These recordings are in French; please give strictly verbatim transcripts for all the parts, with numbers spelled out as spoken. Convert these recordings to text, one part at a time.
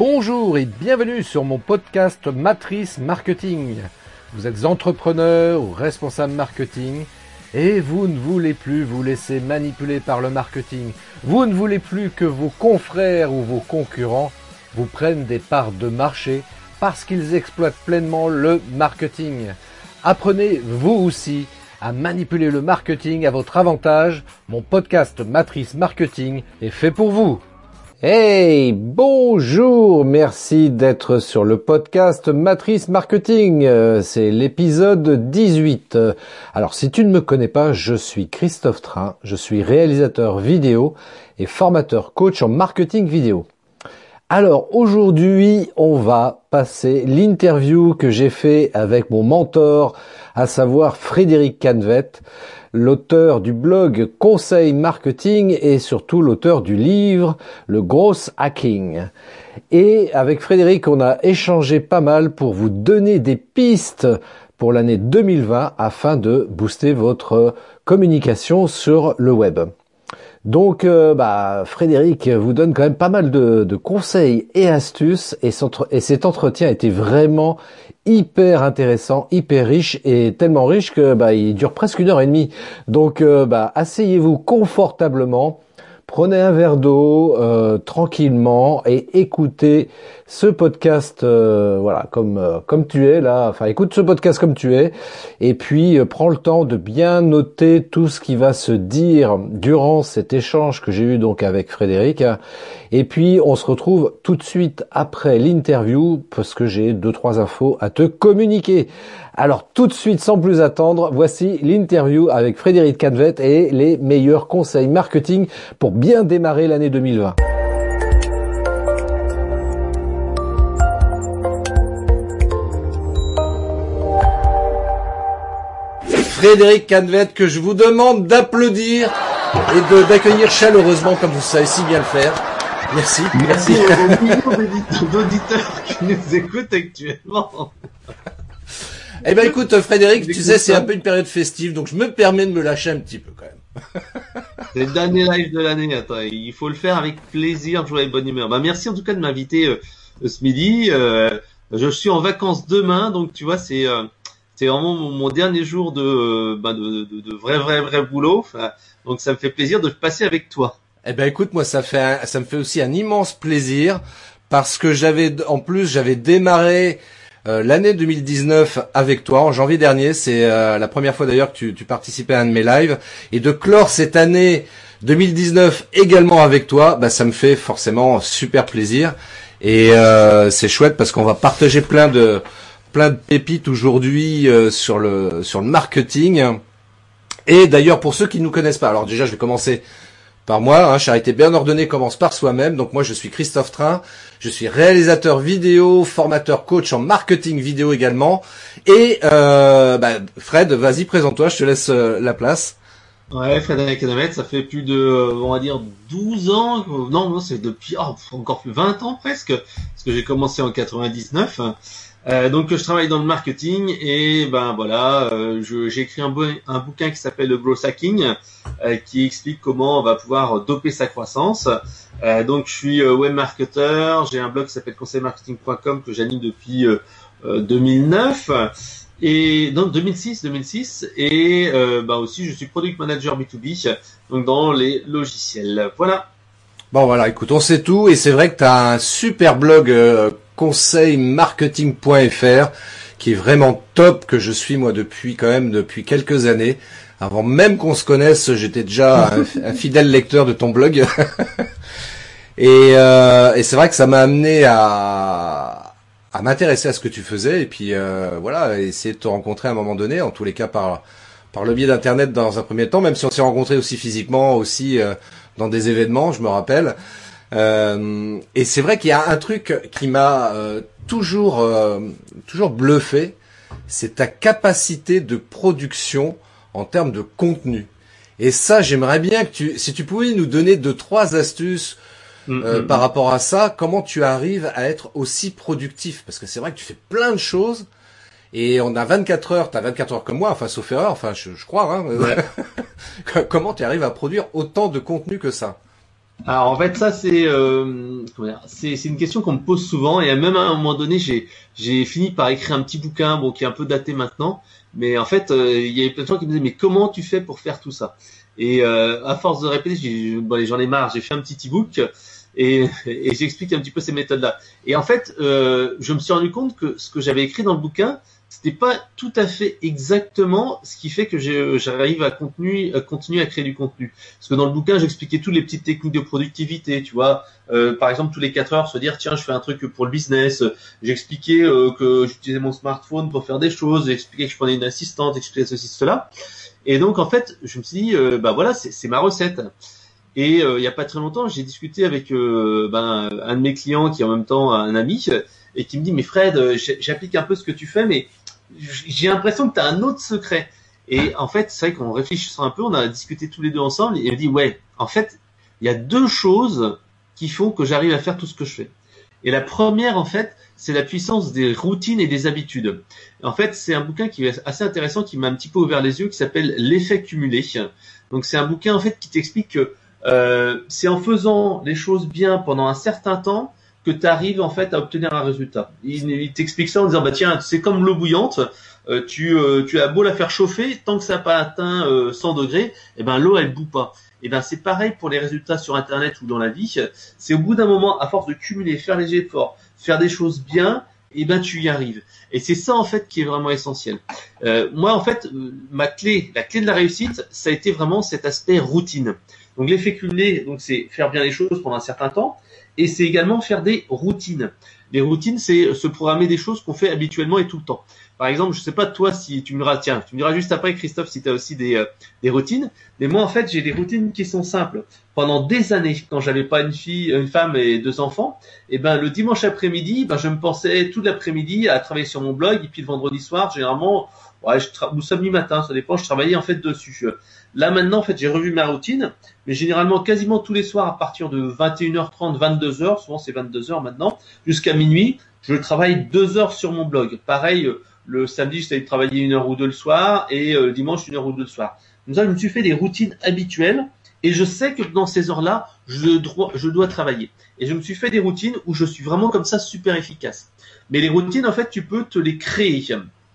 Bonjour et bienvenue sur mon podcast Matrice Marketing. Vous êtes entrepreneur ou responsable marketing et vous ne voulez plus vous laisser manipuler par le marketing. Vous ne voulez plus que vos confrères ou vos concurrents vous prennent des parts de marché parce qu'ils exploitent pleinement le marketing. Apprenez vous aussi à manipuler le marketing à votre avantage. Mon podcast Matrice Marketing est fait pour vous. Hey, bonjour, merci d'être sur le podcast Matrice Marketing, c'est l'épisode dix-huit. Alors si tu ne me connais pas, je suis Christophe Train, je suis réalisateur vidéo et formateur coach en marketing vidéo. Alors aujourd'hui, on va passer l'interview que j'ai fait avec mon mentor, à savoir Frédéric Canvet, l'auteur du blog Conseil Marketing et surtout l'auteur du livre Le Growth Hacking. Et avec Frédéric, on a échangé pas mal pour vous donner des pistes pour l'année deux mille vingt afin de booster votre communication sur le web. Donc, euh, bah, Frédéric vous donne quand même pas mal de, de conseils et astuces et, et cet entretien était vraiment hyper intéressant, hyper riche et tellement riche que bah, il dure presque une heure et demie. Donc, euh, bah, asseyez-vous confortablement, prenez un verre d'eau euh, tranquillement et écoutez ce podcast, euh, voilà, comme euh, comme tu es là. Enfin, écoute ce podcast comme tu es, et puis euh, prends le temps de bien noter tout ce qui va se dire durant cet échange que j'ai eu donc avec Frédéric. Et puis on se retrouve tout de suite après l'interview parce que j'ai deux trois infos à te communiquer. Alors tout de suite, sans plus attendre, voici l'interview avec Frédéric Canvet et les meilleurs conseils marketing pour bien démarrer l'année deux mille vingt. Frédéric Canvet, que je vous demande d'applaudir et de, d'accueillir chaleureusement comme vous savez si bien le faire. Merci. Merci aux millions d'auditeurs qui nous écoutent actuellement. Eh ben écoute Frédéric, tu sais c'est un peu une période festive, donc je me permets de me lâcher un petit peu quand même. C'est le dernier live de l'année, attends, il faut le faire avec plaisir, joie et bonne humeur. Bah merci en tout cas de m'inviter euh, ce midi. Euh, je suis en vacances demain, donc tu vois c'est euh, c'est vraiment mon, mon dernier jour de, euh, bah, de, de de vrai vrai vrai boulot. Enfin, donc ça me fait plaisir de passer avec toi. Eh ben écoute, moi ça fait un, ça me fait aussi un immense plaisir parce que j'avais en plus j'avais démarré Euh, l'année deux mille dix-neuf avec toi en janvier dernier, c'est euh, la première fois d'ailleurs que tu, tu participais à un de mes lives, et de clore cette année deux mille dix-neuf également avec toi, bah ça me fait forcément super plaisir et euh, c'est chouette parce qu'on va partager plein de plein de pépites aujourd'hui euh, sur le sur le marketing. Et d'ailleurs pour ceux qui ne nous connaissent pas, alors déjà je vais commencer par moi, hein, charité bien ordonnée commence par soi-même. Donc moi je suis Christophe Train, je suis réalisateur vidéo, formateur coach en marketing vidéo également. Et euh, bah, Fred, vas-y présente-toi, je te laisse euh, la place. Ouais, Frédéric Canvet, ça fait plus de, euh, on va dire, douze ans, euh, non, non, c'est depuis, oh, encore plus vingt ans presque, parce que j'ai commencé en quatre-vingt-dix-neuf. Euh, donc je travaille dans le marketing et ben voilà, euh, je, j'ai écrit un, bo- un bouquin qui s'appelle le Growth Hacking, euh, qui explique comment on va pouvoir doper sa croissance. Euh, donc je suis euh, web marketeur, j'ai un blog qui s'appelle conseil marketing point com que j'anime depuis euh, euh, deux mille neuf et donc deux mille six et euh, bah aussi je suis product manager B deux B donc dans les logiciels. Voilà. Bon voilà, écoute, on sait tout et c'est vrai que tu as un super blog euh, conseil marketing point f r qui est vraiment top, que je suis moi depuis quand même depuis quelques années. Avant même qu'on se connaisse, j'étais déjà un, un fidèle lecteur de ton blog. et, euh, et c'est vrai que ça m'a amené à, à m'intéresser à ce que tu faisais et puis euh, voilà, essayer de te rencontrer à un moment donné, en tous les cas par par le biais d'internet dans un premier temps, même si on s'est rencontrés aussi physiquement, aussi euh, dans des événements, je me rappelle. Euh, et c'est vrai qu'il y a un truc qui m'a euh, toujours euh, toujours bluffé, c'est ta capacité de production en termes de contenu. Et ça, j'aimerais bien que tu, si tu pouvais nous donner deux, trois astuces euh, mm-hmm. par rapport à ça, comment tu arrives à être aussi productif? Parce que c'est vrai que tu fais plein de choses et on a vingt-quatre heures, t'as vingt-quatre heures comme moi, enfin sauf erreur, enfin je, je crois. Hein. Ouais. Comment tu arrives à produire autant de contenu que ça? Alors en fait ça c'est euh, comment dire, c'est c'est une question qu'on me pose souvent et même à un moment donné j'ai j'ai fini par écrire un petit bouquin bon qui est un peu daté maintenant mais en fait euh, il y avait plein de gens qui me disaient mais comment tu fais pour faire tout ça et euh, à force de répéter j'ai bon allez, j'en ai marre j'ai fait un petit e-book et, et j'explique un petit peu ces méthodes là et en fait euh, je me suis rendu compte que ce que j'avais écrit dans le bouquin c'était pas tout à fait exactement ce qui fait que j'ai- j'arrive à, contenu, à continuer à créer du contenu. Parce que dans le bouquin, j'expliquais toutes les petites techniques de productivité, tu vois. Euh, par exemple, tous les quatre heures, se dire, tiens, je fais un truc pour le business. J'expliquais euh, que j'utilisais mon smartphone pour faire des choses. J'expliquais que je prenais une assistante, j'expliquais ceci, cela. Et donc, en fait, je me suis dit, euh, bah voilà, c'est c'est ma recette. Et euh, il y a pas très longtemps, j'ai discuté avec euh, ben, un de mes clients qui est en même temps un ami et qui me dit, mais Fred, euh, j'ai- j'applique un peu ce que tu fais, mais j'ai l'impression que tu as un autre secret. Et en fait, c'est vrai qu'en réfléchissant un peu, on a discuté tous les deux ensemble et il me dit, ouais, en fait, il y a deux choses qui font que j'arrive à faire tout ce que je fais. Et la première, en fait, c'est la puissance des routines et des habitudes. En fait, c'est un bouquin qui est assez intéressant, qui m'a un petit peu ouvert les yeux, qui s'appelle L'effet cumulé. Donc, c'est un bouquin, en fait, qui t'explique que euh, c'est en faisant les choses bien pendant un certain temps que tu arrives, en fait, à obtenir un résultat. Il, il t'explique ça en disant, bah tiens, c'est comme l'eau bouillante, euh, tu, euh, tu as beau la faire chauffer, tant que ça n'a pas atteint euh, cent degrés, eh ben, l'eau, elle bout pas. Et ben c'est pareil pour les résultats sur Internet ou dans la vie. C'est au bout d'un moment, à force de cumuler, faire les efforts, faire des choses bien, et ben tu y arrives. Et c'est ça en fait qui est vraiment essentiel. Euh, moi en fait, euh, ma clé, la clé de la réussite, ça a été vraiment cet aspect routine. Donc l'effet cumulé, donc c'est faire bien les choses pendant un certain temps, et c'est également faire des routines. Les routines, c'est se programmer des choses qu'on fait habituellement et tout le temps. Par exemple, je sais pas toi si tu me diras, tiens, tu me diras juste après Christophe si tu as aussi des, euh, des routines. Mais moi en fait, j'ai des routines qui sont simples. Pendant des années, quand j'avais pas une fille, une femme et deux enfants, et ben le dimanche après-midi, ben je me pensais tout l'après-midi à travailler sur mon blog et puis le vendredi soir, généralement, ouais, je tra- ou samedi matin, ça dépend, je travaillais en fait dessus. Là maintenant, en fait, j'ai revu ma routine, mais généralement quasiment tous les soirs à partir de vingt et une heures trente, vingt-deux heures, souvent c'est vingt-deux heures maintenant, jusqu'à minuit, je travaille deux heures sur mon blog. Pareil, le samedi, j'essaie de travailler une heure ou deux le soir et euh, le dimanche, une heure ou deux le soir. Comme ça, je me suis fait des routines habituelles et je sais que dans ces heures-là, je dois, je dois travailler. Et je me suis fait des routines où je suis vraiment comme ça super efficace. Mais les routines, en fait, tu peux te les créer.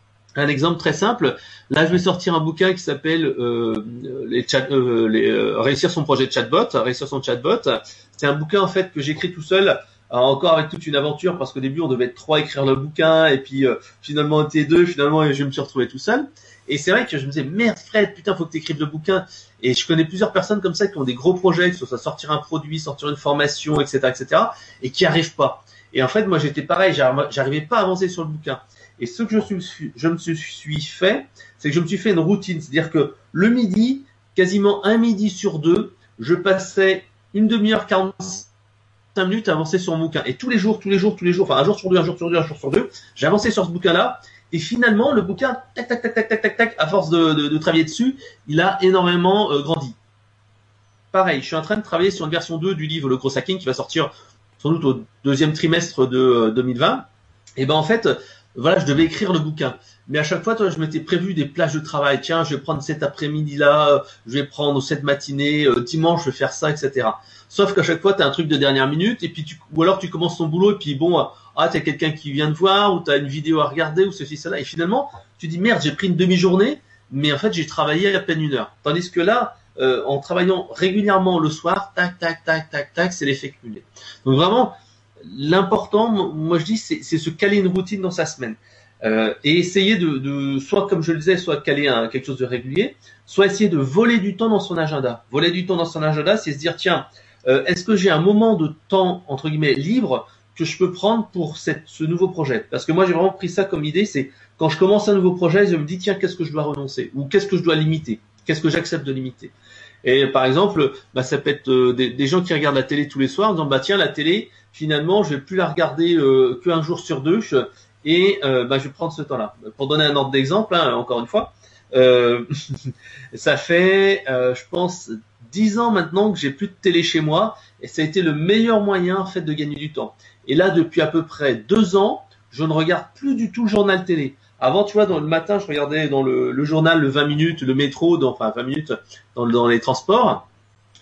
Un exemple très simple, là je vais sortir un bouquin qui s'appelle euh, les chat, euh, les, euh, réussir son projet de chatbot, réussir son chatbot. C'est un bouquin en fait que j'écris tout seul, alors, encore avec toute une aventure parce qu'au début on devait être trois à écrire le bouquin et puis euh, finalement on était deux, finalement je me suis retrouvé tout seul. Et c'est vrai que je me disais merde Fred, putain faut que tu écrives le bouquin. Et je connais plusieurs personnes comme ça qui ont des gros projets, que ce soit sortir un produit, sortir une formation, et cetera, et cetera, et qui arrivent pas. Et en fait moi j'étais pareil, j'arrivais pas à avancer sur le bouquin. Et ce que je, suis, je me suis fait, c'est que je me suis fait une routine. C'est-à-dire que le midi, quasiment un midi sur deux, je passais une demi-heure, quarante-cinq minutes à avancer sur mon bouquin. Et tous les jours, tous les jours, tous les jours, enfin un jour sur deux, un jour sur deux, un jour sur deux, j'avançais sur ce bouquin-là. Et finalement, le bouquin, tac, tac, tac, tac, tac, tac, tac, à force de, de, de travailler dessus, il a énormément euh, grandi. Pareil, je suis en train de travailler sur une version deux du livre Le Gros Hacking qui va sortir sans doute au deuxième trimestre de euh, deux mille vingt. Et ben en fait, voilà, je devais écrire le bouquin. Mais à chaque fois, toi, je m'étais prévu des plages de travail. Tiens, je vais prendre cet après-midi-là, je vais prendre cette matinée, euh, dimanche, je vais faire ça, et cetera. Sauf qu'à chaque fois, tu as un truc de dernière minute, et puis tu, ou alors tu commences ton boulot, et puis bon, ah, tu as quelqu'un qui vient te voir, ou tu as une vidéo à regarder, ou ceci, cela. Et finalement, tu dis, merde, j'ai pris une demi-journée, mais en fait, j'ai travaillé à peine une heure. Tandis que là, euh, en travaillant régulièrement le soir, tac, tac, tac, tac, tac, c'est l'effet cumulé. Donc vraiment, l'important, moi je dis, c'est, c'est se caler une routine dans sa semaine. Euh, et essayer de, de, soit comme je le disais, soit caler un, quelque chose de régulier, soit essayer de voler du temps dans son agenda. Voler du temps dans son agenda, c'est se dire, tiens, euh, est-ce que j'ai un moment de temps, entre guillemets, libre que je peux prendre pour cette, ce nouveau projet? Parce que moi, j'ai vraiment pris ça comme idée, c'est quand je commence un nouveau projet, je me dis, tiens, qu'est-ce que je dois renoncer? Ou qu'est-ce que je dois limiter? Qu'est-ce que j'accepte de limiter? Et par exemple, bah, ça peut être euh, des, des gens qui regardent la télé tous les soirs en disant, bah tiens, la télé, finalement, je vais plus la regarder euh, qu'un jour sur deux, et euh, bah, je vais prendre ce temps-là. Pour donner un ordre d'exemple, hein, encore une fois, euh, ça fait, euh, je pense, dix ans maintenant que j'ai plus de télé chez moi, et ça a été le meilleur moyen en fait de gagner du temps. Et là, depuis à peu près deux ans, je ne regarde plus du tout le journal télé. Avant, tu vois, dans le matin, je regardais dans le, le journal le vingt minutes, le métro, dans, enfin vingt minutes dans, dans les transports.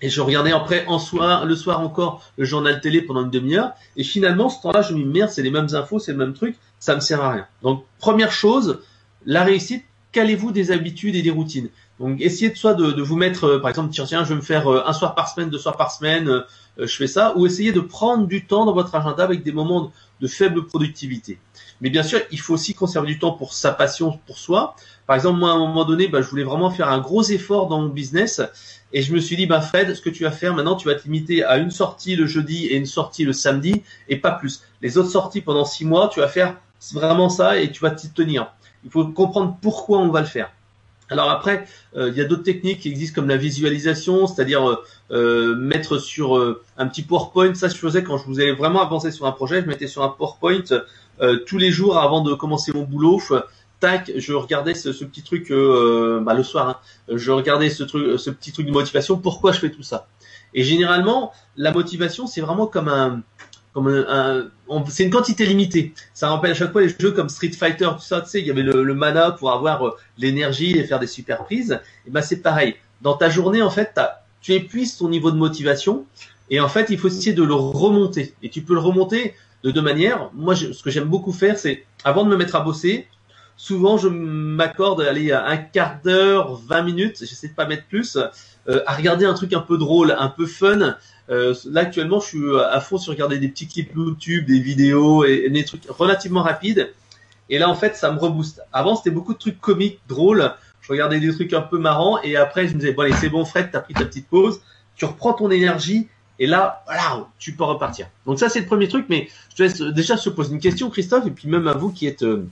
Et je regardais après en soir, le soir encore le journal télé pendant une demi-heure. Et finalement, ce temps-là, je me dis merde, c'est les mêmes infos, c'est le même truc, ça me sert à rien. Donc première chose, la réussite, calez-vous des habitudes et des routines. Donc essayez de soit de, de vous mettre, euh, par exemple, tiens, tiens, je vais me faire euh, un soir par semaine, deux soirs par semaine, euh, je fais ça, ou essayez de prendre du temps dans votre agenda avec des moments de, de faible productivité. Mais bien sûr, il faut aussi conserver du temps pour sa passion, pour soi. Par exemple, moi, à un moment donné, bah, je voulais vraiment faire un gros effort dans mon business. Et je me suis dit, bah, Fred, ce que tu vas faire maintenant, tu vas te limiter à une sortie le jeudi et une sortie le samedi et pas plus. Les autres sorties pendant six mois, tu vas faire vraiment ça et tu vas t'y tenir. Il faut comprendre pourquoi on va le faire. Alors après, euh, il y a d'autres techniques qui existent comme la visualisation, c'est-à-dire euh, euh, mettre sur euh, un petit PowerPoint. Ça, je faisais quand je voulais vraiment avancer sur un projet, je mettais sur un PowerPoint euh, tous les jours avant de commencer mon boulot. Tac, je regardais ce, ce petit truc euh, bah, le soir. Hein, je regardais ce truc, ce petit truc de motivation. Pourquoi je fais tout ça? Et généralement, la motivation, c'est vraiment comme un comme un, un on, c'est une quantité limitée. Ça rappelle à chaque fois les jeux comme Street Fighter, tout ça, tu sais, il y avait le, le mana pour avoir euh, l'énergie et faire des super prises. Et ben c'est pareil. Dans ta journée, en fait, t'as, tu épuises ton niveau de motivation et en fait, il faut essayer de le remonter. Et tu peux le remonter de deux manières. Moi, je, ce que j'aime beaucoup faire, c'est avant de me mettre à bosser, souvent je m'accorde aller à un quart d'heure, vingt minutes, j'essaie de pas mettre plus, euh, à regarder un truc un peu drôle, un peu fun. Euh, là actuellement, je suis à fond sur regarder des petits clips YouTube, des vidéos et, et des trucs relativement rapides. Et là, en fait, ça me rebooste. Avant, c'était beaucoup de trucs comiques, drôles. Je regardais des trucs un peu marrants et après, je me disais bon allez, c'est bon, Fred, t'as pris ta petite pause, tu reprends ton énergie et là, voilà, tu peux repartir. Donc ça, c'est le premier truc. Mais je te laisse déjà se poser une question, Christophe, et puis même à vous qui êtes euh,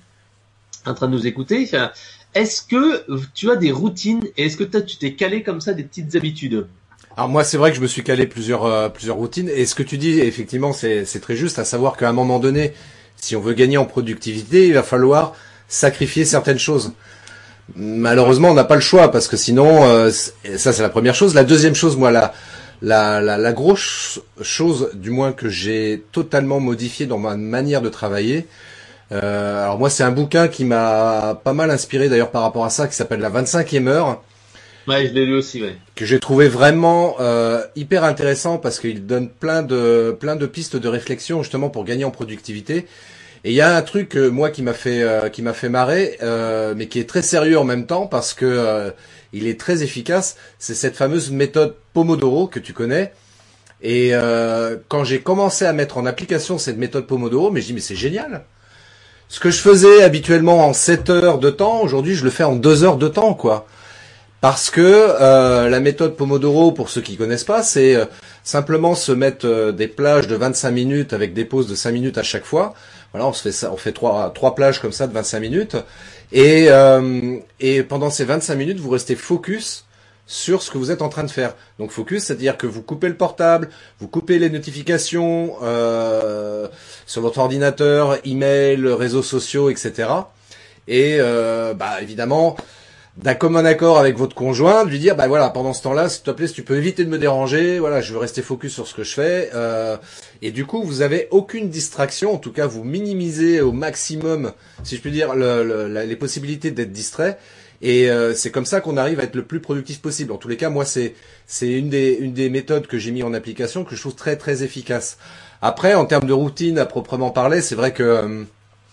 en train de nous écouter. Est-ce que tu as des routines et est-ce que tu t'es calé comme ça des petites habitudes? Alors moi, c'est vrai que je me suis calé plusieurs euh, plusieurs routines et ce que tu dis, effectivement, c'est c'est très juste, à savoir qu'à un moment donné, si on veut gagner en productivité, il va falloir sacrifier certaines choses. Malheureusement, on n'a pas le choix parce que sinon, euh, ça c'est la première chose. La deuxième chose, moi, la la la, la grosse chose, du moins que j'ai totalement modifié dans ma manière de travailler. Euh, alors moi, c'est un bouquin qui m'a pas mal inspiré d'ailleurs par rapport à ça, qui s'appelle La vingt-cinquième heure. Ouais, je l'ai lu aussi, ouais. Que j'ai trouvé vraiment euh, hyper intéressant parce qu'il donne plein de plein de pistes de réflexion justement pour gagner en productivité. Et il y a un truc euh, moi qui m'a fait euh, qui m'a fait marrer, euh, mais qui est très sérieux en même temps parce que euh, il est très efficace. C'est cette fameuse méthode Pomodoro que tu connais. Et euh, quand j'ai commencé à mettre en application cette méthode Pomodoro, mais je dis mais c'est génial. Ce que je faisais habituellement en sept heures de temps, aujourd'hui je le fais en deux heures de temps, quoi. Parce que euh, la méthode Pomodoro, pour ceux qui connaissent pas, c'est euh, simplement se mettre euh, des plages de vingt-cinq minutes avec des pauses de cinq minutes à chaque fois. Voilà, on se fait ça, on fait trois trois plages comme ça de vingt-cinq minutes. Et euh, et pendant ces vingt-cinq minutes, vous restez focus sur ce que vous êtes en train de faire. Donc focus, c'est-à-dire que vous coupez le portable, vous coupez les notifications euh, sur votre ordinateur, email, réseaux sociaux, et cetera. Et euh, bah évidemment, d'un commun accord avec votre conjoint, de lui dire bah voilà, pendant ce temps-là, s'il te plaît, si tu peux éviter de me déranger, voilà, je veux rester focus sur ce que je fais. Euh, et du coup, vous avez aucune distraction, en tout cas, vous minimisez au maximum, si je puis dire, le, le, la, les possibilités d'être distrait. Et euh, c'est comme ça qu'on arrive à être le plus productif possible. En tous les cas, moi, c'est c'est une des une des méthodes que j'ai mis en application que je trouve très très efficace. Après, en termes de routine à proprement parler, c'est vrai que euh,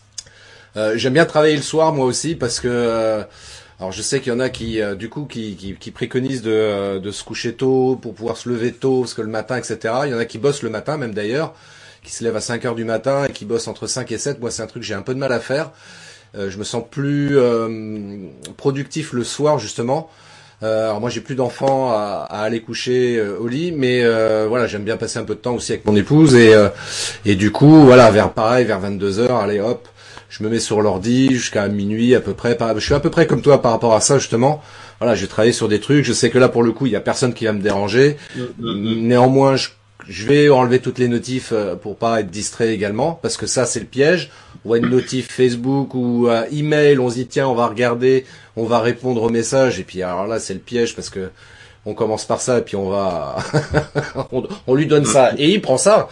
euh, j'aime bien travailler le soir, moi aussi, parce que euh, alors je sais qu'il y en a qui euh, du coup qui, qui qui préconisent de euh, de se coucher tôt pour pouvoir se lever tôt, parce que le matin, et cetera. Il y en a qui bossent le matin, même d'ailleurs, qui se lèvent à cinq heures du matin et qui bossent entre cinq et sept. Moi, c'est un truc que j'ai un peu de mal à faire. Euh, je me sens plus euh, productif le soir justement. Euh, alors moi j'ai plus d'enfants à, à aller coucher euh, au lit, mais euh, voilà, j'aime bien passer un peu de temps aussi avec mon épouse et euh, et du coup voilà, vers pareil vers vingt-deux heures, allez hop, je me mets sur l'ordi jusqu'à minuit à peu près. Je suis à peu près comme toi par rapport à ça justement. Voilà, je vais travailler sur des trucs. Je sais que là pour le coup il y a personne qui va me déranger. Mm-hmm. Néanmoins je Je vais enlever toutes les notifs pour pas être distrait également, parce que ça c'est le piège. On voit une notif Facebook ou euh, email, on se dit tiens on va regarder, on va répondre au message, et puis alors là c'est le piège parce que on commence par ça et puis on va on, on lui donne ça et il prend ça.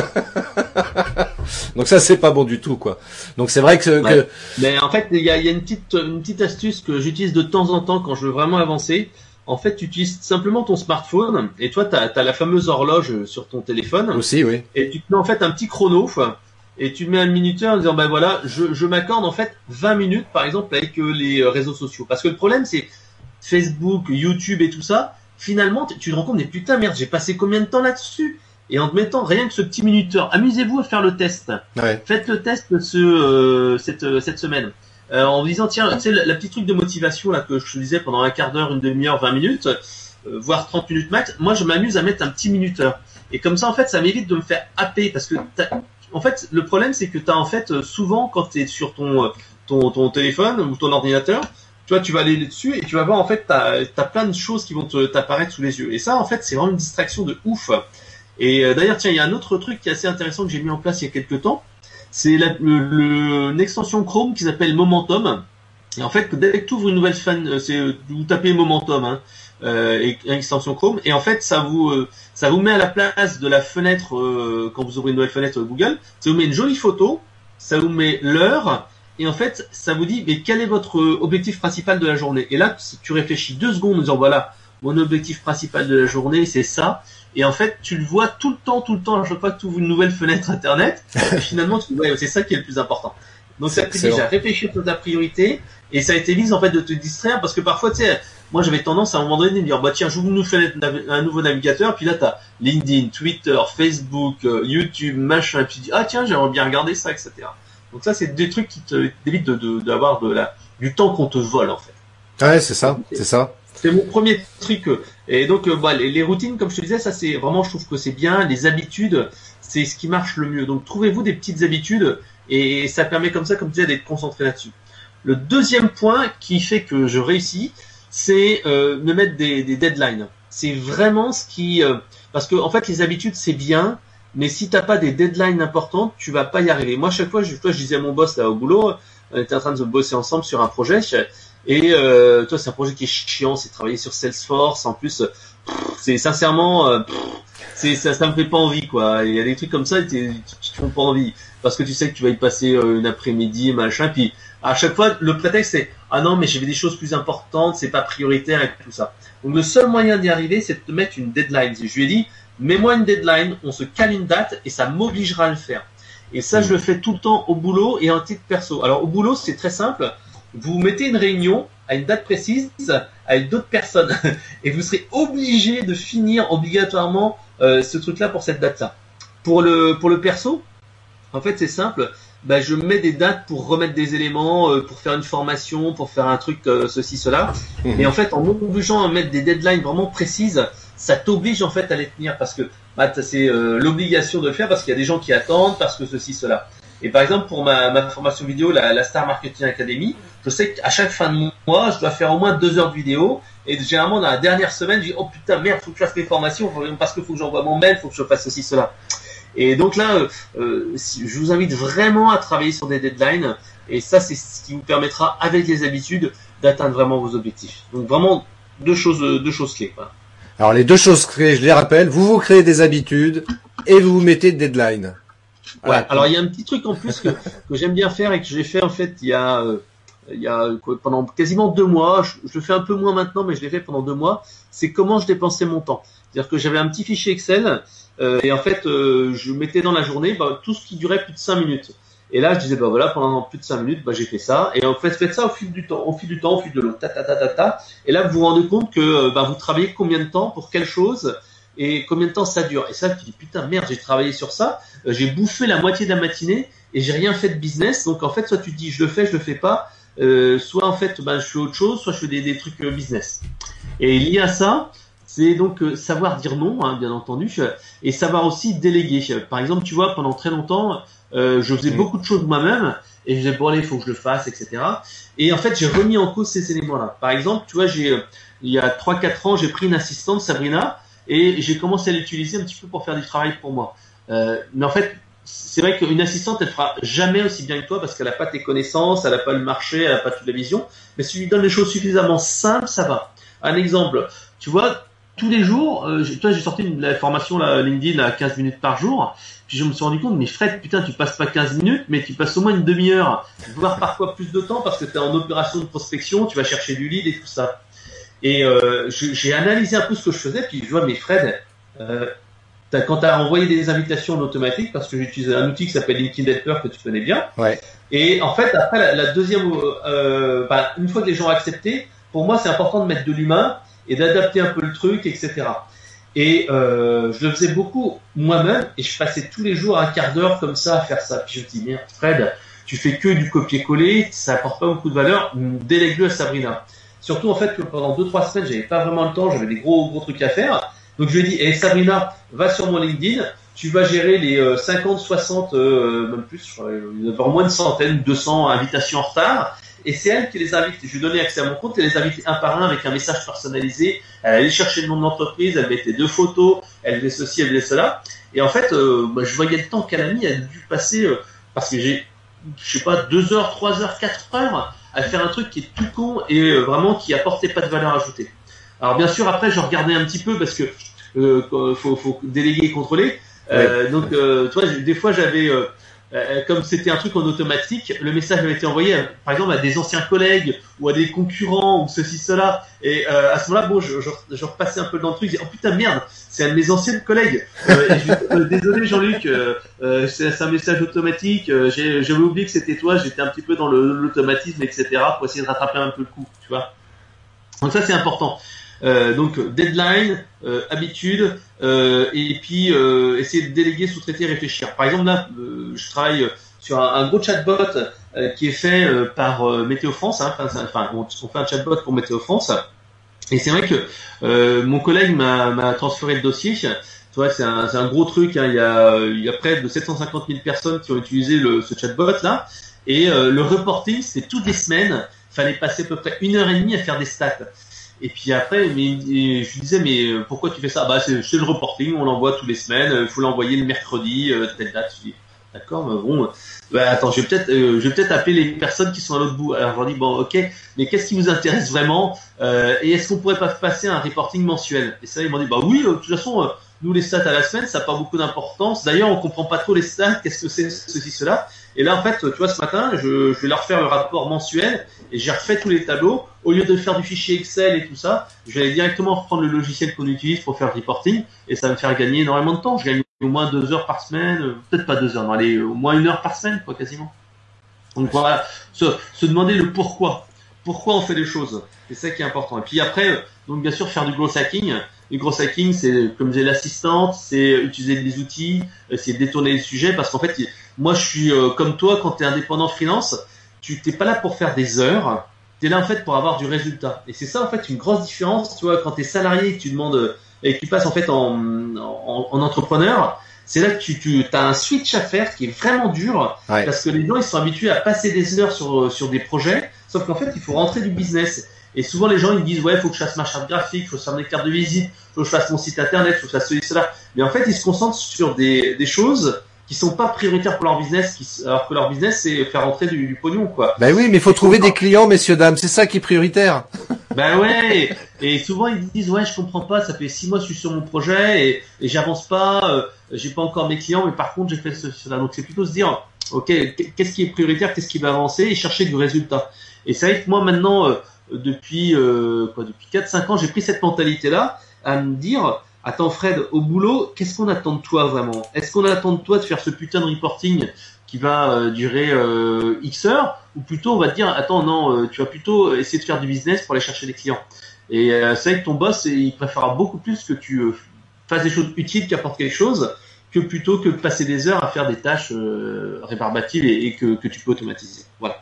Donc ça c'est pas bon du tout quoi. Donc c'est vrai que, ouais. que... mais en fait il y a, y a une petite une petite astuce que j'utilise de temps en temps quand je veux vraiment avancer. En fait, tu utilises simplement ton smartphone et toi, tu as la fameuse horloge sur ton téléphone. Aussi, oui. Et tu te mets en fait un petit chrono et tu mets un minuteur en disant ben voilà, je, je m'accorde en fait vingt minutes par exemple avec euh, les réseaux sociaux. Parce que le problème c'est Facebook, YouTube et tout ça, finalement tu te rends compte, mais putain merde, j'ai passé combien de temps là-dessus? Et en te mettant rien que ce petit minuteur, amusez-vous à faire le test. Ouais. Faites le test ce, euh, cette, cette semaine. Euh, en vous disant tiens, tu sais la, la petite truc de motivation là que je te disais pendant un quart d'heure, une demi-heure, vingt minutes, euh, voire trente minutes max, moi je m'amuse à mettre un petit minuteur. Et comme ça en fait ça m'évite de me faire happer parce que en fait le problème c'est que tu as en fait souvent quand tu es sur ton, ton ton téléphone ou ton ordinateur, tu vois tu vas aller dessus et tu vas voir en fait tu as plein de choses qui vont t'apparaître sous les yeux. Et ça en fait c'est vraiment une distraction de ouf. Et euh, d'ailleurs tiens, il y a un autre truc qui est assez intéressant que j'ai mis en place il y a quelques temps. C'est la, le, le, une extension Chrome qui s'appelle Momentum. Et en fait, dès que tu ouvres une nouvelle fan, c'est vous tapez Momentum hein, euh, et une extension Chrome. Et en fait, ça vous euh, ça vous met à la place de la fenêtre euh, quand vous ouvrez une nouvelle fenêtre Google. Ça vous met une jolie photo, ça vous met l'heure. Et en fait, ça vous dit mais quel est votre objectif principal de la journée. Et là, tu réfléchis deux secondes en disant voilà, mon objectif principal de la journée, c'est ça. Et en fait, tu le vois tout le temps, tout le temps, à chaque fois que tu ouvres une nouvelle fenêtre Internet, et finalement, tu vois, c'est ça qui est le plus important. Donc, ça te dit déjà réfléchir sur ta priorité, et ça a été mis, en fait, de te distraire, parce que parfois, tu sais, moi, j'avais tendance à un moment donné de me dire, bah, tiens, j'ouvre une fenêtre, un nouveau navigateur, puis là, t'as LinkedIn, Twitter, Facebook, YouTube, machin, et puis tu dis, ah, tiens, j'aimerais bien regarder ça, et cetera. Donc, ça, c'est des trucs qui te évitent de, de, d'avoir de la, du temps qu'on te vole, en fait. Ouais, c'est ça, c'est ça. C'est mon premier truc. Et donc, euh, bah, les, les routines, comme je te disais, ça c'est vraiment, je trouve que c'est bien. Les habitudes, c'est ce qui marche le mieux. Donc, trouvez-vous des petites habitudes et ça permet comme ça, comme tu disais, d'être concentré là-dessus. Le deuxième point qui fait que je réussis, c'est euh, me mettre des, des deadlines. C'est vraiment ce qui, euh, parce que en fait, les habitudes c'est bien, mais si t'as pas des deadlines importantes, tu vas pas y arriver. Moi, chaque fois, je, toi, je disais à mon boss là au boulot, on était en train de bosser ensemble sur un projet. Et euh, toi, c'est un projet qui est chiant, c'est travailler sur Salesforce. En plus, c'est sincèrement, euh, c'est ça, ça me fait pas envie, quoi. Il y a des trucs comme ça, qui te font pas envie parce que tu sais que tu vas y passer euh, une après-midi, machin. Puis à chaque fois, le prétexte c'est ah non, mais j'avais des choses plus importantes, c'est pas prioritaire et tout ça. Donc le seul moyen d'y arriver, c'est de te mettre une deadline. Je lui ai dit, mets-moi une deadline, on se cale une date et ça m'obligera à le faire. Et ça, je le fais tout le temps au boulot et en titre perso. Alors au boulot, c'est très simple. Vous mettez une réunion à une date précise avec d'autres personnes et vous serez obligé de finir obligatoirement euh, ce truc-là pour cette date-là. Pour le pour le perso, en fait c'est simple. Ben, je mets des dates pour remettre des éléments, euh, pour faire une formation, pour faire un truc euh, ceci cela. Mmh. Et en fait, en m'obligeant à mettre des deadlines vraiment précises, ça t'oblige en fait à les tenir parce que bah, c'est euh, l'obligation de le faire parce qu'il y a des gens qui attendent parce que ceci cela. Et par exemple, pour ma, ma formation vidéo, la, la Star Marketing Academy, je sais qu'à chaque fin de mois, je dois faire au moins deux heures de vidéo. Et généralement, dans la dernière semaine, je dis, oh putain, merde, faut que je fasse mes formations, parce qu'il faut que j'envoie mon mail, faut que je fasse ceci, cela. Et donc là, euh, je vous invite vraiment à travailler sur des deadlines. Et ça, c'est ce qui vous permettra, avec les habitudes, d'atteindre vraiment vos objectifs. Donc vraiment, deux choses, deux choses clés. Voilà. Alors les deux choses clés, je les rappelle, vous vous créez des habitudes et vous vous mettez des deadlines. Ouais. Ouais. Alors il y a un petit truc en plus que, que j'aime bien faire et que j'ai fait en fait il y a euh, il y a quoi, pendant quasiment deux mois. Je, je le fais un peu moins maintenant, mais je l'ai fait pendant deux mois. C'est comment je dépensais mon temps. C'est-à-dire que j'avais un petit fichier Excel euh, et en fait euh, je mettais dans la journée bah, tout ce qui durait plus de cinq minutes. Et là je disais bah voilà pendant plus de cinq minutes bah j'ai fait ça et en fait faites ça au fil du temps, au fil du temps, au fil de l'eau, ta ta ta ta ta. Et là vous vous rendez compte que bah vous travaillez combien de temps pour quelle chose. Et combien de temps ça dure. Et ça, tu dis, putain, merde, j'ai travaillé sur ça, euh, j'ai bouffé la moitié de la matinée et j'ai rien fait de business. Donc, en fait, soit tu te dis, je le fais, je le fais pas, euh, soit, en fait, ben, je fais autre chose, soit je fais des, des trucs euh, business. Et lié à ça, c'est donc euh, savoir dire non, hein, bien entendu, et savoir aussi déléguer. Par exemple, tu vois, pendant très longtemps, euh, je faisais mmh. beaucoup de choses moi-même et je disais, bon, allez, il faut que je le fasse, et cetera. Et en fait, j'ai remis en cause ces éléments-là. Par exemple, tu vois, j'ai, euh, il y a trois quatre ans, j'ai pris une assistante, Sabrina, et j'ai commencé à l'utiliser un petit peu pour faire du travail pour moi. Euh, mais en fait, c'est vrai qu'une assistante, elle fera jamais aussi bien que toi parce qu'elle n'a pas tes connaissances, elle n'a pas le marché, elle n'a pas toute la vision. Mais si tu lui donnes les choses suffisamment simples, ça va. Un exemple, tu vois, tous les jours, euh, toi, j'ai sorti une, la formation là, LinkedIn à quinze minutes par jour. Puis je me suis rendu compte, mais Fred, putain, tu passes pas quinze minutes, mais tu passes au moins une demi-heure, voire parfois plus de temps parce que tu es en opération de prospection, tu vas chercher du lead et tout ça. Et euh, j'ai analysé un peu ce que je faisais, puis je vois, mais Fred, euh, t'as, quand tu as envoyé des invitations en automatique, parce que j'utilise un outil qui s'appelle LinkedIn Helper que tu connais bien, ouais. Et en fait, après la, la deuxième, euh, bah, une fois que les gens ont accepté, pour moi, c'est important de mettre de l'humain et d'adapter un peu le truc, et cetera. Et euh, je le faisais beaucoup moi-même, et je passais tous les jours un quart d'heure comme ça à faire ça. Puis je me dis, merde, Fred, tu fais que du copier-coller, ça apporte pas beaucoup de valeur, délègue-le à Sabrina. Surtout en fait que pendant deux trois semaines, j'avais pas vraiment le temps, j'avais des gros gros trucs à faire. Donc je lui ai dit, hey, Sabrina, va sur mon LinkedIn, tu vas gérer les euh, cinquante, soixante, euh, même plus, je crois, il y avait au moins une centaine, deux cents invitations en retard. Et c'est elle qui les invite. Je lui ai donné accès à mon compte, elle les invitait un par un avec un message personnalisé. Elle allait chercher le nom de l'entreprise, elle mettait deux photos, elle faisait ceci, elle faisait cela. Et en fait, euh, bah, je voyais le temps qu'elle a mis, elle a dû passer, euh, parce que j'ai, je sais pas, deux heures, trois heures, quatre heures à faire un truc qui est tout con et euh, vraiment qui apportait pas de valeur ajoutée. Alors bien sûr, après, je regardais un petit peu parce que euh, faut, faut déléguer et contrôler. Euh, ouais. Donc, euh, toi, des fois, j'avais, euh, euh, comme c'était un truc en automatique, le message avait été envoyé, à, par exemple, à des anciens collègues ou à des concurrents ou ceci, cela. Et euh, à ce moment-là, bon, je, je, je repassais un peu dans le truc. Je disais, oh putain, merde, c'est un de mes anciens collègues. Euh, et je, euh, désolé, Jean-Luc, euh, euh, c'est, c'est un message automatique. Euh, j'ai, j'avais oublié que c'était toi. J'étais un petit peu dans le, l'automatisme, et cetera, pour essayer de rattraper un peu le coup, tu vois. Donc ça, c'est important. Euh, donc deadline, euh, habitude, euh, et puis euh, essayer de déléguer, sous-traiter, réfléchir. Par exemple là, euh, je travaille sur un, un gros chatbot euh, qui est fait euh, par euh, Météo France. Hein, enfin, on, on fait un chatbot pour Météo France. Et c'est vrai que euh, mon collègue m'a, m'a transféré le dossier. Tu vois, c'est un, c'est un gros truc. Hein. Il y a, il y a près de sept cent cinquante mille personnes qui ont utilisé le, ce chatbot là. Et euh, le reporting, c'est toutes les semaines. Il fallait passer à peu près une heure et demie à faire des stats. Et puis après, mais, je lui disais, mais pourquoi tu fais ça? Bah, c'est, c'est le reporting, on l'envoie tous les semaines, il faut l'envoyer le mercredi, euh, telle date. Je dis, d'accord, mais bon, bah, attends, je vais peut-être, euh, je vais peut-être appeler les personnes qui sont à l'autre bout. Alors je leur dis, bon, ok, mais qu'est-ce qui vous intéresse vraiment euh, et est-ce qu'on pourrait pas passer un reporting mensuel? Et ça, ils m'ont dit, bah oui, de toute façon, euh, nous les stats à la semaine, ça n'a pas beaucoup d'importance. D'ailleurs, on comprend pas trop les stats, qu'est-ce que c'est ceci, cela. Et là, en fait, tu vois, ce matin, je, je vais leur faire le rapport mensuel et j'ai refait tous les tableaux. Au lieu de faire du fichier Excel et tout ça, je vais directement reprendre le logiciel qu'on utilise pour faire le reporting et ça va me faire gagner énormément de temps. Je gagne au moins deux heures par semaine, peut-être pas deux heures, non, allez, au moins une heure par semaine, quoi, quasiment. Donc voilà, se, se demander le pourquoi. Pourquoi on fait les choses. C'est ça qui est important. Et puis après, donc bien sûr, faire du growth hacking. Le growth hacking, c'est, comme j'ai l'assistante, c'est utiliser des outils, c'est détourner les sujets parce qu'en fait, moi, je suis euh, comme toi, quand tu es indépendant freelance, tu t'es pas là pour faire des heures, tu es là en fait pour avoir du résultat. Et c'est ça en fait une grosse différence, tu vois, quand tu es salarié et que tu demandes et que tu passes en fait en, en, en entrepreneur, c'est là que tu, tu as un switch à faire qui est vraiment dur ouais. Parce que les gens ils sont habitués à passer des heures sur sur des projets, sauf qu'en fait il faut rentrer du business. Et souvent les gens ils disent ouais, faut que je fasse ma charte graphique, faut que je fasse mes cartes de visite, faut que je fasse mon site internet, faut que je fasse ceci, cela. Mais en fait ils se concentrent sur des des choses qui sont pas prioritaires pour leur business, qui, alors que leur business c'est faire rentrer du, du pognon, quoi. Ben oui, mais il faut trouver des clients, messieurs dames, c'est ça qui est prioritaire. Ben ouais, et souvent ils disent ouais, je comprends pas, ça fait six mois que je suis sur mon projet et, et j'avance pas, euh, j'ai pas encore mes clients, mais par contre j'ai fait ce, cela. Donc c'est plutôt se dire ok, qu'est-ce qui est prioritaire, qu'est-ce qui va avancer et chercher du résultat. Et c'est vrai que moi maintenant, euh, depuis euh, quoi, depuis quatre cinq ans, j'ai pris cette mentalité-là à me dire attends Fred, au boulot, qu'est-ce qu'on attend de toi vraiment? Est-ce qu'on attend de toi de faire ce putain de reporting qui va euh, durer euh, X heures? Ou plutôt on va te dire, attends non, euh, tu vas plutôt essayer de faire du business pour aller chercher des clients. Et euh, c'est vrai que ton boss, il préférera beaucoup plus que tu euh, fasses des choses utiles qui apportent quelque chose, que plutôt que de passer des heures à faire des tâches euh, rébarbatives et, et que, que tu peux automatiser. Voilà.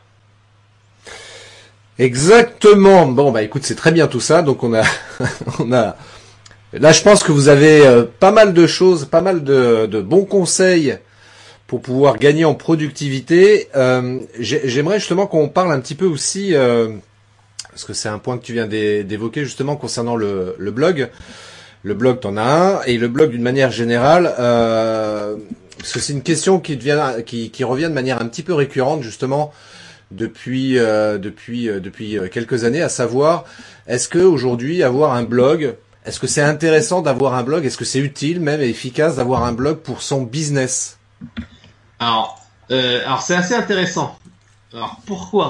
Exactement. Bon bah écoute, c'est très bien tout ça. Donc on a, on a. Là, je pense que vous avez euh, pas mal de choses, pas mal de, de bons conseils pour pouvoir gagner en productivité. Euh, j'aimerais justement qu'on parle un petit peu aussi, euh, parce que c'est un point que tu viens d'évoquer justement concernant le, le blog. Le blog, t'en as un, et le blog d'une manière générale, euh, parce que c'est une question qui devient, qui, qui revient de manière un petit peu récurrente justement depuis, euh, depuis, euh, depuis quelques années, à savoir, est-ce que aujourd'hui avoir un blog, est-ce que c'est intéressant d'avoir un blog? Est-ce que c'est utile même et efficace d'avoir un blog pour son business? Alors, euh, alors c'est assez intéressant. Alors pourquoi?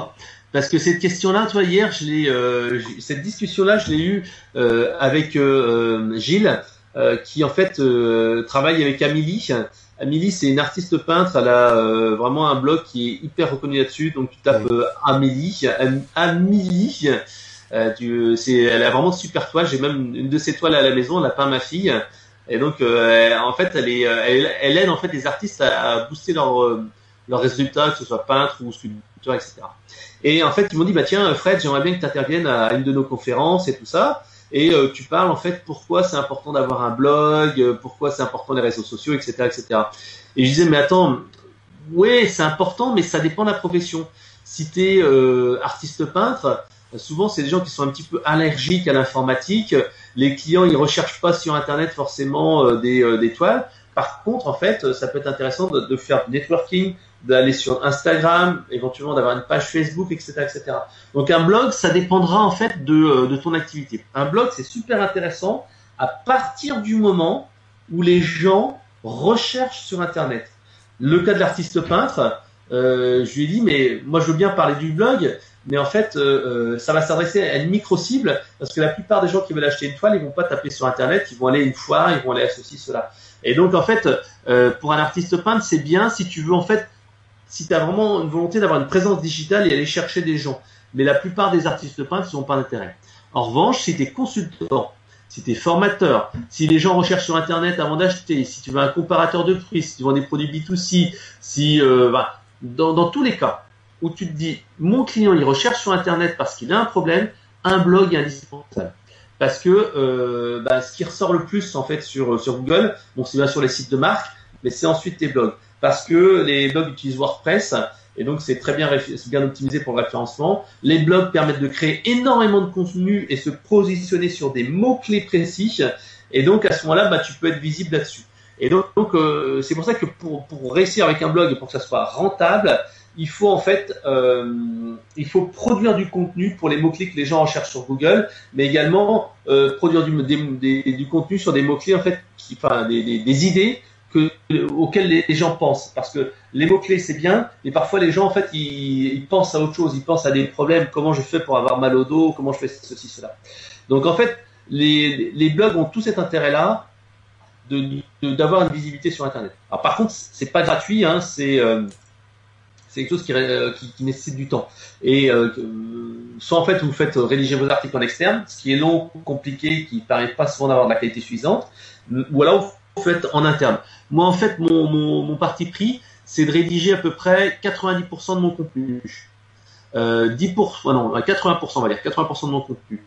Parce que cette question-là, toi, hier, je l'ai, euh, cette discussion-là, je l'ai eue euh, avec euh, Gilles, euh, qui en fait euh, travaille avec Amélie. Amélie, c'est une artiste peintre. Elle a euh, vraiment un blog qui est hyper reconnu là-dessus. Donc tu tapes euh, Amélie, Am- Amélie. Euh, tu, c'est, elle a vraiment de super toiles. J'ai même une de ces toiles à la maison. Elle a peint ma fille. Et donc, euh, en fait, elle est, elle, elle aide en fait les artistes à, à booster leurs leurs résultats, que ce soit peintre ou sculpteur, et cetera. Et en fait, ils m'ont dit, bah tiens, Fred, j'aimerais bien que tu interviennes à une de nos conférences et tout ça. Et euh, tu parles en fait pourquoi c'est important d'avoir un blog, euh, pourquoi c'est important les réseaux sociaux, et cetera, et cetera. Et je disais, mais attends, ouais, c'est important, mais ça dépend de la profession. Si t'es euh, artiste peintre, souvent c'est des gens qui sont un petit peu allergiques à l'informatique. Les clients, ils recherchent pas sur Internet forcément euh, des, euh, des toiles. Par contre, en fait, ça peut être intéressant de, de faire du networking, d'aller sur Instagram, éventuellement d'avoir une page Facebook, et cetera, et cetera. Donc un blog, ça dépendra en fait de, de ton activité. Un blog, c'est super intéressant à partir du moment où les gens recherchent sur Internet. Le cas de l'artiste peintre, euh, je lui ai dit, mais moi je veux bien parler du blog, mais en fait, euh, ça va s'adresser à une micro-cible, parce que la plupart des gens qui veulent acheter une toile, ils vont pas taper sur Internet, ils vont aller une foire, ils vont aller à ceci, cela. Et donc en fait, euh, pour un artiste peintre, c'est bien si tu veux en fait, si tu as vraiment une volonté d'avoir une présence digitale et aller chercher des gens. Mais la plupart des artistes peintres n'ont pas d'intérêt. En revanche, si tu es consultant, si tu es formateur, si les gens recherchent sur Internet avant d'acheter, si tu veux un comparateur de prix, si tu vends des produits B deux C, si, euh, bah, dans, dans tous les cas où tu te dis, mon client il recherche sur Internet parce qu'il a un problème, un blog est indispensable. Parce que euh, bah, ce qui ressort le plus en fait sur sur Google, bon c'est bien sur les sites de marque, mais c'est ensuite tes blogs. Parce que les blogs utilisent WordPress et donc c'est très bien c'est bien optimisé pour le référencement. Les blogs permettent de créer énormément de contenu et se positionner sur des mots-clés précis. Et donc à ce moment-là, bah, tu peux être visible là-dessus. Et donc, donc euh, c'est pour ça que pour pour réussir avec un blog et pour que ça soit rentable, il faut en fait, euh, il faut produire du contenu pour les mots-clés que les gens recherchent sur Google, mais également euh, produire du, des, des, du contenu sur des mots-clés en fait, qui, enfin des, des, des idées que, auxquelles les, les gens pensent. Parce que les mots-clés c'est bien, mais parfois les gens en fait ils, ils pensent à autre chose, ils pensent à des problèmes, comment je fais pour avoir mal au dos, comment je fais ceci cela. Donc en fait, les, les blogs ont tout cet intérêt-là de, de, d'avoir une visibilité sur Internet. Alors par contre, c'est pas gratuit, hein, c'est euh, c'est quelque chose qui, qui, qui nécessite du temps. Et euh, soit en fait vous faites rédiger vos articles en externe, ce qui est long, compliqué, qui ne permet pas souvent d'avoir de la qualité suffisante, ou alors vous faites en interne. Moi en fait mon, mon, mon parti pris, c'est de rédiger à peu près quatre-vingt-dix pour cent de mon contenu. Euh, dix pour cent, non, quatre-vingts pour cent on va dire, quatre-vingts pour cent de mon contenu.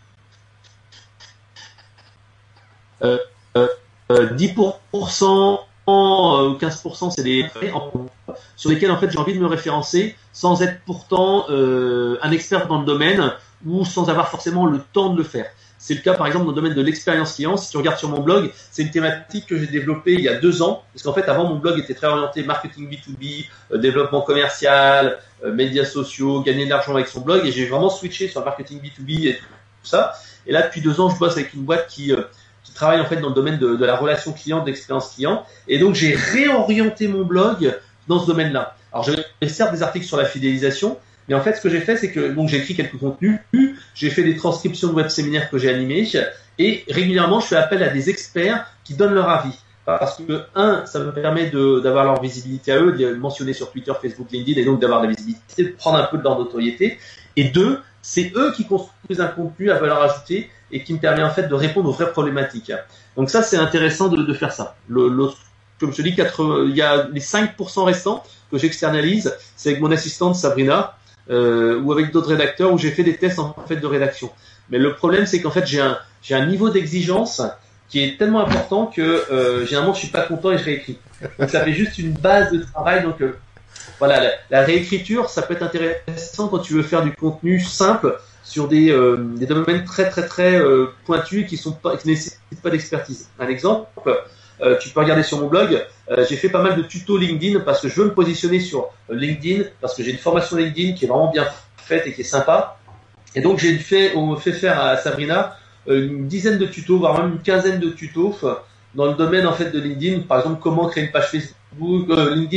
Euh, euh, dix pour cent quinze pour cent c'est des sur lesquels en fait j'ai envie de me référencer sans être pourtant euh, un expert dans le domaine ou sans avoir forcément le temps de le faire. C'est le cas par exemple dans le domaine de l'expérience client. Si tu regardes sur mon blog, c'est une thématique que j'ai développée il y a deux ans, parce qu'en fait avant mon blog était très orienté marketing B deux B, euh, développement commercial, euh, médias sociaux, gagner de l'argent avec son blog, et j'ai vraiment switché sur le marketing B deux B et tout ça. Et là depuis deux ans je bosse avec une boîte qui euh, qui travaille en fait dans le domaine de, de la relation client, de l'expérience client, et donc j'ai réorienté mon blog dans ce domaine-là. Alors j'ai certes des articles sur la fidélisation, mais en fait ce que j'ai fait c'est que donc j'ai écrit quelques contenus, j'ai fait des transcriptions de web séminaires que j'ai animés, et régulièrement je fais appel à des experts qui donnent leur avis. Parce que un, ça me permet de, d'avoir leur visibilité à eux, de les mentionner sur Twitter, Facebook, LinkedIn, et donc d'avoir de la visibilité, de prendre un peu de leur notoriété. Et deux, c'est eux qui construisent un contenu à valeur ajoutée et qui me permet en fait de répondre aux vraies problématiques. Donc ça, c'est intéressant de, de faire ça. Le, le, comme je te dis, quatre, il y a les cinq pour cent restants que j'externalise, c'est avec mon assistante Sabrina euh, ou avec d'autres rédacteurs où j'ai fait des tests en fait de rédaction. Mais le problème, c'est qu'en fait, j'ai un, j'ai un niveau d'exigence qui est tellement important que euh, généralement je suis pas content et je réécris. Donc ça fait juste une base de travail. Donc euh, voilà, la, la réécriture, ça peut être intéressant quand tu veux faire du contenu simple sur des, euh, des domaines très très très euh, pointus qui sont pas, qui nécessitent pas d'expertise. Un exemple, euh, tu peux regarder sur mon blog, euh, j'ai fait pas mal de tutos LinkedIn parce que je veux me positionner sur LinkedIn, parce que j'ai une formation LinkedIn qui est vraiment bien faite et qui est sympa. Et donc j'ai fait, on me fait faire à Sabrina une dizaine de tutos, voire même une quinzaine de tutos dans le domaine en fait de LinkedIn. Par exemple, comment créer une page Facebook, euh, LinkedIn,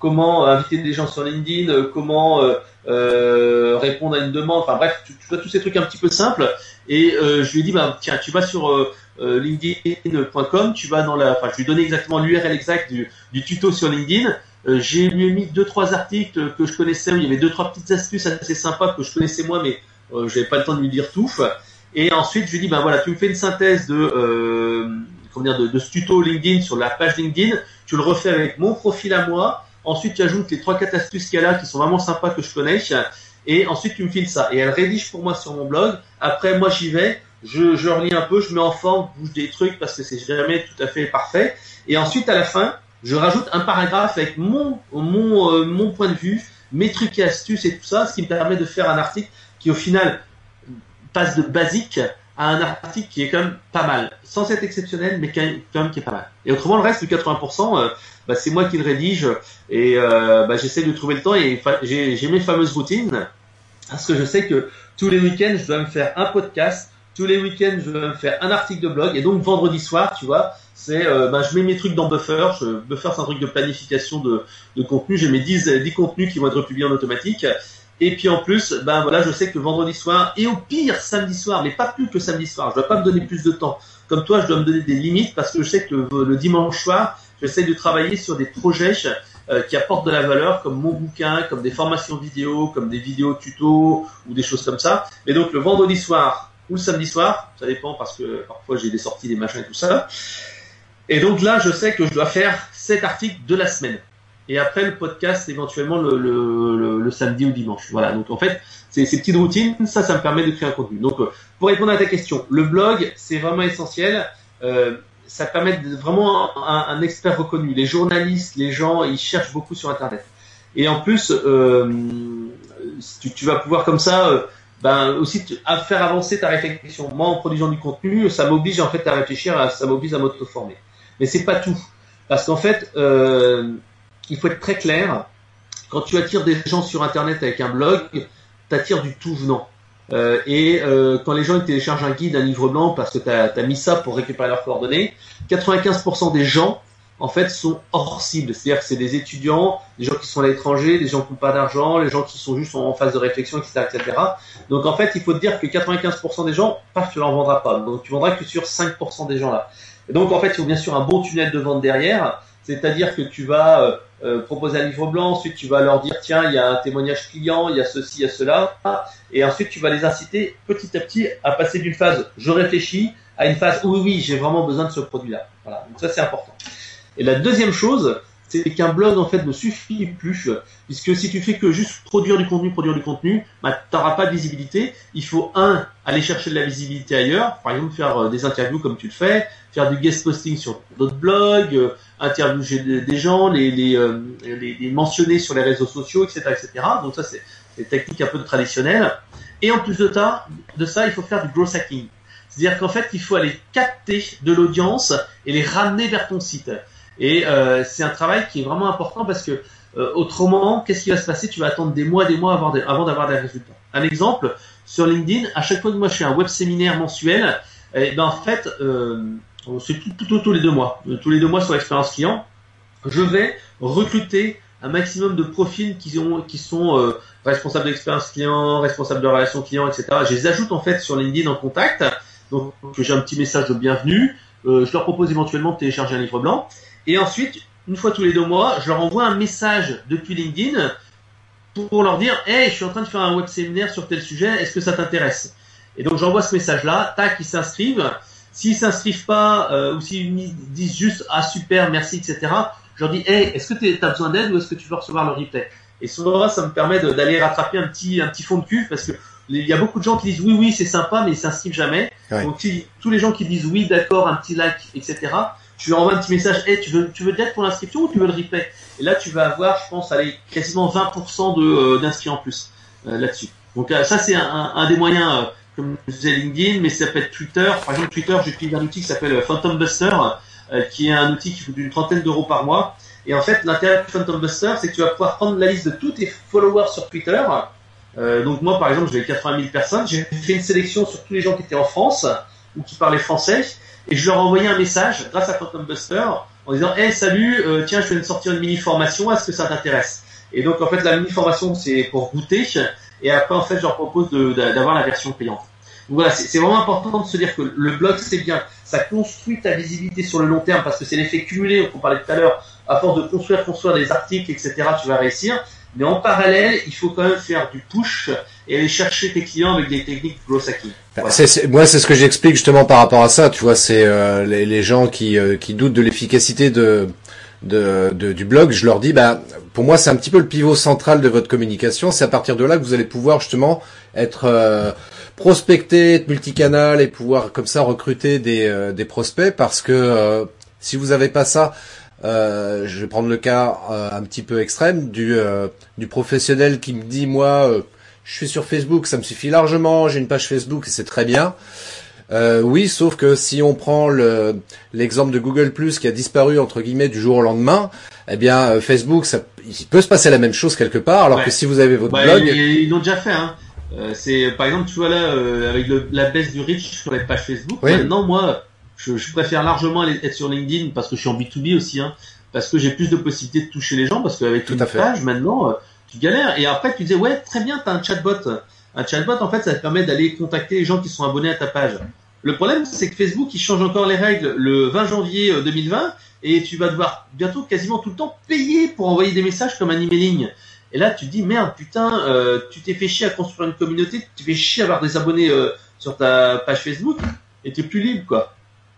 comment inviter des gens sur LinkedIn, euh, comment euh, euh, répondre à une demande, enfin bref, tu, tu vois tous ces trucs un petit peu simples. Et euh, je lui ai dit, bah tiens, tu vas sur euh, euh, linkedin point com, tu vas dans la, enfin je lui ai donné exactement l'U R L exact du, du tuto sur LinkedIn. Euh, j'ai lui ai mis deux trois articles que je connaissais où il y avait deux trois petites astuces assez sympas que je connaissais moi, mais euh, j'avais pas le temps de lui dire tout. Et ensuite je lui ai dit, ben voilà, tu me fais une synthèse de euh, comment dire de, de ce tuto LinkedIn sur la page LinkedIn, tu le refais avec mon profil à moi. Ensuite, tu ajoutes les trois quatre astuces qu'il y a là qui sont vraiment sympas que je connais. Et ensuite, tu me files ça. Et elle rédige pour moi sur mon blog. Après, moi, j'y vais. Je, je relis un peu, je mets en forme, je bouge des trucs parce que c'est jamais tout à fait parfait. Et ensuite, à la fin, je rajoute un paragraphe avec mon, mon, euh, mon point de vue, mes trucs et astuces et tout ça, ce qui me permet de faire un article qui, au final, passe de basique à un article qui est quand même pas mal, sans être exceptionnel, mais quand même qui est pas mal. Et autrement, le reste, le quatre-vingts pour cent, euh, bah, c'est moi qui le rédige et euh, bah, j'essaie de trouver le temps et j'ai, j'ai mes fameuses routines parce que je sais que tous les week-ends, je dois me faire un podcast, tous les week-ends, je dois me faire un article de blog et donc vendredi soir, tu vois, c'est euh, bah, je mets mes trucs dans Buffer. Je, Buffer, c'est un truc de planification de, de contenu. J'ai mes dix, dix contenus qui vont être publiés en automatique. Et puis en plus, ben voilà, je sais que vendredi soir et au pire samedi soir, mais pas plus que samedi soir, je dois pas me donner plus de temps. Comme toi, je dois me donner des limites parce que je sais que le, le dimanche soir, j'essaie de travailler sur des projets euh, qui apportent de la valeur, comme mon bouquin, comme des formations vidéo, comme des vidéos tutos ou des choses comme ça. Mais donc le vendredi soir ou le samedi soir, ça dépend parce que parfois j'ai des sorties, des machins et tout ça. Et donc là, je sais que je dois faire cet article de la semaine. Et après le podcast éventuellement le, le, le, le samedi ou dimanche. Voilà, donc en fait, c'est ces petites routines, ça, ça me permet de créer un contenu. Donc pour répondre à ta question, le blog, c'est vraiment essentiel. Euh, ça permet de vraiment un, un expert reconnu. Les journalistes, les gens, ils cherchent beaucoup sur Internet. Et en plus, euh, tu, tu vas pouvoir comme ça, euh, ben aussi te, à faire avancer ta réflexion. Moi, en produisant du contenu, ça m'oblige en fait à réfléchir, à, ça m'oblige à m'auto-former. Mais c'est pas tout, parce qu'en fait, euh, il faut être très clair. Quand tu attires des gens sur Internet avec un blog, tu attires du tout venant. Euh, et euh, quand les gens ils téléchargent un guide, un livre blanc, parce que tu as mis ça pour récupérer leurs coordonnées, quatre-vingt-quinze pour cent des gens, en fait, sont hors cible. C'est-à-dire que c'est des étudiants, des gens qui sont à l'étranger, des gens qui n'ont pas d'argent, les gens qui sont juste en phase de réflexion, et cetera, et cetera. Donc en fait, il faut te dire que quatre-vingt-quinze pour cent des gens, paf, tu leur vendras pas. Donc tu vendras que sur cinq pour cent des gens là. Et donc en fait, il faut bien sûr un bon tunnel de vente derrière. C'est-à-dire que tu vas euh, euh, proposer un livre blanc, ensuite tu vas leur dire tiens, il y a un témoignage client, il y a ceci, il y a cela, et ensuite tu vas les inciter petit à petit à passer d'une phase je réfléchis à une phase oui oui j'ai vraiment besoin de ce produit-là. Voilà, donc ça c'est important. Et la deuxième chose, c'est qu'un blog en fait ne suffit plus, puisque si tu fais que juste produire du contenu, produire du contenu, bah, tu n'auras pas de visibilité. Il faut un, aller chercher de la visibilité ailleurs, par exemple faire euh, des interviews comme tu le fais, faire du guest posting sur d'autres blogs, euh, interviewer des gens, les, les, euh, les, les mentionner sur les réseaux sociaux, et cetera, et cetera. Donc ça c'est des techniques un peu traditionnelles. Et en plus de ça, de ça, il faut faire du growth hacking. C'est-à-dire qu'en fait, il faut aller capter de l'audience et les ramener vers ton site. Et euh, c'est un travail qui est vraiment important parce que euh, autrement, qu'est-ce qui va se passer? Tu vas attendre des mois, des mois avant, de, avant d'avoir des résultats. Un exemple, sur LinkedIn, à chaque fois que moi je fais un web séminaire mensuel, eh ben en fait, euh, c'est tout, tout, tout, tous les deux mois, tous les deux mois sur l'expérience client, je vais recruter un maximum de profils qui, ont, qui sont euh, responsables d'expérience client, responsables de relations clients, et cetera. Je les ajoute en fait sur LinkedIn en contact, donc j'ai un petit message de bienvenue, euh, je leur propose éventuellement de télécharger un livre blanc. Et ensuite, une fois tous les deux mois, je leur envoie un message depuis LinkedIn pour leur dire « Hey, je suis en train de faire un web séminaire sur tel sujet, est-ce que ça t'intéresse ?» Et donc, j'envoie ce message-là, tac, ils s'inscrivent. S'ils s'inscrivent pas, euh, ou s'ils me disent juste « Ah, super, merci, et cetera » je leur dis « Hey, est-ce que tu as besoin d'aide ou est-ce que tu veux recevoir le replay ?» Et souvent, ça me permet de, d'aller rattraper un petit, un petit fond de cul parce que il y a beaucoup de gens qui disent « Oui, oui, c'est sympa, mais ils s'inscrivent jamais. Ouais. » Donc, si, tous les gens qui disent « Oui, d'accord, un petit like, et cetera » tu lui envoies un petit message, hey, tu veux, tu veux de l'aide pour l'inscription ou tu veux le replay? Et là, tu vas avoir, je pense, allez, quasiment vingt pour cent de, euh, d'inscrits en plus, euh, là-dessus. Donc, euh, ça, c'est un, un, un des moyens, euh, comme je disais LinkedIn, mais ça peut être Twitter. Par exemple, Twitter, j'utilise un outil qui s'appelle Phantom Buster, euh, qui est un outil qui coûte une trentaine d'euros par mois. Et en fait, l'intérêt de Phantom Buster, c'est que tu vas pouvoir prendre la liste de tous tes followers sur Twitter. Euh, donc, moi, par exemple, j'avais quatre-vingt mille personnes. J'ai fait une sélection sur tous les gens qui étaient en France ou qui parlaient français. Et je leur envoyais un message grâce à Phantom Buster en disant hey salut, euh, tiens je viens de sortir une mini formation, est-ce que ça t'intéresse? Et donc en fait la mini formation c'est pour goûter, et après en fait je leur propose de, de, d'avoir la version payante. Donc voilà, c'est, c'est vraiment important de se dire que le blog c'est bien, ça construit ta visibilité sur le long terme parce que c'est l'effet cumulé, on parlait tout à l'heure, à force de construire, construire des articles, et cetera, tu vas réussir. Mais en parallèle, il faut quand même faire du push et aller chercher tes clients avec des techniques de growth hacking. Voilà. C'est, c'est, moi, c'est ce que j'explique justement par rapport à ça. Tu vois, c'est euh, les, les gens qui, euh, qui doutent de l'efficacité de, de, de du blog. Je leur dis, bah, pour moi, c'est un petit peu le pivot central de votre communication. C'est à partir de là que vous allez pouvoir justement être euh, prospecté, être multicanal et pouvoir comme ça recruter des, euh, des prospects. Parce que euh, si vous avez pas ça, Euh, je vais prendre le cas euh, un petit peu extrême du euh, du professionnel qui me dit moi euh, je suis sur Facebook, ça me suffit largement, j'ai une page Facebook et c'est très bien. Euh, oui, sauf que si on prend le l'exemple de Google Plus qui a disparu entre guillemets du jour au lendemain, eh bien euh, Facebook, ça, il peut se passer la même chose quelque part. Alors ouais. que si vous avez votre bah, blog, ils, ils l'ont déjà fait. Hein. Euh, c'est par exemple, tu vois là euh, avec le, la baisse du reach sur les pages Facebook. Oui. Maintenant, moi. Je, je préfère largement aller, être sur LinkedIn parce que je suis en B deux B aussi, hein, parce que j'ai plus de possibilités de toucher les gens, parce qu'avec une page, maintenant, euh, tu galères. Et après, tu disais, ouais, très bien, t'as un chatbot. Un chatbot, en fait, ça te permet d'aller contacter les gens qui sont abonnés à ta page. Le problème, c'est que Facebook, il change encore les règles le vingt janvier deux mille vingt, et tu vas devoir bientôt quasiment tout le temps payer pour envoyer des messages comme un emailing. Et là, tu te dis, merde, putain, euh, tu t'es fait chier à construire une communauté, tu t'es fait chier à avoir des abonnés euh, sur ta page Facebook, et t'es plus libre, quoi.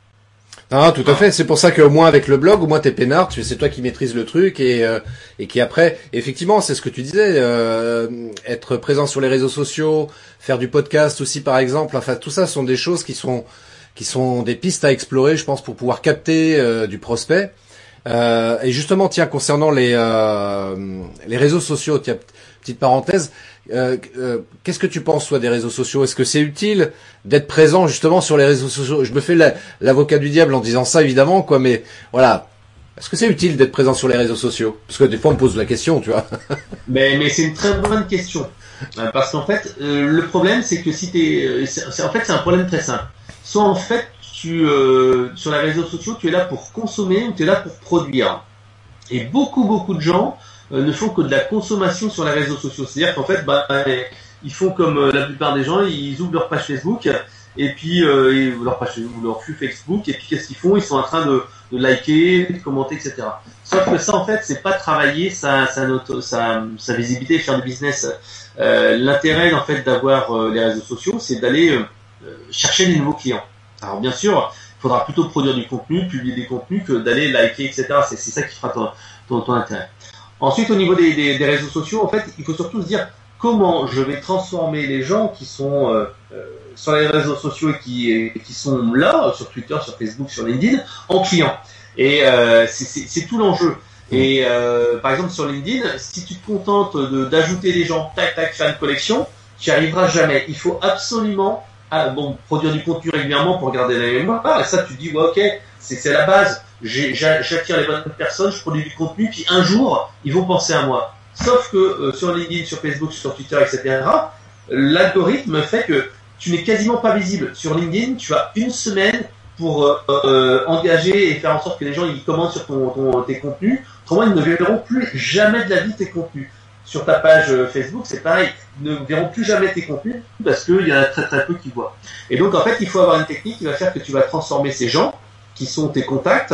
Ah, tout à fait. C'est pour ça qu'au moins avec le blog, au moins t'es peinard, tu c'est toi qui maîtrises le truc et euh, et qui après, effectivement, c'est ce que tu disais, euh, être présent sur les réseaux sociaux, faire du podcast aussi par exemple. Enfin, tout ça sont des choses qui sont qui sont des pistes à explorer, je pense, pour pouvoir capter euh, du prospect. Euh, et justement, tiens, concernant les euh, les réseaux sociaux, tiens, petite parenthèse. Euh, euh, qu'est-ce que tu penses toi des réseaux sociaux? Est-ce que c'est utile d'être présent justement sur les réseaux sociaux? Je me fais la, l'avocat du diable en disant ça évidemment quoi, mais voilà. Est-ce que c'est utile d'être présent sur les réseaux sociaux? Parce que des fois on me pose la question, tu vois. mais mais c'est une très bonne question parce qu'en fait euh, le problème c'est que si t'es, c'est, c'est, en fait c'est un problème très simple. Soit en fait tu euh, sur les réseaux sociaux tu es là pour consommer ou tu es là pour produire. Et beaucoup beaucoup de gens ne font que de la consommation sur les réseaux sociaux. C'est-à-dire qu'en fait, bah, ils font comme la plupart des gens, ils ouvrent leur page Facebook et puis euh, leur page ou leur flux Facebook et puis qu'est-ce qu'ils font? Ils sont en train de, de liker, de commenter, et cetera. Sauf que ça, en fait, c'est pas travailler sa, sa, sa, sa visibilité et faire du business. Euh, l'intérêt, en fait, d'avoir euh, les réseaux sociaux, c'est d'aller euh, chercher des nouveaux clients. Alors bien sûr, il faudra plutôt produire du contenu, publier des contenus que d'aller liker, et cetera. C'est, c'est ça qui fera ton, ton, ton intérêt. Ensuite, au niveau des, des, des réseaux sociaux, en fait, il faut surtout se dire comment je vais transformer les gens qui sont euh, euh, sur les réseaux sociaux et qui, et qui sont là, sur Twitter, sur Facebook, sur LinkedIn, en clients. Et euh, c'est, c'est, c'est tout l'enjeu. Et euh, par exemple, sur LinkedIn, si tu te contentes de, d'ajouter des gens, tac, tac, faire une collection, tu n'y arriveras jamais. Il faut absolument ah, bon, produire du contenu régulièrement pour garder la mémoire. Et ça, tu te dis, ouais, ok, c'est, c'est la base. J'ai, j'attire les bonnes personnes, je produis du contenu, puis un jour, ils vont penser à moi. Sauf que euh, sur LinkedIn, sur Facebook, sur Twitter, et cetera, l'algorithme fait que tu n'es quasiment pas visible. Sur LinkedIn, tu as une semaine pour euh, euh, engager et faire en sorte que les gens ils commentent sur ton, ton, tes contenus. Autrement, ils ne verront plus jamais de la vie tes contenus. Sur ta page Facebook, c'est pareil. Ils ne verront plus jamais tes contenus parce qu'il y en a très très peu qui voient. Et donc, en fait, il faut avoir une technique qui va faire que tu vas transformer ces gens qui sont tes contacts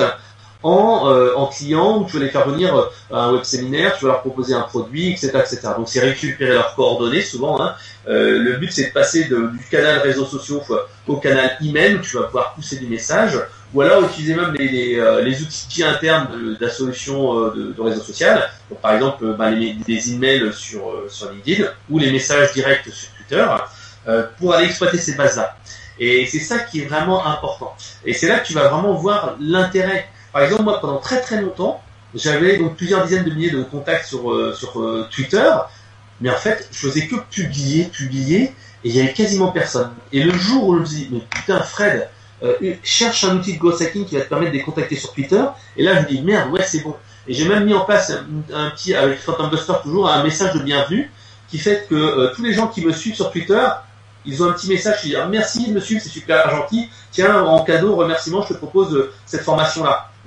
en, euh, en clients, où tu vas les faire venir à un web séminaire, tu vas leur proposer un produit, et cetera, et cetera. Donc c'est récupérer leurs coordonnées souvent. Hein. Euh, le but c'est de passer de, du canal réseaux sociaux au canal email où tu vas pouvoir pousser du message, ou alors utiliser même les, les, euh, les outils internes de, de la solution euh, de, de réseau social. Donc par exemple euh, bah, les, des emails sur, euh, sur LinkedIn ou les messages directs sur Twitter euh, pour aller exploiter ces bases-là. Et c'est ça qui est vraiment important. Et c'est là que tu vas vraiment voir l'intérêt. Par exemple, moi, pendant très très longtemps, j'avais donc plusieurs dizaines de milliers de contacts sur euh, sur euh, Twitter, mais en fait, je faisais que publier, publier, et il y avait quasiment personne. Et le jour où je me dis, mais putain, Fred, euh, cherche un outil de growth hacking qui va te permettre de les contacter sur Twitter. Et là, je me dis, merde, ouais, c'est bon. Et j'ai même mis en place un, un petit, avec Phantom Buster toujours, un message de bienvenue qui fait que euh, tous les gens qui me suivent sur Twitter, ils ont un petit message qui dit ah, merci de me suivre, c'est super gentil. Tiens, en cadeau, remerciement, je te propose euh, cette formation-là.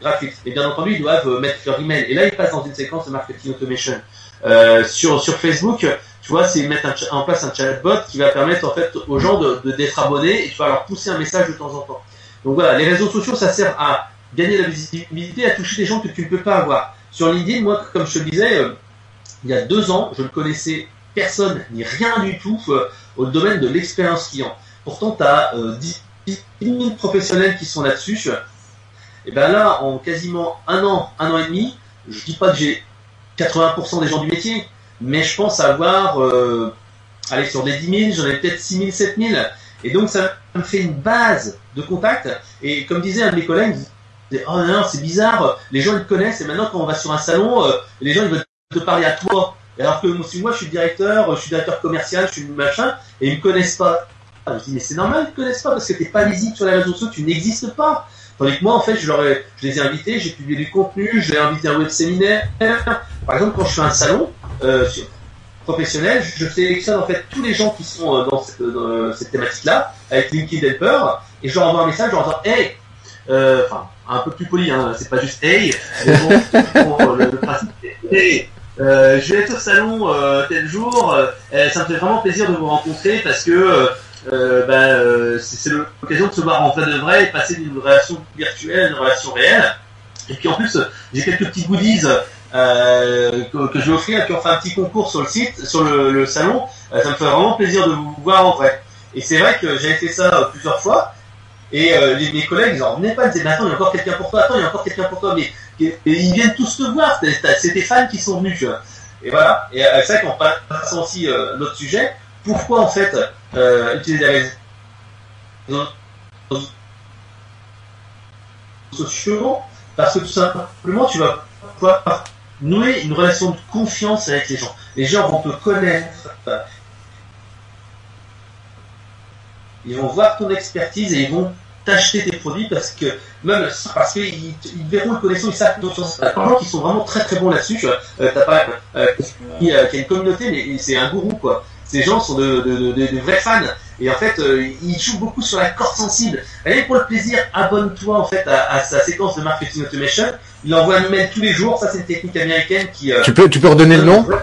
gratuite. Et bien entendu, ils doivent euh, mettre leur email. Et là, ils passent dans une séquence de marketing automation. Euh, sur sur Facebook, tu vois, c'est mettre un, en place un chatbot qui va permettre en fait aux gens de, de d'être abonnés et tu vas leur pousser un message de temps en temps. Donc voilà, les réseaux sociaux, ça sert à gagner la visibilité, à toucher des gens que tu ne peux pas avoir. Sur LinkedIn, moi, comme je te le disais, euh, il y a deux ans, je ne connaissais personne ni rien du tout euh, au domaine de l'expérience client. Pourtant, tu as euh, dix mille professionnels qui sont là-dessus. Et bien là, en quasiment un an, un an et demi, je dis pas que j'ai quatre-vingts pour cent des gens du métier, mais je pense avoir, euh, allez, sur des dix mille, j'en ai peut-être six mille, sept mille. Et donc, ça me fait une base de contact. Et comme disait un de mes collègues, il disait, oh non, c'est bizarre, les gens ils te connaissent, et maintenant quand on va sur un salon, euh, les gens ils veulent te parler à toi. Alors que si moi je suis directeur, je suis directeur commercial, je suis machin, et ils me connaissent pas. Je dis, mais c'est normal, ils te connaissent pas, parce que t'es pas visible sur les réseaux sociaux, tu n'existes pas. Tandis que moi, en fait, je, leur ai, je les ai invités, j'ai publié du contenu, je les ai invités à un web séminaire. Par exemple, quand je fais un salon euh, sur, professionnel, je sélectionne en fait tous les gens qui sont euh, dans cette, dans cette thématique-là, avec LinkedIn Helper, et je leur envoie un message, je leur dis, hey, euh, enfin, un peu plus poli, hein, c'est pas juste hey, mais bon, bon le, le principe, hey, euh, je vais être au salon euh, tel jour, euh, ça me fait vraiment plaisir de vous rencontrer parce que Euh, ben, euh, c'est l'occasion de se voir en vrai de vrai et passer d'une relation virtuelle à une relation réelle. Et puis en plus, j'ai quelques petits goodies euh, que, que je vais offrir et puis on fait un petit concours sur le site, sur le, le salon. Euh, ça me fait vraiment plaisir de vous voir en vrai. Et c'est vrai que j'avais fait ça euh, plusieurs fois. Et euh, les, mes collègues, ils en revenaient pas, ils disaient, mais attends, il y a encore quelqu'un pour toi, attends, il y a encore quelqu'un pour toi. Mais et, et ils viennent tous te voir, c'est tes fans qui sont venus. Tu vois. Et voilà. Et euh, c'est vrai qu'on passe aussi euh, notre sujet. Pourquoi en fait euh, utiliser les réseaux sociaux? Parce que tout simplement tu vas pouvoir nouer une relation de confiance avec les gens. Les gens vont te connaître, ils vont voir ton expertise et ils vont t'acheter tes produits parce que même parce qu'ils ils verront, ils connaissent, ils savent d'autres choses. Les gens qui sont vraiment très très bons là-dessus. Euh, t'as pas euh, qui a une communauté, mais c'est un gourou quoi. Ces gens sont de, de, de, de vrais fans et en fait euh, ils jouent beaucoup sur la corde sensible. Allez, pour le plaisir, abonne-toi en fait à, à sa séquence de marketing automation. Il envoie un email tous les jours. Ça c'est une technique américaine qui. Euh, tu peux tu peux redonner le nom?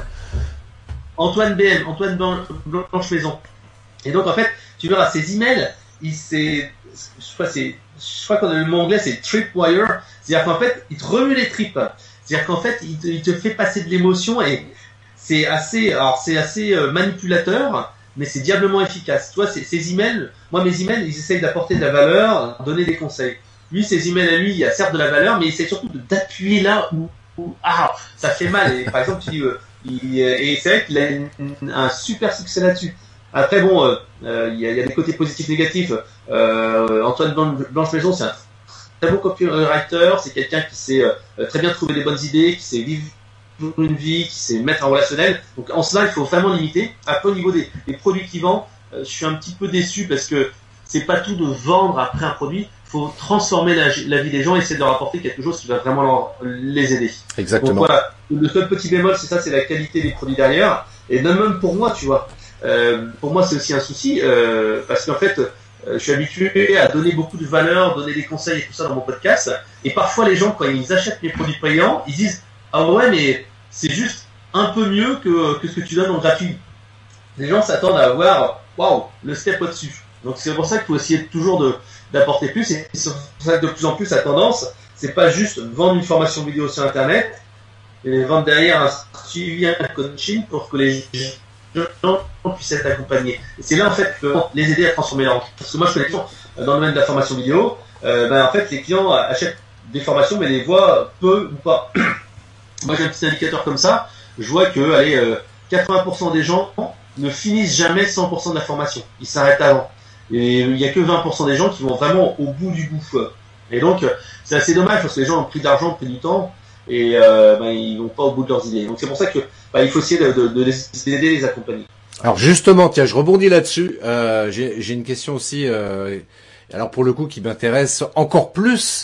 Antoine B M, Antoine Blanche Maison. Et donc en fait tu verras ces emails. Il c'est je crois c'est je crois que le mot anglais c'est tripwire. C'est-à-dire qu'en fait il te remue les tripes. C'est-à-dire qu'en fait il te, il te fait passer de l'émotion et c'est assez, alors c'est assez euh, manipulateur, mais c'est diablement efficace. Toi, ces emails, moi mes emails, ils essayent d'apporter de la valeur, donner des conseils. Lui, ses emails à lui, il y a certes de la valeur, mais il essaie surtout d'appuyer là où, où ah, ça fait mal. Et par exemple, tu dis, euh, il, et c'est vrai qu'il a une, une, un super succès là-dessus. Après, bon, euh, euh, il, y a, il y a des côtés positifs, négatifs. Euh, Antoine Blanche Maison, c'est un très beau copywriter, c'est quelqu'un qui sait euh, très bien trouver des bonnes idées, qui sait vivre une vie, qui sait mettre en relationnel. Donc en cela, il faut vraiment limiter. Après, au niveau des, des produits qu'il vend, euh, je suis un petit peu déçu parce que c'est pas tout de vendre après un produit. Il faut transformer la, la vie des gens et essayer de leur apporter quelque chose qui va vraiment leur, les aider. Exactement. Donc voilà, le seul petit bémol, c'est ça, c'est la qualité des produits derrière. Et même pour moi, tu vois, euh, pour moi, c'est aussi un souci euh, parce qu'en fait, euh, je suis habitué à donner beaucoup de valeur, donner des conseils et tout ça dans mon podcast. Et parfois, les gens, quand ils achètent mes produits payants, ils disent « Ah ouais, mais c'est juste un peu mieux que, que ce que tu donnes en gratuit. » Les gens s'attendent à avoir, waouh, le step au-dessus. Donc c'est pour ça qu'il faut essayer toujours de, d'apporter plus. Et c'est pour ça que de plus en plus, la tendance, c'est pas juste vendre une formation vidéo sur Internet et vendre derrière un suivi, un coaching pour que les gens puissent être accompagnés. Et c'est là, en fait, que les aider à transformer leur entreprise. Parce que moi, je connais des gens dans le domaine de la formation vidéo, euh, ben, en fait, les clients achètent des formations, mais les voient peu ou pas. Moi, j'ai un petit indicateur comme ça. Je vois que, allez, euh, quatre-vingts pour cent des gens ne finissent jamais cent pour cent de la formation. Ils s'arrêtent avant. Et il n'y a que vingt pour cent des gens qui vont vraiment au bout du bout. Et donc, c'est assez dommage parce que les gens ont pris de l'argent, ont pris du temps et euh, ben, ils vont pas au bout de leurs idées. Donc, c'est pour ça que ben, il faut essayer de, de, de les aider, les accompagner. Alors justement, tiens, je rebondis là-dessus. Euh, j'ai, j'ai une question aussi. Euh, alors pour le coup, qui m'intéresse encore plus.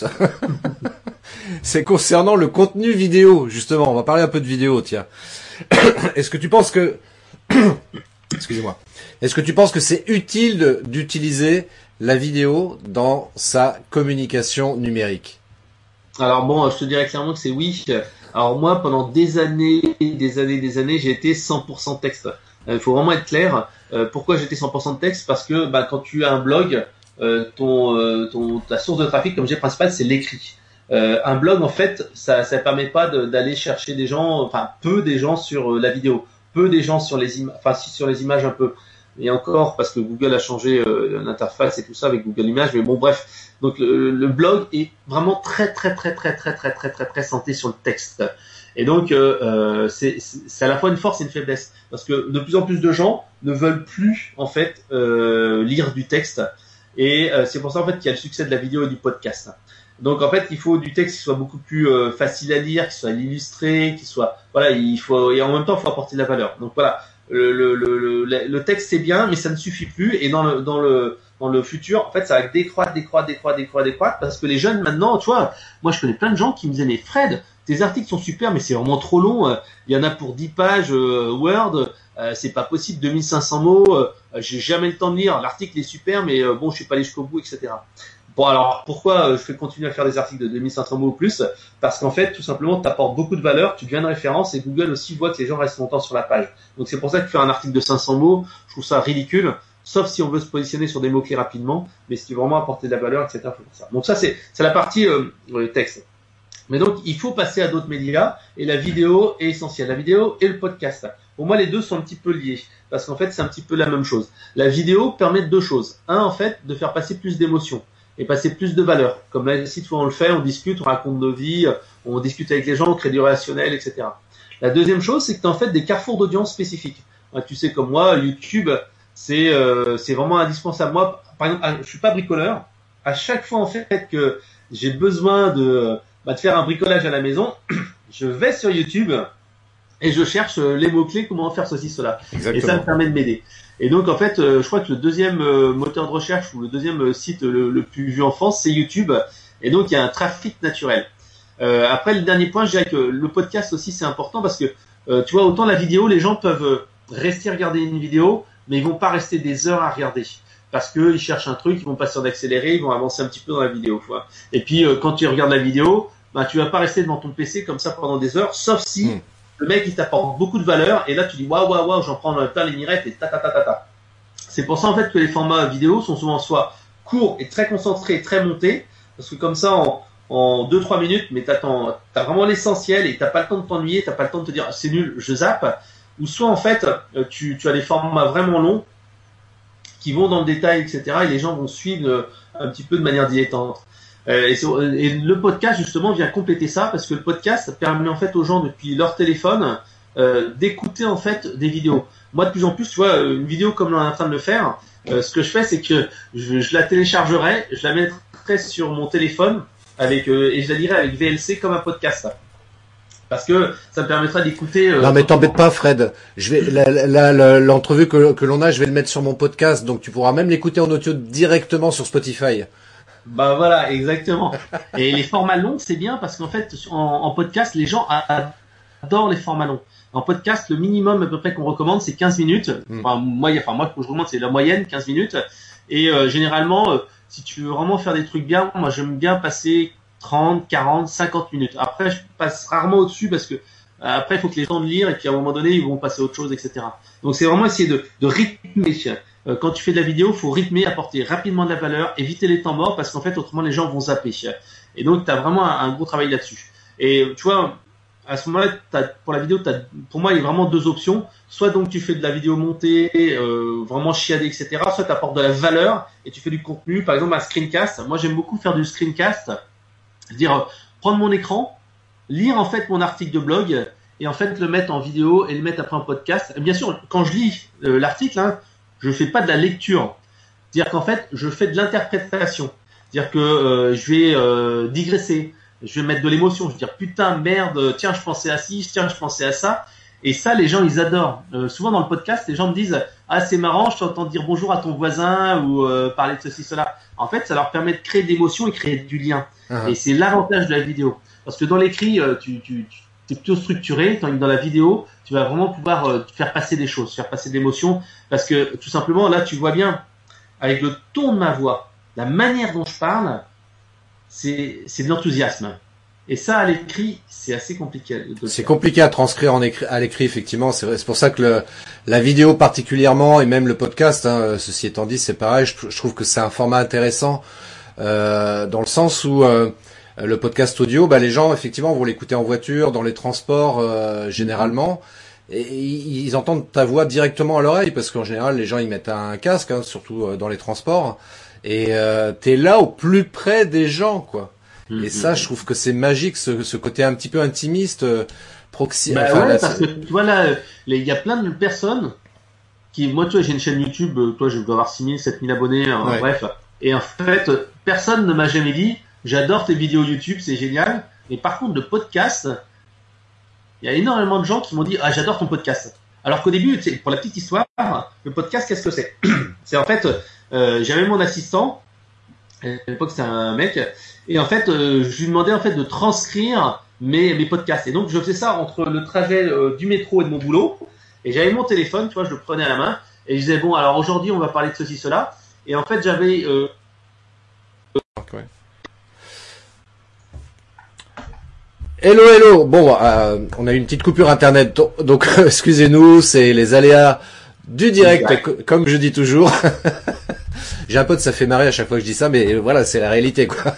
C'est concernant le contenu vidéo, justement. On va parler un peu de vidéo, tiens. Est-ce que tu penses que... Excusez-moi. Est-ce que tu penses que c'est utile de, d'utiliser la vidéo dans sa communication numérique? Alors bon, je te dirais clairement que c'est oui. Alors moi, pendant des années, des années, des années, j'ai été cent pour cent texte. Il euh, faut vraiment être clair. Euh, pourquoi j'étais cent pour cent de texte? Parce que bah, quand tu as un blog, euh, ton, euh, ton, ta source de trafic, comme j'ai principal, c'est l'écrit. Euh, un blog, en fait, ça ne permet pas d'aller chercher des gens, enfin peu des gens sur euh, la vidéo, peu des gens sur les images, enfin si sur les images un peu. Et encore parce que Google a changé euh, l'interface et tout ça avec Google Images, mais bon bref. Donc le, le blog est vraiment très très très très très très très très très centré sur le texte. Et donc euh, c'est c'est à la fois une force et une faiblesse parce que de plus en plus de gens ne veulent plus en fait euh, lire du texte et euh, c'est pour ça en fait qu'il y a le succès de la vidéo et du podcast. Donc en fait il faut du texte qui soit beaucoup plus euh, facile à lire, qui soit illustré, qui soit voilà il faut et en même temps il faut apporter de la valeur. Donc voilà. Le, le, le, le texte c'est bien, mais ça ne suffit plus. Et dans le, dans le, dans le futur, en fait, ça va décroître, décroître, décroître, décroître, décroître, parce que les jeunes maintenant, tu vois, moi je connais plein de gens qui me disaient, mais Fred, tes articles sont super, mais c'est vraiment trop long. Il y en a pour dix pages euh, Word, euh, c'est pas possible, deux mille cinq cents mots, euh, j'ai jamais le temps de lire. L'article est super, mais euh, bon, je suis pas allé jusqu'au bout, et cetera. Bon, alors pourquoi je fais continuer à faire des articles de deux mille cinq cents mots ou plus? Parce qu'en fait, tout simplement, tu apportes beaucoup de valeur, tu deviens une référence et Google aussi voit que les gens restent longtemps sur la page. Donc c'est pour ça que faire un article de cinq cents mots, je trouve ça ridicule, sauf si on veut se positionner sur des mots-clés rapidement, mais ce qui veut vraiment apporter de la valeur, et cetera. Faut faire ça. Donc ça, c'est la partie euh, texte. Mais donc, il faut passer à d'autres médias et la vidéo est essentielle. La vidéo et le podcast. Pour moi, les deux sont un petit peu liés parce qu'en fait, c'est un petit peu la même chose. La vidéo permet deux choses. Un, en fait, de faire passer plus d'émotions et passer plus de valeur. Comme là, ici, fois on le fait, on discute, on raconte nos vies, on discute avec les gens, on crée du relationnel, et cetera. La deuxième chose, c'est que tu as en fait des carrefours d'audience spécifiques. Tu sais comme moi, YouTube, c'est euh, c'est vraiment indispensable. Moi, par exemple, je suis pas bricoleur. À chaque fois, en fait, que j'ai besoin de, bah, de faire un bricolage à la maison, je vais sur YouTube et je cherche les mots-clés, comment faire ceci, cela. Exactement. Et ça me permet de m'aider. Et donc, en fait, euh, je crois que le deuxième euh, moteur de recherche ou le deuxième euh, site le, le plus vu en France, c'est YouTube. Et donc, il y a un trafic naturel. Euh, après, le dernier point, je dirais que le podcast aussi, c'est important parce que, euh, tu vois, autant la vidéo, les gens peuvent rester regarder une vidéo, mais ils vont pas rester des heures à regarder. Parce que ils cherchent un truc, ils vont pas sur d'accélérer, ils vont avancer un petit peu dans la vidéo. Quoi. Et puis, euh, quand tu regardes la vidéo, bah, tu vas pas rester devant ton P C comme ça pendant des heures, sauf si... Mmh. Le mec, il t'apporte beaucoup de valeur et là, tu dis waouh, waouh, waouh, j'en prends plein les mirettes et ta, ta, ta, ta, ta. C'est pour ça, en fait, que les formats vidéo sont souvent soit courts et très concentrés, très montés, parce que comme ça, en, en deux trois minutes, mais t'attends, t'as vraiment l'essentiel et t'as pas le temps de t'ennuyer, t'as pas le temps de te dire c'est nul, je zappe. Ou soit, en fait, tu, tu as des formats vraiment longs qui vont dans le détail, et cetera. Et les gens vont suivre un petit peu de manière dilettante. Et, et le podcast justement vient compléter ça parce que le podcast permet en fait aux gens depuis leur téléphone euh, d'écouter en fait des vidéos. Moi de plus en plus, tu vois, une vidéo comme on est en train de le faire, euh, ce que je fais c'est que je, je la téléchargerai, je la mettrai sur mon téléphone avec euh, et je la lirai avec V L C comme un podcast. Parce que ça me permettra d'écouter. Euh, non mais t'embête pas, Fred. Je vais la, la, l'entrevue que, que l'on a, je vais le mettre sur mon podcast, donc tu pourras même l'écouter en audio directement sur Spotify. Bah voilà, exactement. Et les formats longs, c'est bien parce qu'en fait, en, en podcast, les gens adorent les formats longs. En podcast, le minimum à peu près qu'on recommande, c'est quinze minutes. Mm. Enfin, moi, enfin, moi, que je recommande, c'est la moyenne, quinze minutes. Et euh, généralement, euh, si tu veux vraiment faire des trucs bien, moi, j'aime bien passer trente, quarante, cinquante minutes. Après, je passe rarement au-dessus parce que euh, après, il faut que les gens le lire et puis à un moment donné, ils vont passer à autre chose, et cetera. Donc, c'est vraiment essayer de, de rythmer. Quand tu fais de la vidéo, il faut rythmer, apporter rapidement de la valeur, éviter les temps morts parce qu'en fait, autrement, les gens vont zapper. Et donc, tu as vraiment un, un gros travail là-dessus. Et tu vois, à ce moment-là, t'as, pour la vidéo, t'as, pour moi, il y a vraiment deux options. Soit donc tu fais de la vidéo montée, euh, vraiment chiadée, et cetera. Soit tu apportes de la valeur et tu fais du contenu. Par exemple, un screencast. Moi, j'aime beaucoup faire du screencast. C'est-à-dire prendre mon écran, lire en fait mon article de blog et en fait le mettre en vidéo et le mettre après en podcast. Et bien sûr, quand je lis euh, l'article, hein, je fais pas de la lecture. C'est-à-dire qu'en fait, je fais de l'interprétation. C'est-à-dire que euh, je vais euh, digresser, je vais mettre de l'émotion, je vais dire putain, merde, tiens, je pensais à ci, tiens, je pensais à ça. Et ça, les gens, ils adorent. Euh, souvent dans le podcast, les gens me disent ah, c'est marrant, je t'entends dire bonjour à ton voisin ou euh, parler de ceci, cela. En fait, ça leur permet de créer de l'émotion et créer du lien. Uh-huh. Et c'est l'avantage de la vidéo. Parce que dans l'écrit, tu, tu, tu es plutôt structuré, tandis que dans la vidéo, tu vas vraiment pouvoir euh, faire passer des choses, faire passer de l'émotion. Parce que tout simplement, là, tu vois bien, avec le ton de ma voix, la manière dont je parle, c'est, c'est de l'enthousiasme. Et ça, à l'écrit, c'est assez compliqué. C'est compliqué à transcrire en écrit, à l'écrit, effectivement. C'est vrai. C'est pour ça que le, la vidéo particulièrement et même le podcast, hein, ceci étant dit, c'est pareil. Je, je trouve que c'est un format intéressant euh, dans le sens où euh, le podcast audio, bah, les gens effectivement vont l'écouter en voiture, dans les transports euh, généralement, et ils, ils entendent ta voix directement à l'oreille parce qu'en général les gens ils mettent un casque, hein, surtout euh, dans les transports, et euh, t'es là au plus près des gens, quoi. Mmh, et ça, mmh. je trouve que c'est magique, ce, ce côté un petit peu intimiste, euh, proxy. Bah enfin, ouais, là, parce que tu vois là, il y a plein de personnes qui, moi, tu vois, j'ai une chaîne YouTube, toi, je dois avoir six mille, sept mille abonnés, hein, ouais. Bref. Et en fait, personne ne m'a jamais dit, j'adore tes vidéos YouTube, c'est génial. Mais par contre, le podcast, il y a énormément de gens qui m'ont dit, ah, j'adore ton podcast. Alors qu'au début, pour la petite histoire, le podcast, qu'est-ce que c'est? C'est en fait, euh, j'avais mon assistant. À l'époque, c'était un mec. Et en fait, euh, je lui demandais en fait de transcrire mes, mes podcasts. Et donc, je faisais ça entre le trajet euh, du métro et de mon boulot. Et j'avais mon téléphone, tu vois, je le prenais à la main. Et je disais, bon, alors aujourd'hui, on va parler de ceci, cela. Et en fait, j'avais... Euh... Ouais. Hello, hello. Bon, euh, on a eu une petite coupure internet. Donc, donc excusez-nous, c'est les aléas du direct, ouais. Comme je dis toujours. J'ai un pote, ça fait marrer à chaque fois que je dis ça, mais voilà, c'est la réalité, quoi.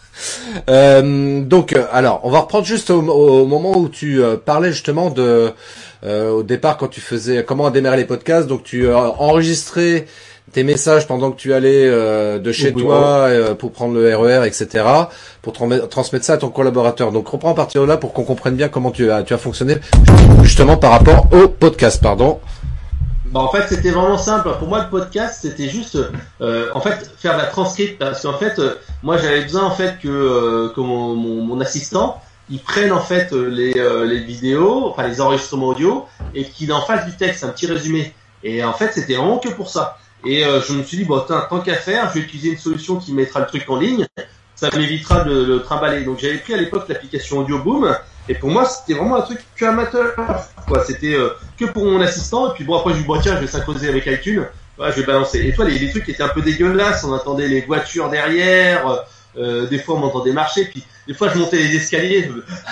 Euh, donc, alors, on va reprendre juste au, au moment où tu euh, parlais justement de, euh, au départ, quand tu faisais, comment démarrer les podcasts. Donc, tu euh, enregistrais tes messages pendant que tu allais euh, de chez oui, toi euh, pour prendre le R E R, et cetera, pour tra- transmettre ça à ton collaborateur. Donc, reprends à partir de là pour qu'on comprenne bien comment tu as, tu as fonctionné justement par rapport au podcast, pardon. Bah en fait, c'était vraiment simple. Pour moi, le podcast, c'était juste, euh, en fait, faire la transcript, parce qu'en fait, euh, moi, j'avais besoin en fait que, euh, que mon, mon, mon assistant, il prenne en fait les, euh, les vidéos, enfin les enregistrements audio, et qu'il en fasse du texte, un petit résumé. Et en fait, c'était vraiment que pour ça. Et euh, je me suis dit, bon, tant qu'à faire, je vais utiliser une solution qui mettra le truc en ligne. Ça m'évitera de le trimballer. Donc, j'avais pris à l'époque l'application Audio Boom. Et pour moi, c'était vraiment un truc que amateur, quoi. C'était euh, que pour mon assistant. Et puis bon, après, je me dis, bon, tiens, je vais synchroniser avec iTunes. Voilà, je vais balancer. Et toi, les, les trucs étaient un peu dégueulasses. On entendait les voitures derrière. Euh, des fois, on m'entendait marcher. Puis des fois, je montais les escaliers.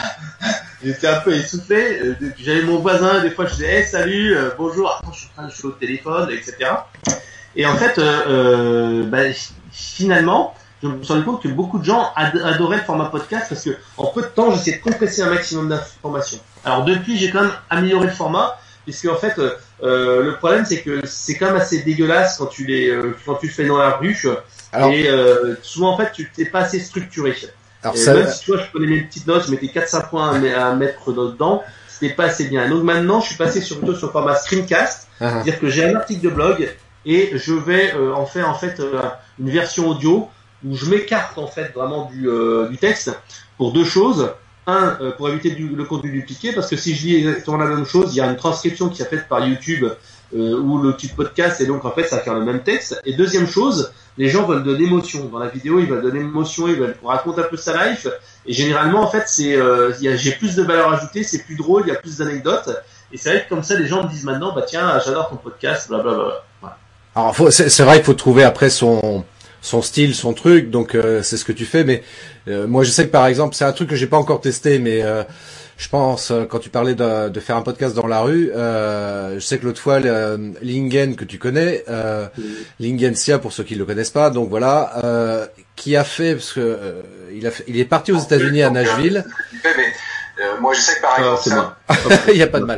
J'étais un peu essoufflé. Euh, j'avais mon voisin. Des fois, je disais, hey, salut, euh, bonjour. Attends, je suis en train de jouer au téléphone, et cetera. Et en fait, euh, euh, bah, finalement, je me suis rendu compte que beaucoup de gens ad- adoraient le format podcast parce que en peu de temps, j'essayais de compresser un maximum d'informations. Alors depuis, j'ai quand même amélioré le format puisque en fait, euh, le problème c'est que c'est quand même assez dégueulasse quand tu les, euh, quand tu le fais dans la rue. Alors, et euh, souvent en fait, tu t'es pas assez structuré. Alors, ça... Même si tu vois, je prenais mes petites notes, je mettais quatre cinq points à, à mettre dedans, c'était pas assez bien. Donc maintenant, je suis passé sur, plutôt sur le format screencast, uh-huh. C'est-à-dire que j'ai un article de blog et je vais euh, en faire en fait euh, une version audio où je m'écarte en fait vraiment du, euh, du texte pour deux choses. Un, euh, pour éviter du, le contenu dupliqué, parce que si je lis exactement la même chose, il y a une transcription qui est faite par YouTube euh, ou le type podcast, et donc en fait ça va faire le même texte. Et deuxième chose, les gens veulent de l'émotion. Dans la vidéo, ils veulent donner une émotion, ils veulent qu'on raconte un peu sa life. Et généralement, en fait, c'est, euh, y a, j'ai plus de valeur ajoutée, c'est plus drôle, il y a plus d'anecdotes. Et c'est vrai que comme ça, les gens me disent maintenant, bah tiens, j'adore ton podcast, blablabla. Voilà. Alors, faut, c'est, c'est vrai qu'il faut trouver après son son style, son truc, donc euh, c'est ce que tu fais. Mais euh, moi, je sais que par exemple, c'est un truc que j'ai pas encore testé, mais euh, je pense euh, quand tu parlais de, de faire un podcast dans la rue, euh, je sais que l'autre fois, le, Lingen que tu connais, euh, oui. Lingensia pour ceux qui le connaissent pas, donc voilà, euh, qui a fait parce que euh, il a fait, il est parti aux États-Unis à Nashville. Mais, euh, moi, je sais que par exemple, c'est moi. Il y a pas de mal.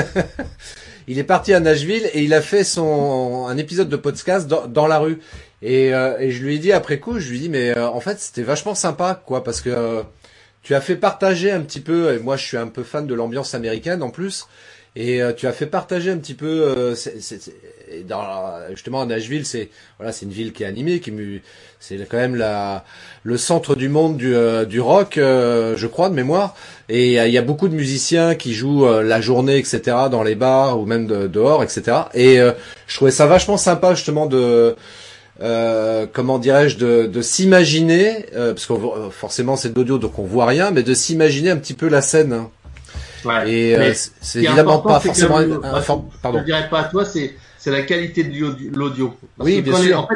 Il est parti à Nashville et il a fait son un épisode de podcast dans, dans la rue. Et, euh, et je lui ai dit après coup, je lui ai dit mais euh, en fait c'était vachement sympa quoi parce que euh, tu as fait partager un petit peu. Et moi je suis un peu fan de l'ambiance américaine en plus. Et euh, tu as fait partager un petit peu. Euh, c'est, c'est, c'est, dans, justement à Nashville, c'est voilà, c'est une ville qui est animée, qui c'est quand même la le centre du monde du euh, du rock, euh, je crois de mémoire. Et il y, y a beaucoup de musiciens qui jouent euh, la journée, et cetera, dans les bars ou même de, dehors, et cetera. Et euh, je trouvais ça vachement sympa justement de Euh, comment dirais-je, de, de s'imaginer, euh, parce que forcément c'est de l'audio donc on voit rien, mais de s'imaginer un petit peu la scène. Hein. Ouais, et euh, c'est, c'est évidemment pas forcément. Le, un, un, un, pardon. Je ne dirais pas à toi, c'est c'est la qualité de l'audio. Parce oui, bien sûr. Les, en fait,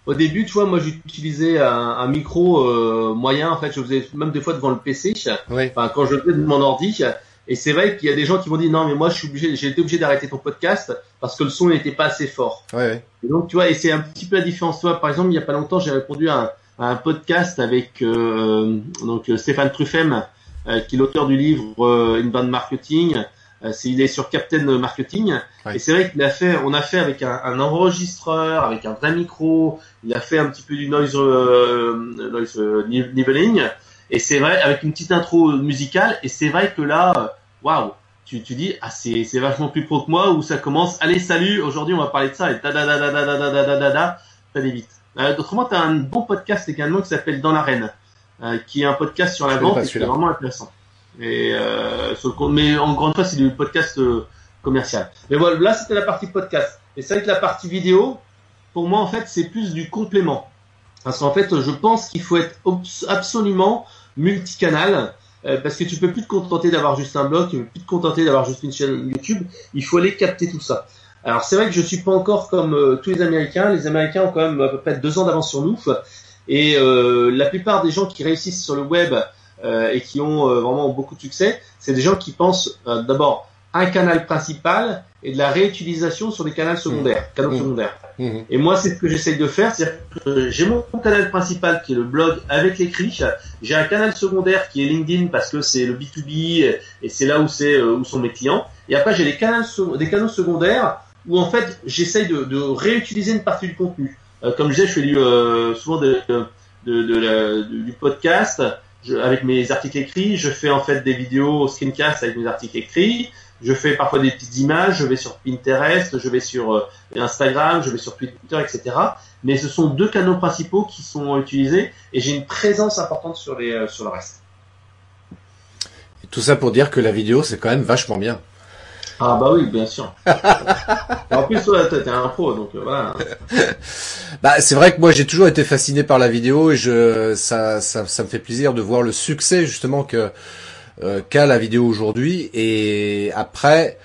au début, tu vois, moi j'utilisais un, un micro euh, moyen. En fait, je faisais même des fois devant le P C. Oui. Enfin, quand je faisais de mon ordi. Et c'est vrai qu'il y a des gens qui m'ont dit non, mais moi je suis obligé, j'ai été obligé d'arrêter ton podcast parce que le son n'était pas assez fort. Ouais, ouais. Et donc tu vois, et c'est un petit peu la différence. Toi, par exemple, il y a pas longtemps, j'ai répondu à un, à un podcast avec euh, donc Stéphane Truffem, euh, qui est l'auteur du livre euh, Inbound Marketing. Euh, c'est, il est sur Captain Marketing. Ouais. Et c'est vrai qu'il a fait, on a fait avec un, un enregistreur, avec un vrai micro. Il a fait un petit peu du noise, euh, noise euh, niveling. Et c'est vrai, avec une petite intro musicale, et c'est vrai que là, waouh, tu, tu dis, ah, c'est, c'est vachement plus pro que moi, où ça commence, allez, salut, aujourd'hui on va parler de ça, et ta da da da da da da da da da da, t'allais vite. Euh, autrement, t'as un bon podcast également qui s'appelle Dans l'arène, euh, qui est un podcast sur la vente, et qui est vraiment intéressant. Et, euh, sur le, mais en grande fois, c'est du podcast euh, commercial. Mais voilà, là, c'était la partie podcast. Et c'est vrai que la partie vidéo, pour moi, en fait, c'est plus du complément. Parce qu'en fait, je pense qu'il faut être absolument multicanal, euh, parce que tu peux plus te contenter d'avoir juste un blog, tu peux plus te contenter d'avoir juste une chaîne YouTube. Il faut aller capter tout ça. Alors c'est vrai que je suis pas encore comme euh, tous les Américains. Les Américains ont quand même à peu près deux ans d'avance sur nous, et euh, la plupart des gens qui réussissent sur le web euh, et qui ont euh, vraiment beaucoup de succès, c'est des gens qui pensent euh, d'abord un canal principal et de la réutilisation sur des canaux secondaires, mmh. canaux mmh. secondaires. Mmh. Et moi, c'est ce que j'essaye de faire, c'est-à-dire que j'ai mon canal principal qui est le blog avec l'écrit, j'ai un canal secondaire qui est LinkedIn parce que c'est le B deux B et c'est là où c'est où sont mes clients. Et après, j'ai des canaux des canaux secondaires où en fait, j'essaye de, de réutiliser une partie du contenu. Euh, comme je disais, je fais du, euh, souvent de, de, de, de, de, du podcast je, avec mes articles écrits. Je fais en fait des vidéos screencast avec mes articles écrits. Je fais parfois des petites images, je vais sur Pinterest, je vais sur euh, Instagram, je vais sur Twitter, et cetera. Mais ce sont deux canaux principaux qui sont utilisés et j'ai une présence importante sur les euh, sur le reste. Et tout ça pour dire que la vidéo, c'est quand même vachement bien. Ah bah oui, bien sûr. En plus, toi, t'es un pro, donc euh, voilà. Bah, c'est vrai que moi, j'ai toujours été fasciné par la vidéo et je ça ça ça me fait plaisir de voir le succès justement que Euh, qu'a la vidéo aujourd'hui. Et après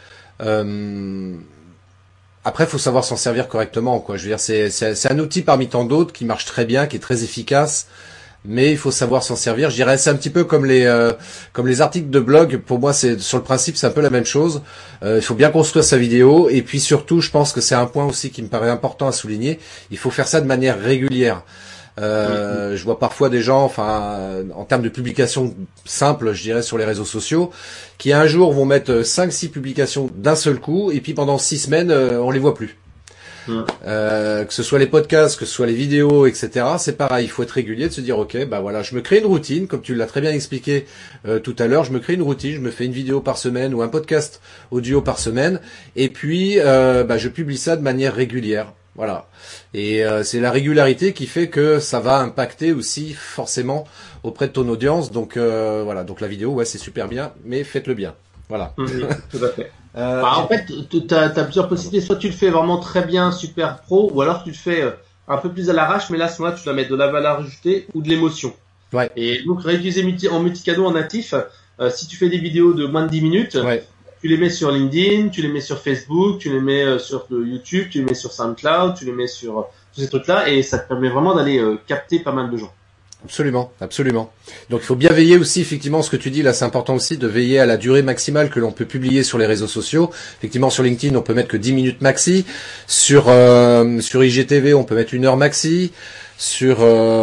euh, après faut savoir s'en servir correctement, quoi. Je veux dire, c'est c'est c'est un outil parmi tant d'autres qui marche très bien, qui est très efficace, mais il faut savoir s'en servir. Je dirais c'est un petit peu comme les euh, comme les articles de blog. Pour moi, c'est sur le principe, c'est un peu la même chose. Euh, il faut bien construire sa vidéo, et puis surtout, je pense que c'est un point aussi qui me paraît important à souligner. Il faut faire ça de manière régulière. Euh, je vois parfois des gens, enfin, en termes de publications simples, je dirais, sur les réseaux sociaux, qui un jour vont mettre cinq six publications d'un seul coup, et puis pendant six semaines, euh, on les voit plus. Mmh. Euh, que ce soit les podcasts, que ce soit les vidéos, et cetera. C'est pareil, il faut être régulier, de se dire, ok, bah voilà, je me crée une routine, comme tu l'as très bien expliqué euh, tout à l'heure, je me crée une routine, je me fais une vidéo par semaine ou un podcast audio par semaine, et puis euh, bah, je publie ça de manière régulière. Voilà. Et euh, c'est la régularité qui fait que ça va impacter aussi forcément auprès de ton audience. Donc euh, voilà. Donc la vidéo, ouais, c'est super bien, mais faites-le bien. Voilà. Mmh, tout à fait. euh, bah, en fait, tu as plusieurs possibilités. Soit tu le fais vraiment très bien, super pro, ou alors tu le fais euh, un peu plus à l'arrache, mais là, à ce moment-là, tu dois mettre de la valeur ajoutée ou de l'émotion. Ouais. Et donc réutiliser multi, en multicanaux, en natif. Euh, si tu fais des vidéos de moins de dix minutes. Ouais. Tu les mets sur LinkedIn, tu les mets sur Facebook, tu les mets euh, sur YouTube, tu les mets sur SoundCloud, tu les mets sur euh, tous ces trucs-là, et ça te permet vraiment d'aller euh, capter pas mal de gens. Absolument, absolument. Donc il faut bien veiller aussi, effectivement, ce que tu dis là, c'est important aussi de veiller à la durée maximale que l'on peut publier sur les réseaux sociaux. Effectivement, sur LinkedIn, on peut mettre que dix minutes maxi. Sur euh, sur I G T V, on peut mettre une heure maxi. Sur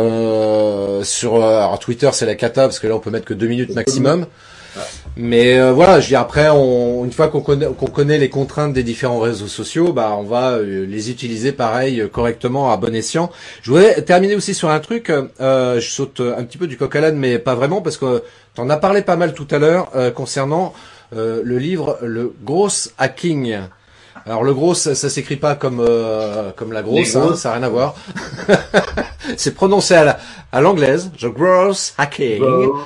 euh, sur euh, alors Twitter, c'est la cata parce que là, on peut mettre que deux minutes maximum. Mais euh, voilà, je dis après, on, une fois qu'on connaît, qu'on connaît les contraintes des différents réseaux sociaux, bah on va euh, les utiliser pareil euh, correctement à bon escient. Je voudrais terminer aussi sur un truc. Euh, je saute un petit peu du coq à l'âne, mais pas vraiment parce que tu en as parlé pas mal tout à l'heure euh, concernant euh, le livre Le Growth Hacking. Alors le gros, ça, ça s'écrit pas comme euh, comme la grosse, hein, ça n'a rien à voir. C'est prononcé à la, à l'anglaise. The Growth Hacking.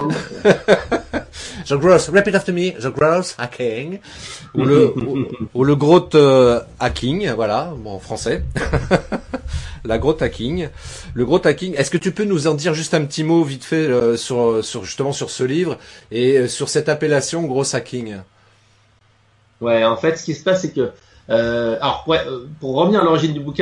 The Growth, repeat after me. The Growth Hacking. Ou le ou, ou le Growth euh, Hacking, voilà, bon, en français. La Growth Hacking. Le Growth Hacking. Est-ce que tu peux nous en dire juste un petit mot vite fait euh, sur sur justement sur ce livre et euh, sur cette appellation Growth Hacking? Ouais, en fait, ce qui se passe, c'est que Euh, alors, ouais, pour revenir à l'origine du bouquin,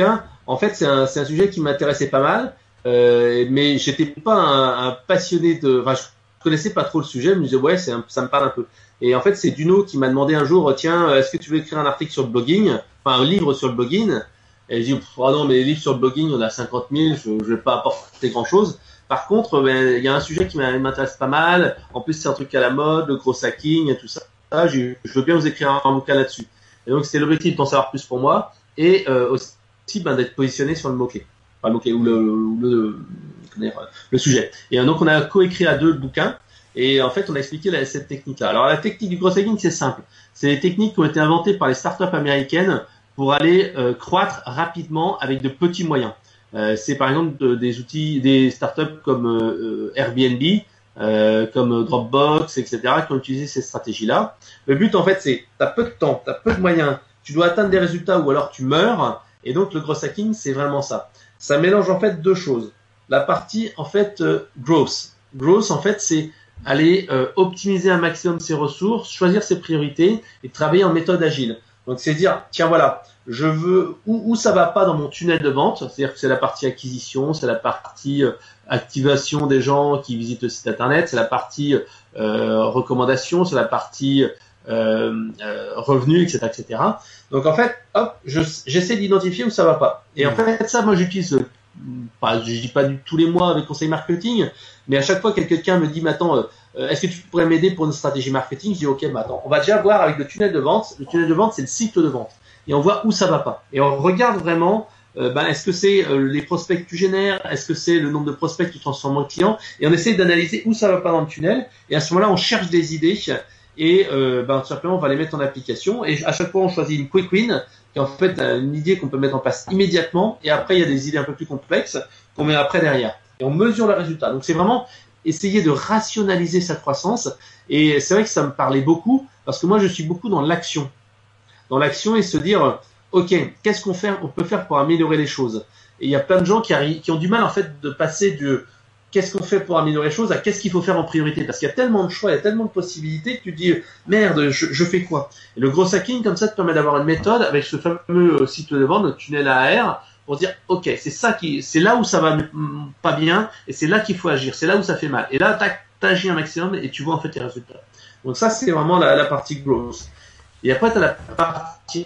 En fait, c'est un, c'est un sujet qui m'intéressait pas mal, euh, mais j'étais pas un, un passionné de, enfin, je connaissais pas trop le sujet, mais je me disais ouais, c'est un, ça me parle un peu. Et en fait, c'est Duno qui m'a demandé un jour, tiens, est-ce que tu veux écrire un article sur le blogging, enfin un livre sur le blogging? Et je dis, oh non, mais les livres sur le blogging, on a cinquante mille, je, je vais pas apporter grand chose. Par contre, ben, il y a un sujet qui m'intéresse pas mal. En plus, c'est un truc à la mode, le gros hacking et tout ça. Je, je veux bien vous écrire un bouquin là-dessus. Et donc, c'était l'objectif d'en savoir plus pour moi et euh, aussi ben, d'être positionné sur le mot-clé. Enfin, le mot-clé ou le, le, le, le, le sujet. Et euh, donc, on a coécrit à deux le bouquin. Et en fait, on a expliqué la, cette technique-là. Alors, la technique du gros hacking, c'est simple. C'est des techniques qui ont été inventées par les startups américaines pour aller euh, croître rapidement avec de petits moyens. Euh, c'est par exemple de, des outils, des startups comme euh, Airbnb, euh, comme Dropbox, et cetera, qui ont utilisé ces stratégies-là. Le but, en fait, c'est t'as peu de temps, t'as peu de moyens, tu dois atteindre des résultats ou alors tu meurs. Et donc, le gros hacking, c'est vraiment ça. Ça mélange en fait deux choses. La partie, en fait, euh, growth. Growth, en fait, c'est aller euh, optimiser un maximum ses ressources, choisir ses priorités et travailler en méthode agile. Donc, c'est dire, tiens, voilà, je veux, où, où ça va pas dans mon tunnel de vente, c'est-à-dire que c'est la partie acquisition, c'est la partie euh, activation des gens qui visitent le site internet, c'est la partie euh, recommandation, c'est la partie euh, euh, revenus, et cetera, et cetera. Donc, en fait, hop, je, j'essaie d'identifier où ça va pas. Et en fait, ça, moi, j'utilise, euh, pas, je dis pas du tous les mois avec conseil marketing, mais à chaque fois que quelqu'un me dit, mais attends, euh, est-ce que tu pourrais m'aider pour une stratégie marketing? Je dis, ok, mais attends, on va déjà voir avec le tunnel de vente. Le tunnel de vente, c'est le cycle de vente. Et on voit où ça va pas. Et on regarde vraiment, euh, ben, est-ce que c'est euh, les prospects que tu génères? Est-ce que c'est le nombre de prospects que tu transformes en clients? Et on essaie d'analyser où ça va pas dans le tunnel. Et à ce moment-là, on cherche des idées. Et euh, ben, tout simplement, on va les mettre en application. Et à chaque fois, on choisit une quick win, qui est en fait une idée qu'on peut mettre en place immédiatement. Et après, il y a des idées un peu plus complexes qu'on met après derrière. Et on mesure le résultat. Donc, c'est vraiment essayer de rationaliser sa croissance. Et c'est vrai que ça me parlait beaucoup, parce que moi, je suis beaucoup dans l'action. Dans l'action et se dire, ok, qu'est-ce qu'on fait, on peut faire pour améliorer les choses? Et il y a plein de gens qui, arrivent, qui ont du mal, en fait, de passer de qu'est-ce qu'on fait pour améliorer les choses à qu'est-ce qu'il faut faire en priorité. Parce qu'il y a tellement de choix, il y a tellement de possibilités que tu te dis, merde, je, je fais quoi? Et le gros hacking, comme ça, te permet d'avoir une méthode avec ce fameux cycle de vente, le tunnel A R, pour dire, ok, c'est ça qui, c'est là où ça va pas bien, et c'est là qu'il faut agir, c'est là où ça fait mal. Et là, tac, t'agis un maximum et tu vois en fait les résultats. Donc ça, c'est vraiment la, la partie growth. Et après, tu as la partie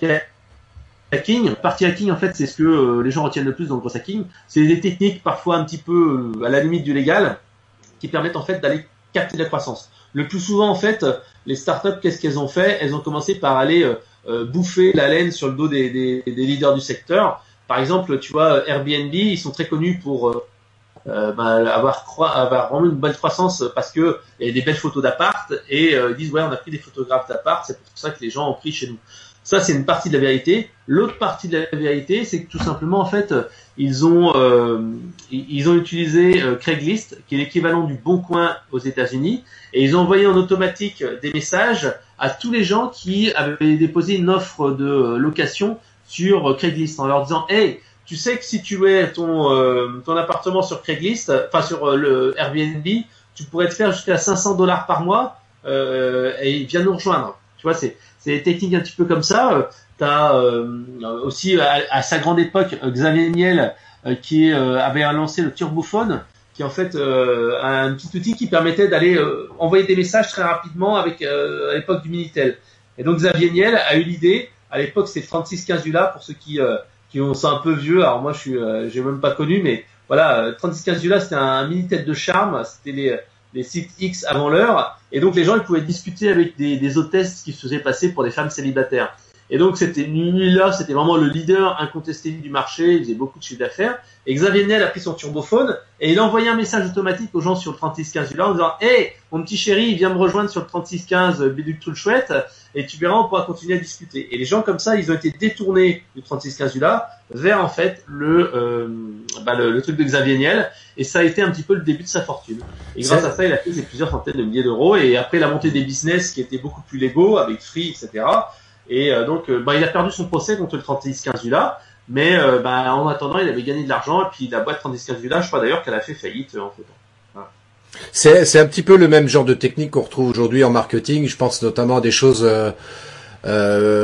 hacking. La partie hacking, en fait, c'est ce que euh, les gens retiennent le plus dans le gros hacking. C'est des techniques parfois un petit peu euh, à la limite du légal qui permettent en fait d'aller capter la croissance. Le plus souvent, en fait, les startups, qu'est-ce qu'elles ont fait? Elles ont commencé par aller euh, euh, bouffer la laine sur le dos des, des, des leaders du secteur. Par exemple, tu vois, Airbnb, ils sont très connus pour euh, euh, ben, avoir, croi- avoir vraiment une belle croissance parce que il y a des belles photos d'appart et euh, ils disent ouais, on a pris des photographes d'appart, c'est pour ça que les gens ont pris chez nous. Ça, c'est une partie de la vérité. L'autre partie de la vérité, c'est que tout simplement, en fait, ils ont euh, ils ont utilisé euh, Craigslist, qui est l'équivalent du Bon Coin aux États-Unis, et ils ont envoyé en automatique des messages à tous les gens qui avaient déposé une offre de location sur Craigslist en leur disant hey, tu sais que si tu mets ton euh, ton appartement sur Craigslist, enfin sur euh, le Airbnb, tu pourrais te faire jusqu'à cinq cents dollars par mois euh, et viens nous rejoindre. Tu vois, c'est c'est des techniques un petit peu comme ça. Tu as euh, aussi à, à sa grande époque Xavier Niel euh, qui euh, avait lancé le Turbophone, qui est en fait euh, un petit outil qui permettait d'aller euh, envoyer des messages très rapidement avec euh, à l'époque du Minitel. Et donc Xavier Niel a eu l'idée. À l'époque, c'était trente-six quinze U L A pour ceux qui euh, qui sont un peu vieux. Alors moi, je suis, euh, j'ai même pas connu, mais voilà, trente-six quinze U L A, c'était un Minitel de charme. C'était les les sites X avant l'heure. Et donc les gens, ils pouvaient discuter avec des, des hôtesses qui se faisaient passer pour des femmes célibataires. Et donc c'était là, c'était vraiment le leader incontesté du marché. Il faisait beaucoup de chiffre d'affaires. Et Xavier Niel a pris son turbophone et il a envoyé un message automatique aux gens sur le trente-six quinze U L A en disant hey, mon petit chéri, il vient me rejoindre sur le trente-six quinze Bidule tout le chouette et tu verras, on pourra continuer à discuter. Et les gens comme ça, ils ont été détournés du trente-six quinze U L A vers en fait le, euh, bah, le le truc de Xavier Niel, et ça a été un petit peu le début de sa fortune. Et grâce à ça, il a fait plusieurs centaines de milliers d'euros, et après la montée des business qui étaient beaucoup plus légaux avec Free, et cetera. Et euh, donc, euh, bah, il a perdu son procès contre le trente-six quinze U L A, mais euh, bah, en attendant, il avait gagné de l'argent, et puis la boîte trente-six quinze U L A, je crois d'ailleurs qu'elle a fait faillite euh, en fait. Voilà. C'est, c'est un petit peu le même genre de technique qu'on retrouve aujourd'hui en marketing. Je pense notamment à des choses euh, euh,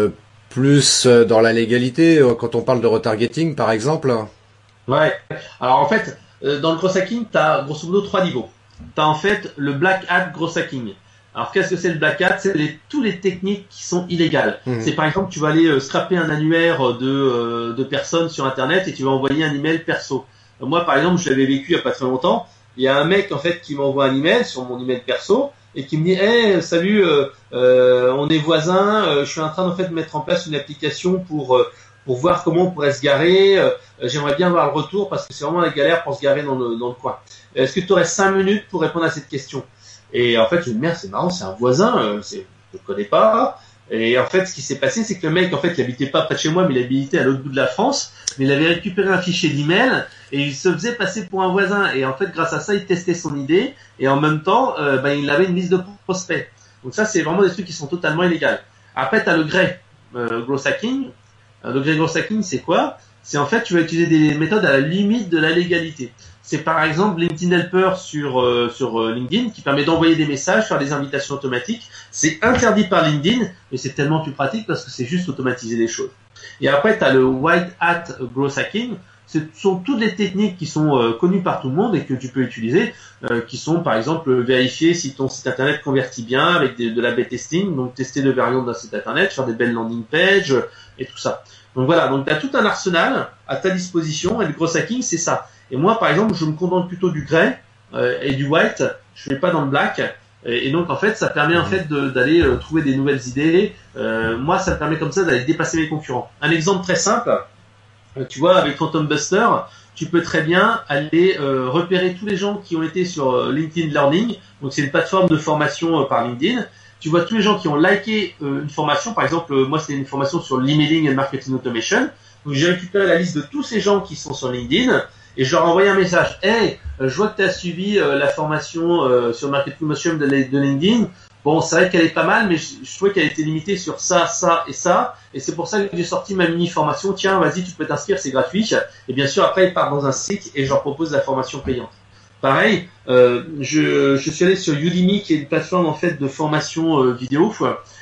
plus euh, dans la légalité euh, quand on parle de retargeting, par exemple. Ouais. Alors en fait, euh, dans le gros hacking, tu as grosso modo trois niveaux. Tu as en fait le black hat gros hacking. Alors qu'est-ce que c'est le black hat? C'est les, tous les techniques qui sont illégales. Mmh. C'est par exemple, tu vas aller euh, scraper un annuaire de, euh, de personnes sur Internet et tu vas envoyer un email perso. Euh, moi, par exemple, je l'avais vécu il y a pas très longtemps. Il y a un mec en fait qui m'envoie un email sur mon email perso et qui me dit hey, salut, euh, euh, on est voisins. Euh, je suis en train en fait de mettre en place une application pour euh, pour voir comment on pourrait se garer. Euh, j'aimerais bien voir le retour parce que c'est vraiment la galère pour se garer dans le dans le coin. Est-ce que tu aurais cinq minutes pour répondre à cette question? Et en fait, je me dis merde, c'est marrant, c'est un voisin, euh, c'est, je le connais pas. Et en fait, ce qui s'est passé, c'est que le mec, en fait, il habitait pas près de chez moi, mais il habitait à l'autre bout de la France. Mais il avait récupéré un fichier d'email et il se faisait passer pour un voisin. Et en fait, grâce à ça, il testait son idée et en même temps, euh, ben, il avait une liste de prospects. Donc ça, c'est vraiment des trucs qui sont totalement illégaux. Après, t'as le grey euh, gross hacking. Le grey gross hacking, c'est quoi? C'est en fait, tu vas utiliser des méthodes à la limite de la légalité. C'est par exemple LinkedIn Helper sur euh, sur euh, LinkedIn qui permet d'envoyer des messages, faire des invitations automatiques. C'est interdit par LinkedIn, mais c'est tellement plus pratique parce que c'est juste automatiser les choses. Et après, tu as le white hat growth hacking. Ce sont toutes les techniques qui sont euh, connues par tout le monde et que tu peux utiliser, euh, qui sont par exemple vérifier si ton site internet convertit bien avec des, de l'A B testing, donc tester le variant d'un site internet, faire des belles landing pages euh, et tout ça. Donc voilà, donc tu as tout un arsenal à ta disposition et le growth hacking, c'est ça. Et moi, par exemple, je me contente plutôt du grey euh, et du white. Je ne vais pas dans le black. Et, et donc, en fait, ça permet en fait de, d'aller euh, trouver des nouvelles idées. Euh, moi, ça me permet comme ça d'aller dépasser mes concurrents. Un exemple très simple, euh, tu vois, avec Phantom Buster, tu peux très bien aller euh, repérer tous les gens qui ont été sur euh, LinkedIn Learning. Donc, c'est une plateforme de formation euh, par LinkedIn. Tu vois tous les gens qui ont liké euh, une formation. Par exemple, euh, moi, c'est une formation sur l'emailing and marketing automation. Donc, j'ai récupéré la liste de tous ces gens qui sont sur LinkedIn. Et je leur ai envoyé un message. Hey, je vois que tu as suivi euh, la formation euh, sur Marketing Motion de, de LinkedIn. Bon, c'est vrai qu'elle est pas mal, mais je, je trouvais qu'elle était limitée sur ça, ça et ça. Et c'est pour ça que j'ai sorti ma mini-formation. Tiens, vas-y, tu peux t'inscrire, c'est gratuit. Et bien sûr, après, ils partent dans un site et je leur propose la formation payante. Pareil, euh, je, je suis allé sur Udemy, qui est une plateforme en fait de formation euh, vidéo.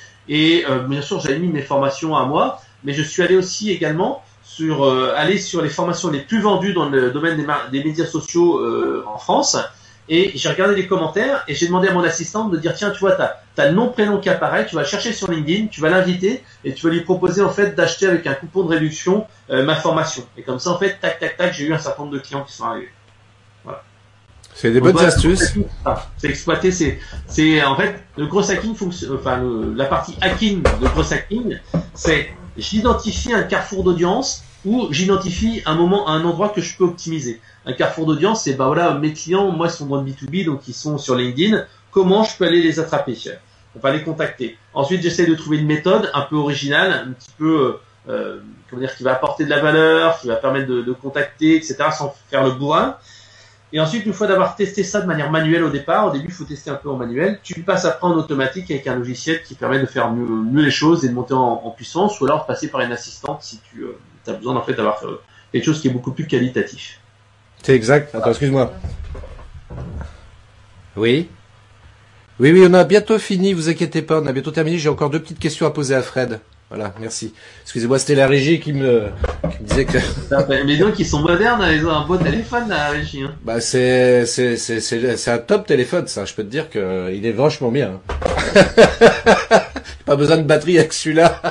Et euh, bien sûr, j'avais mis mes formations à moi, mais je suis allé aussi également sur euh, aller sur les formations les plus vendues dans le domaine des, mar- des médias sociaux euh, en France, et j'ai regardé les commentaires et j'ai demandé à mon assistante de dire tiens, tu vois, t'as t'as le nom prénom qui apparaît, tu vas le chercher sur LinkedIn, tu vas l'inviter et tu vas lui proposer en fait d'acheter avec un coupon de réduction euh, ma formation. Et comme ça en fait, tac tac tac, j'ai eu un certain nombre de clients qui sont arrivés. Voilà. C'est des bonnes Donc, astuces. C'est exploiter, c'est c'est en fait le gros hacking fonctionne, enfin le, la partie hacking de gros hacking, c'est j'identifie un carrefour d'audience ou j'identifie un moment, un endroit que je peux optimiser. Un carrefour d'audience, c'est bah voilà, mes clients, moi, ils sont dans le B deux B, donc ils sont sur LinkedIn. Comment je peux aller les attraper? On va les contacter. Ensuite, j'essaie de trouver une méthode un peu originale, un petit peu, euh, comment dire, qui va apporter de la valeur, qui va permettre de, de contacter, et cetera, sans faire le bourrin. Et ensuite, une fois d'avoir testé ça de manière manuelle au départ, au début, il faut tester un peu en manuel, tu passes après en automatique avec un logiciel qui permet de faire mieux, mieux les choses et de monter en, en puissance, ou alors de passer par une assistante si tu euh, as besoin en fait d'avoir euh, quelque chose qui est beaucoup plus qualitatif. C'est exact. Attends, excuse-moi. Oui. Oui, oui, on a bientôt fini, vous inquiétez pas, on a bientôt terminé. J'ai encore deux petites questions à poser à Fred. Voilà, merci. Excusez-moi, c'était la régie qui me, qui me disait que... Mais donc, ils sont modernes, ils ont un beau téléphone, la régie. Hein. Bah, c'est, c'est, c'est, c'est, c'est un top téléphone, ça. Je peux te dire que il est vachement bien. Pas besoin de batterie avec celui-là.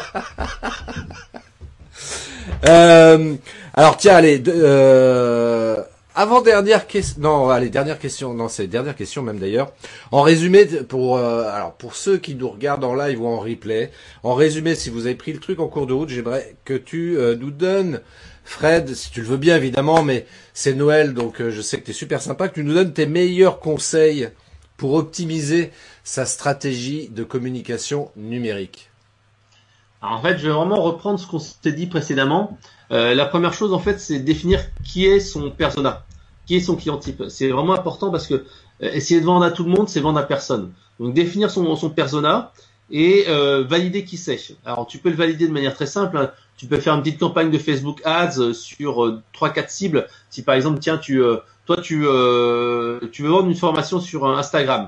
euh, alors, tiens, allez, euh, avant dernière question, non, allez, dernière question, non, c'est dernière question même d'ailleurs. En résumé, pour, euh, alors pour ceux qui nous regardent en live ou en replay, en résumé, si vous avez pris le truc en cours de route, j'aimerais que tu euh, nous donnes, Fred, si tu le veux bien évidemment, mais c'est Noël, donc euh, je sais que tu es super sympa, que tu nous donnes tes meilleurs conseils pour optimiser sa stratégie de communication numérique. Alors en fait, je vais vraiment reprendre ce qu'on s'est dit précédemment. Euh, la première chose, en fait, c'est définir qui est son persona, qui est son client type. C'est vraiment important parce que euh, essayer de vendre à tout le monde, c'est vendre à personne. Donc définir son, son persona et euh, valider qui c'est. Alors tu peux le valider de manière très simple. Hein. Tu peux faire une petite campagne de Facebook Ads sur euh, trois quatre cibles. Si par exemple, tiens, tu, euh, toi, tu, euh, tu veux vendre une formation sur Instagram.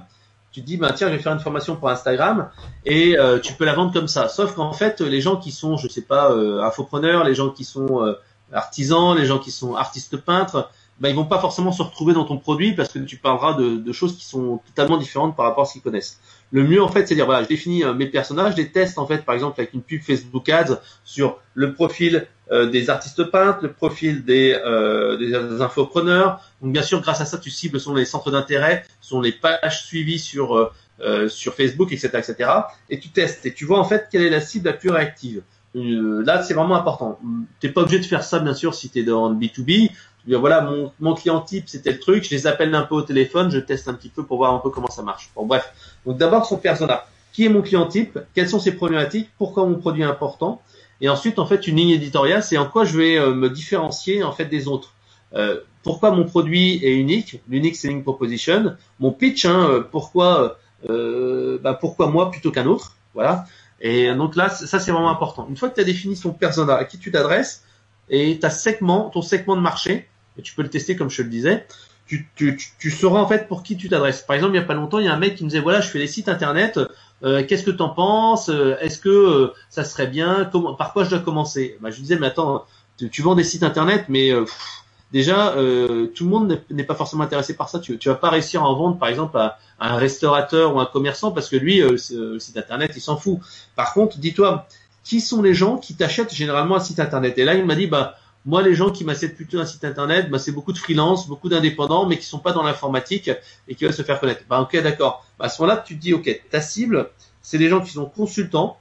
tu te dis, ben tiens, je vais faire une formation pour Instagram et euh, tu peux la vendre comme ça. Sauf qu'en fait, les gens qui sont, je sais pas, euh, infopreneurs, les gens qui sont euh, artisans, les gens qui sont artistes peintres, ben ils vont pas forcément se retrouver dans ton produit parce que tu parleras de, de choses qui sont totalement différentes par rapport à ce qu'ils connaissent. Le mieux en fait, c'est de dire voilà, je définis euh, mes personnages, je les teste en fait, par exemple avec une pub Facebook Ads sur le profil euh, des artistes peintres, le profil des, euh, des infopreneurs. Donc bien sûr, grâce à ça, tu cibles selon les centres d'intérêt, selon les pages suivies sur euh, euh, sur Facebook, et cetera, et cetera. Et tu testes et tu vois en fait quelle est la cible la plus réactive. Euh, là, c'est vraiment important. T'es pas obligé de faire ça bien sûr si t'es dans le B deux B. Tu dis, voilà, mon, mon client type, c'était le truc, je les appelle un peu au téléphone, je teste un petit peu pour voir un peu comment ça marche. Bon, bref. Donc, d'abord, son persona. Qui est mon client type? Quelles sont ses problématiques? Pourquoi mon produit est important? Et ensuite, en fait, une ligne éditoriale, c'est en quoi je vais euh, me différencier, en fait, des autres. Euh, pourquoi mon produit est unique? L'unique selling proposition. Mon pitch, hein, euh, pourquoi, euh, bah, pourquoi moi plutôt qu'un autre? Voilà. Et donc là, ça, c'est vraiment important. Une fois que tu as défini son persona, à qui tu t'adresses, et ta segment, ton segment de marché, et tu peux le tester comme je te le disais, tu, tu, tu, tu sauras en fait pour qui tu t'adresses. Par exemple, il y a pas longtemps, il y a un mec qui me disait voilà, je fais des sites internet, euh, qu'est-ce que t'en penses? Est-ce que euh, ça serait bien? Comment, par quoi je dois commencer? Bah, je lui disais mais attends, tu, tu vends des sites internet, mais euh, pff, déjà euh, tout le monde n'est pas forcément intéressé par ça. Tu, tu vas pas réussir à en vendre par exemple à, à un restaurateur ou un commerçant parce que lui, euh, le site internet, il s'en fout. Par contre, dis-toi, qui sont les gens qui t'achètent généralement un site internet? Et là, il m'a dit, bah, moi, les gens qui m'achètent plutôt un site internet, bah, c'est beaucoup de freelance, beaucoup d'indépendants, mais qui sont pas dans l'informatique et qui veulent se faire connaître. Bah, ok, d'accord. Bah, à ce moment-là, tu te dis, ok, ta cible, c'est des gens qui sont consultants,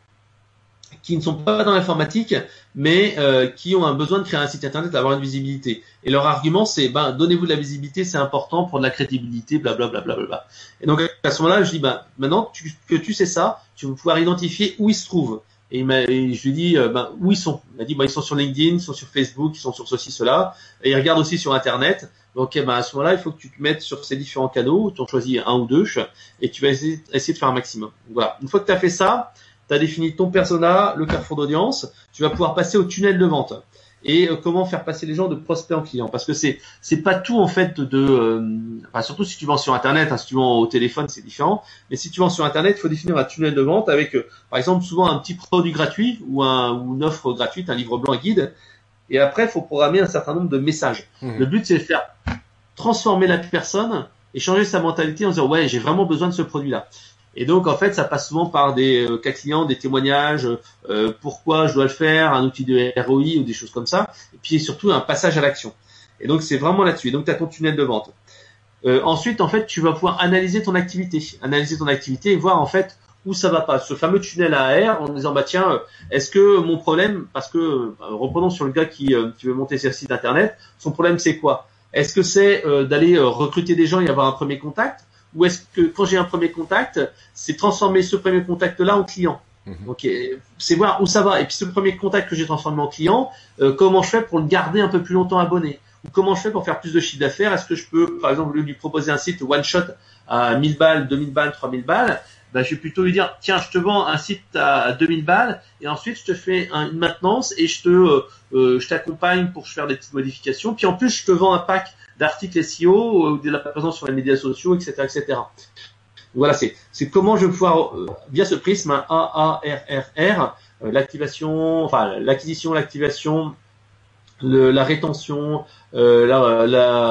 qui ne sont pas dans l'informatique, mais euh, qui ont un besoin de créer un site internet, d'avoir une visibilité. Et leur argument, c'est, ben, donnez-vous de la visibilité, c'est important pour de la crédibilité, blablabla. Bla, bla, bla. Et donc, à ce moment-là, je dis, ben, maintenant tu, que tu sais ça, tu vas pouvoir identifier où ils se trouvent. Et, il m'a, et je lui dis, euh, ben, où ils sont. Il m'a dit, ben, ils sont sur LinkedIn, ils sont sur Facebook, ils sont sur ceci, cela. Et ils regardent aussi sur Internet. Donc, ben, à ce moment-là, il faut que tu te mettes sur ces différents canaux. Tu en choisis un ou deux et tu vas essayer, essayer de faire un maximum. Voilà. Une fois que tu as fait ça, tu as défini ton persona, le carrefour d'audience. Tu vas pouvoir passer au tunnel de vente. Et euh, comment faire passer les gens de prospect en client, parce que c'est c'est pas tout en fait de, de euh, enfin, surtout si tu vends sur internet, hein, si tu vends au téléphone c'est différent, mais si tu vends sur internet il faut définir un tunnel de vente avec euh, par exemple souvent un petit produit gratuit ou un ou une offre gratuite, un livre blanc, un guide, et après il faut programmer un certain nombre de messages. Mmh. Le but c'est de faire transformer la personne et changer sa mentalité en disant ouais j'ai vraiment besoin de ce produit là. Et donc, en fait, ça passe souvent par des euh, cas clients, des témoignages, euh, pourquoi je dois le faire, un outil de R O I ou des choses comme ça. Et puis, surtout, un passage à l'action. Et donc, c'est vraiment là-dessus. Et donc, tu as ton tunnel de vente. Euh, ensuite, en fait, tu vas pouvoir analyser ton activité. Analyser ton activité et voir, en fait, où ça va pas. Ce fameux tunnel A R en disant, bah tiens, est-ce que mon problème, parce que, euh, reprenons sur le gars qui, euh, qui veut monter sur site internet, son problème, c'est quoi? Est-ce que c'est euh, d'aller euh, recruter des gens et avoir un premier contact? Ou est-ce que quand j'ai un premier contact, c'est transformer ce premier contact-là en client? Mmh. Donc, c'est voir où ça va. Et puis ce premier contact que j'ai transformé en client, euh, comment je fais pour le garder un peu plus longtemps abonné? Ou comment je fais pour faire plus de chiffre d'affaires? Est-ce que je peux, par exemple, lui proposer un site one shot à mille balles, deux mille balles, trois mille balles? Ben, je vais plutôt lui dire, tiens, je te vends un site à deux mille balles et ensuite je te fais un, une maintenance et je te, euh, je t'accompagne pour faire des petites modifications. Puis en plus, je te vends un pack d'articles S E O ou de la présence sur les médias sociaux, et cetera, et cetera. Voilà, c'est, c'est comment je vais pouvoir, euh, via ce prisme, hein, A A R R R, euh, l'activation, enfin, l'acquisition, l'activation, le, la rétention, euh, la,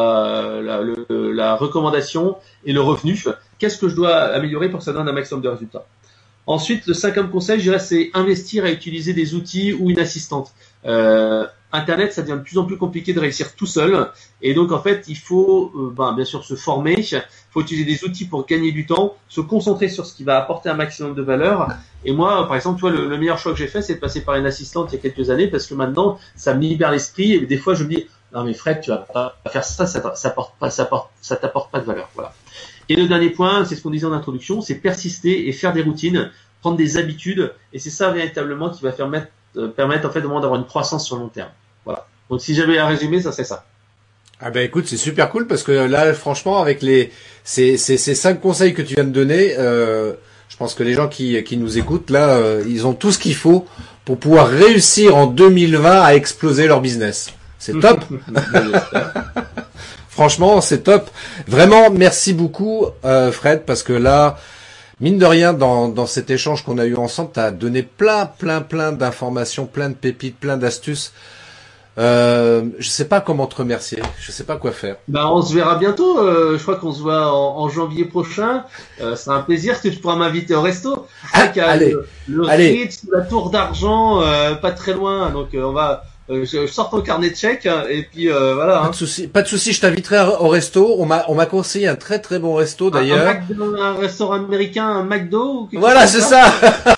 la, la, le, la recommandation et le revenu. Qu'est-ce que je dois améliorer pour que ça donne un maximum de résultats? Ensuite, le cinquième conseil, je dirais, c'est investir à utiliser des outils ou une assistante. Euh, Internet, ça devient de plus en plus compliqué de réussir tout seul. Et donc, en fait, il faut, euh, ben, bien sûr, se former. Il faut utiliser des outils pour gagner du temps, se concentrer sur ce qui va apporter un maximum de valeur. Et moi, par exemple, tu vois, le, le meilleur choix que j'ai fait, c'est de passer par une assistante il y a quelques années parce que maintenant, ça me libère l'esprit. Et des fois, je me dis, non, mais Fred, tu vas pas faire ça, ça, ça apporte pas, ça apporte, ça t'apporte pas de valeur. Voilà. Et le dernier point, c'est ce qu'on disait en introduction, c'est persister et faire des routines, prendre des habitudes. Et c'est ça, véritablement, qui va faire mettre, euh, permettre, en fait, vraiment d'avoir une croissance sur le long terme. Voilà. Donc, si j'avais à résumer, ça serait ça. Ah ben écoute, c'est super cool parce que là, franchement, avec les ces ces, ces cinq conseils que tu viens de donner, euh, je pense que les gens qui qui nous écoutent là, euh, ils ont tout ce qu'il faut pour pouvoir réussir en deux mille vingt à exploser leur business. C'est top. Franchement, c'est top. Vraiment, merci beaucoup, euh, Fred, parce que là, mine de rien, dans, dans cet échange qu'on a eu ensemble, t'as donné plein, plein, plein d'informations, plein de pépites, plein d'astuces. Euh, je sais pas comment te remercier. Je sais pas quoi faire. Bah, on se verra bientôt. Euh, je crois qu'on se voit en, en janvier prochain. Euh, c'est un plaisir que tu pourras m'inviter au resto. Ah, allez, le, le allez. Ritz, la Tour d'Argent, euh, pas très loin. Donc, euh, on va. Euh, je, je sors ton carnet de chèques hein, et puis euh, voilà. Pas hein. de souci, pas de souci. Je t'inviterai au resto. On m'a, on m'a conseillé un très très bon resto d'ailleurs. Un, un, McDo, un restaurant américain, un McDo. Ou quelque Voilà, chose c'est comme ça. ça.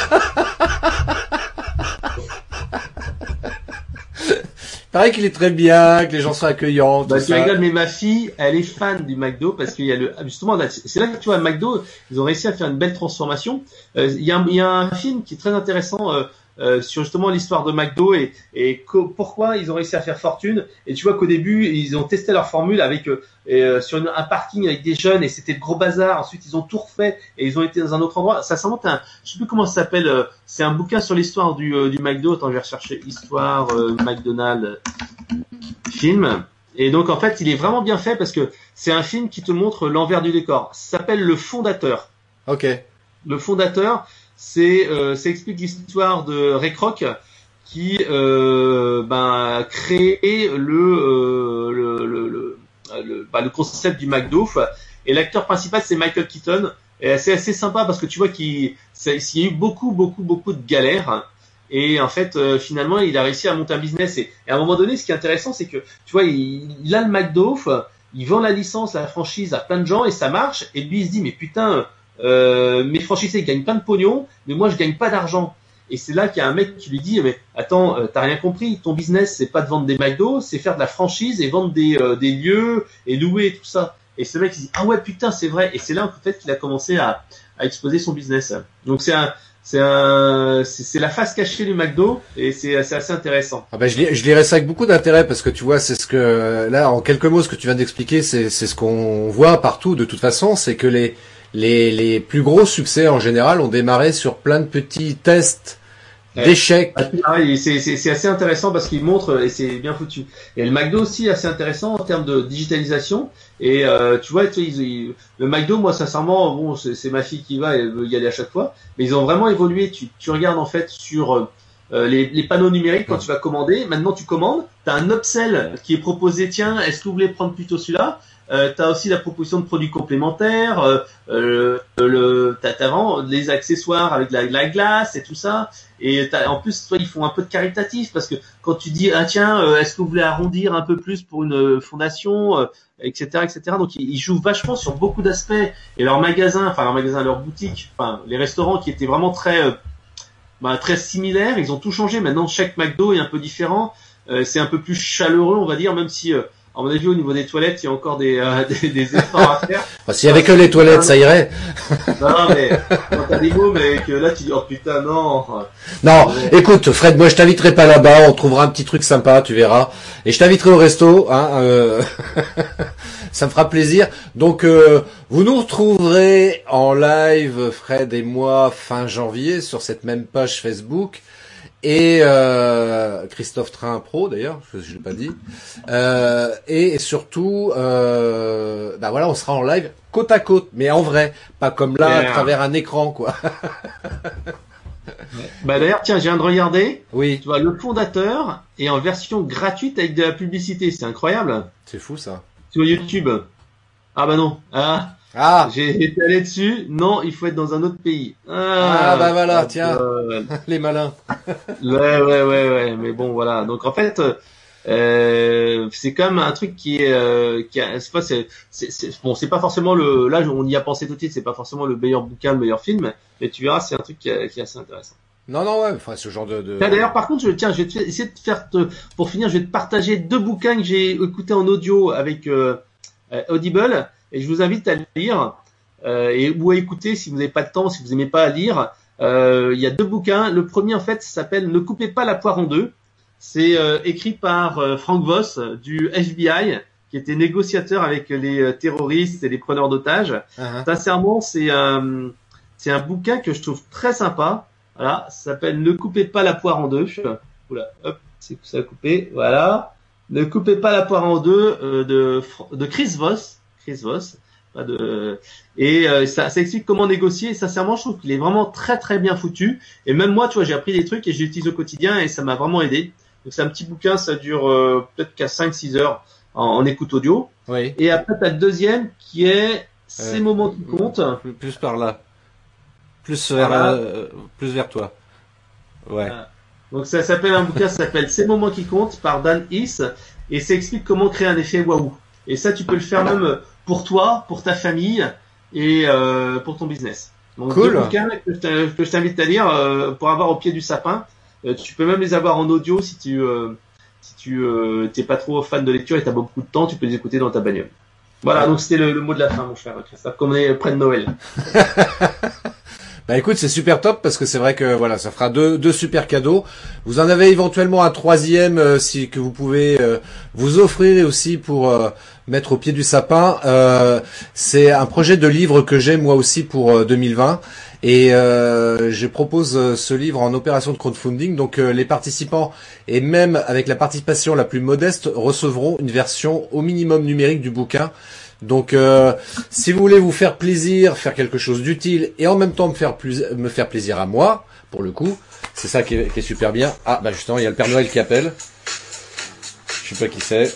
Pareil qu'il est très bien, que les gens sont accueillants. Bah, tout tu ça. rigoles, mais ma fille, elle est fan du McDo parce qu'il y a le, justement, là, c'est là que tu vois, McDo, ils ont réussi à faire une belle transformation. Euh, il y a, un, il y a un film qui est très intéressant, euh, euh, sur justement l'histoire de McDo et, et co- pourquoi ils ont réussi à faire fortune. Et tu vois qu'au début, ils ont testé leur formule avec, euh, euh, sur une, un parking avec des jeunes et c'était le gros bazar. Ensuite, ils ont tout refait et ils ont été dans un autre endroit. Ça, ça monte un, je sais plus comment ça s'appelle, euh, c'est un bouquin sur l'histoire du, euh, du McDo. Attends, je vais rechercher histoire, euh, McDonald's. Film. Et donc en fait, il est vraiment bien fait parce que c'est un film qui te montre l'envers du décor. Ça s'appelle Le Fondateur. Ok. Le Fondateur, c'est euh, ça explique l'histoire de Ray Kroc qui euh, ben, a créé le euh, le, le, le, le, bah, le concept du McDo. Et l'acteur principal, c'est Michael Keaton. Et c'est assez sympa parce que tu vois qu'il y a eu beaucoup, beaucoup, beaucoup de galères. Et en fait, euh, finalement, il a réussi à monter un business. Et, et à un moment donné, ce qui est intéressant, c'est que, tu vois, il, il a le McDo, il vend la licence, la franchise à plein de gens et ça marche. Et lui, il se dit, mais putain, euh, mes franchisés gagnent plein de pognon, mais moi, je gagne pas d'argent. Et c'est là qu'il y a un mec qui lui dit, mais attends, euh, t'as rien compris. Ton business, c'est pas de vendre des McDo, c'est faire de la franchise et vendre des, euh, des lieux et louer et tout ça. Et ce mec, il dit, ah ouais, putain, c'est vrai. Et c'est là, en fait, qu'il a commencé à, à exposer son business. Donc, c'est un, C'est un, c'est, c'est la face cachée du McDo et c'est, c'est assez intéressant. Ah ben je, lis, je lirai ça avec beaucoup d'intérêt parce que tu vois, c'est ce que là, en quelques mots, ce que tu viens d'expliquer, c'est, c'est ce qu'on voit partout de toute façon, c'est que les les les plus gros succès en général ont démarré sur plein de petits tests Ouais. d'échecs. Ah, pareil, c'est, c'est, c'est assez intéressant parce qu'il montre et c'est bien foutu. Et le McDo aussi assez intéressant en termes de digitalisation. Et euh, tu vois, tu sais, ils, ils, le McDo, moi sincèrement, bon, c'est, c'est ma fille qui va, elle veut y aller à chaque fois. Mais ils ont vraiment évolué. Tu, tu regardes en fait sur euh, les, les panneaux numériques quand tu vas commander. Maintenant, tu commandes. T'as un upsell qui est proposé. Tiens, est-ce que vous voulez prendre plutôt celui-là? Euh, t'as aussi la proposition de produits complémentaires, euh, euh, le, t'as, t'as vraiment les accessoires avec la, la glace et tout ça. Et t'as, en plus, toi, ils font un peu de caritatif parce que quand tu dis ah tiens, euh, est-ce que vous voulez arrondir un peu plus pour une euh, fondation, euh, et cetera, et cetera. Donc ils, ils jouent vachement sur beaucoup d'aspects. Et leur magasin, enfin leur magasin, leur boutique, enfin les restaurants qui étaient vraiment très, euh, bah, très similaires, ils ont tout changé. Maintenant, chaque McDo est un peu différent. Euh, c'est un peu plus chaleureux, on va dire, même si euh, à mon avis, au niveau des toilettes, il y a encore des, euh, des, des efforts à faire. Enfin, s'il y avait que les toilettes, ça irait. Non, mais quand t'as des mots, mais que là, tu dis, oh putain, non. Non, ouais. Écoute, Fred, moi, je t'inviterai pas là-bas. On trouvera un petit truc sympa, tu verras. Et je t'inviterai au resto. Hein, euh... ça me fera plaisir. Donc, euh, vous nous retrouverez en live, Fred et moi, fin janvier, sur cette même page Facebook. Et euh, Christophe Train Pro d'ailleurs, je ne l'ai pas dit. Euh, et surtout, euh, bah voilà, on sera en live côte à côte, mais en vrai, pas comme là yeah. à travers un écran, quoi. Bah d'ailleurs, tiens, je viens de regarder. Oui. Tu vois, le fondateur est en version gratuite avec de la publicité. C'est incroyable. C'est fou ça. Sur YouTube. Ah bah non. Ah. Ah. J'ai été allé dessus. Non, il faut être dans un autre pays. Ah, ah bah voilà, tiens. Euh... Les malins. ouais, ouais, ouais, ouais. Mais bon, voilà. Donc en fait, euh, c'est quand même un truc qui est, euh, qui a, c'est pas, c'est, c'est, c'est, bon, c'est pas forcément le, là, on y a pensé tout de suite. C'est pas forcément le meilleur bouquin, le meilleur film, mais tu verras, c'est un truc qui est, qui est assez intéressant. Non, non, ouais, enfin, ce genre de, de... D'ailleurs, par contre, je, tiens, je vais te, essayer de faire, te, pour finir, je vais te partager deux bouquins que j'ai écoutés en audio avec euh, Audible. Et je vous invite à lire euh, et ou à écouter si vous n'avez pas de temps, si vous n'aimez pas à lire. Euh, il y a deux bouquins. Le premier, en fait, s'appelle « Ne coupez pas la poire en deux ». C'est euh, écrit par euh, Frank Voss du F B I, qui était négociateur avec les euh, terroristes et les preneurs d'otages. Uh-huh. Sincèrement, c'est un, c'est un bouquin que je trouve très sympa. Voilà, ça s'appelle « Ne coupez pas la poire en deux ». Oula, hop, c'est ça a coupé. Voilà. Ne coupez pas la poire en deux euh, de, de Chris Voss. Chris Voss. Pas de... Et euh, ça, ça explique comment négocier. Et sincèrement, je trouve qu'il est vraiment très très bien foutu. Et même moi, tu vois, j'ai appris des trucs et je l'utilise au quotidien et ça m'a vraiment aidé. Donc c'est un petit bouquin, ça dure euh, peut-être qu'à cinq six heures en, en écoute audio. Oui. Et après, tu as le deuxième qui est Ces euh, moments qui comptent. Plus, plus par là. Plus vers, voilà. euh, plus vers toi. Ouais. Voilà. Donc ça s'appelle un bouquin, ça s'appelle Ces moments qui comptent par Dan Heath et ça explique comment créer un effet waouh. Et ça, tu peux le faire même pour toi, pour ta famille et euh, pour ton business. Donc cool. Deux bouquins que je t'invite à lire euh, pour avoir au pied du sapin. Euh, tu peux même les avoir en audio si tu euh, si tu euh, t'es pas trop fan de lecture et t'as beaucoup de temps, tu peux les écouter dans ta bagnole. Voilà, donc c'était le, le mot de la fin, mon cher Christophe, comme on est près de Noël. Bah écoute, c'est super top parce que c'est vrai que voilà, ça fera deux, deux super cadeaux. Vous en avez éventuellement un troisième euh, si que vous pouvez euh, vous offrir aussi pour euh, mettre au pied du sapin. Euh, c'est un projet de livre que j'ai moi aussi pour euh, deux mille vingt et euh, je propose euh, ce livre en opération de crowdfunding. Donc euh, les participants et même avec la participation la plus modeste recevront une version au minimum numérique du bouquin. Donc, euh, si vous voulez vous faire plaisir, faire quelque chose d'utile et en même temps me faire, plus, me faire plaisir à moi, pour le coup, c'est ça qui est, qui est super bien. Ah, bah justement, il y a le Père Noël qui appelle. Je sais pas qui c'est.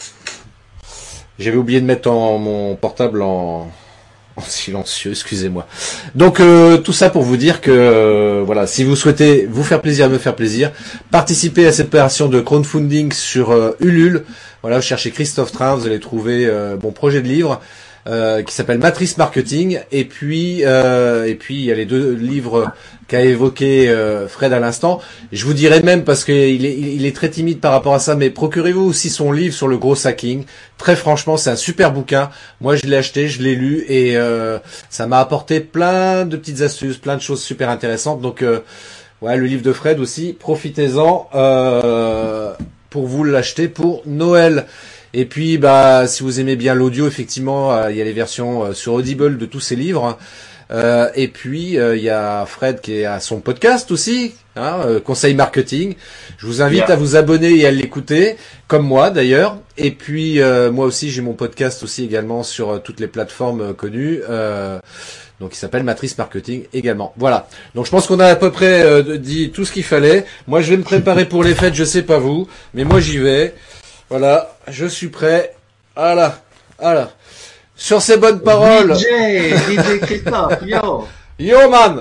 J'avais oublié de mettre en, mon portable en, en silencieux, excusez-moi. Donc, euh, tout ça pour vous dire que, euh, voilà, si vous souhaitez vous faire plaisir, me faire plaisir, participez à cette opération de crowdfunding sur euh, Ulule. Voilà, vous cherchez Christophe Train, vous allez trouver euh, mon projet de livre euh, qui s'appelle Matrice Marketing. Et puis, euh, et puis il y a les deux livres qu'a évoqué euh, Fred à l'instant. Je vous dirais même, parce qu'il est, il est très timide par rapport à ça, mais procurez-vous aussi son livre sur le gros hacking. Très franchement, c'est un super bouquin. Moi, je l'ai acheté, je l'ai lu et euh, ça m'a apporté plein de petites astuces, plein de choses super intéressantes. Donc, euh, ouais, le livre de Fred aussi, profitez-en. Euh, pour vous l'acheter pour Noël. Et puis, bah, si vous aimez bien l'audio, effectivement, euh, il y a les versions euh, sur Audible de tous ces livres. Euh, et puis, euh, il y a Fred qui est à son podcast aussi, hein, euh, Conseil Marketing. Je vous invite yeah. à vous abonner et à l'écouter, comme moi d'ailleurs. Et puis, euh, moi aussi, j'ai mon podcast aussi également sur euh, toutes les plateformes euh, connues. Euh, Donc, il s'appelle Matrice Marketing également. Voilà. Donc, je pense qu'on a à peu près euh, dit tout ce qu'il fallait. Moi, je vais me préparer pour les fêtes. Je sais pas vous, mais moi, j'y vais. Voilà. Je suis prêt. Voilà. Voilà. Sur ces bonnes paroles. D J, D J Christophe, yo. Yo, man.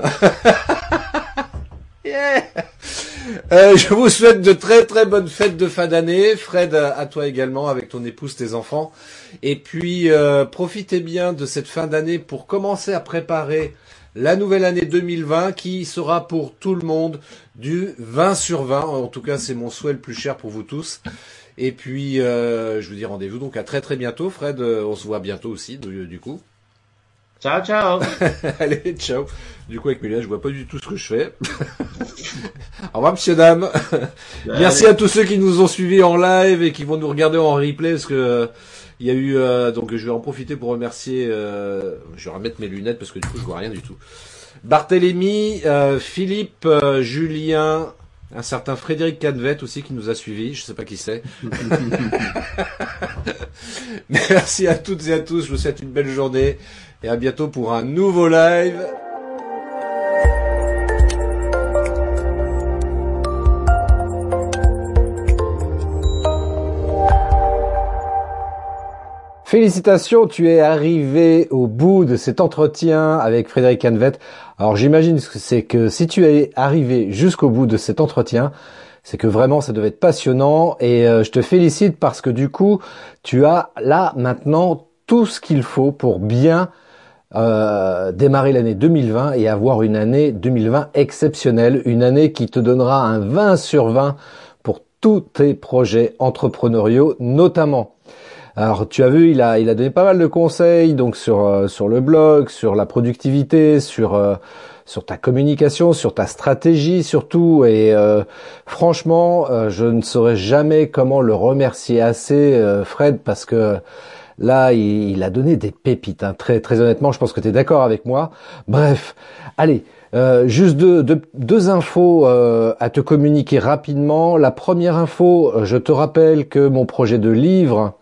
Yeah. Euh, je vous souhaite de très très bonnes fêtes de fin d'année. Fred, à toi également, avec ton épouse, tes enfants. Et puis, euh, profitez bien de cette fin d'année pour commencer à préparer la nouvelle année deux mille vingt qui sera pour tout le monde du vingt sur vingt. En tout cas, c'est mon souhait le plus cher pour vous tous. Et puis, euh, je vous dis rendez-vous donc à très très bientôt. Fred, euh, on se voit bientôt aussi, du, du coup. Ciao, ciao. Allez, ciao. Du coup, avec mes lunettes, je vois pas du tout ce que je fais. Au revoir, monsieur, dame. Merci à tous ceux qui nous ont suivis en live et qui vont nous regarder en replay, parce que euh, il y a eu, euh, donc je vais en profiter pour remercier, euh, je vais remettre mes lunettes parce que du coup, je vois rien du tout. Barthélémy, euh, Philippe, euh, Julien, un certain Frédéric Canvet aussi qui nous a suivis, je sais pas qui c'est. Merci à toutes et à tous, je vous souhaite une belle journée et à bientôt pour un nouveau live. Félicitations, tu es arrivé au bout de cet entretien avec Frédéric Canvet. Alors j'imagine que c'est que si tu es arrivé jusqu'au bout de cet entretien, c'est que vraiment ça devait être passionnant et euh, je te félicite parce que du coup, tu as là maintenant tout ce qu'il faut pour bien euh, démarrer l'année deux mille vingt et avoir une année deux mille vingt exceptionnelle, une année qui te donnera un vingt sur vingt pour tous tes projets entrepreneuriaux notamment. Alors tu as vu, il a il a donné pas mal de conseils donc sur euh, sur le blog, sur la productivité, sur euh, sur ta communication, sur ta stratégie surtout et euh, franchement, euh, je ne saurais jamais comment le remercier assez euh, Fred parce que là, il, il a donné des pépites hein, très très honnêtement, je pense que tu es d'accord avec moi. Bref, allez, Euh, juste deux, deux, deux infos euh, à te communiquer rapidement. La première info, je te rappelle que mon projet de livre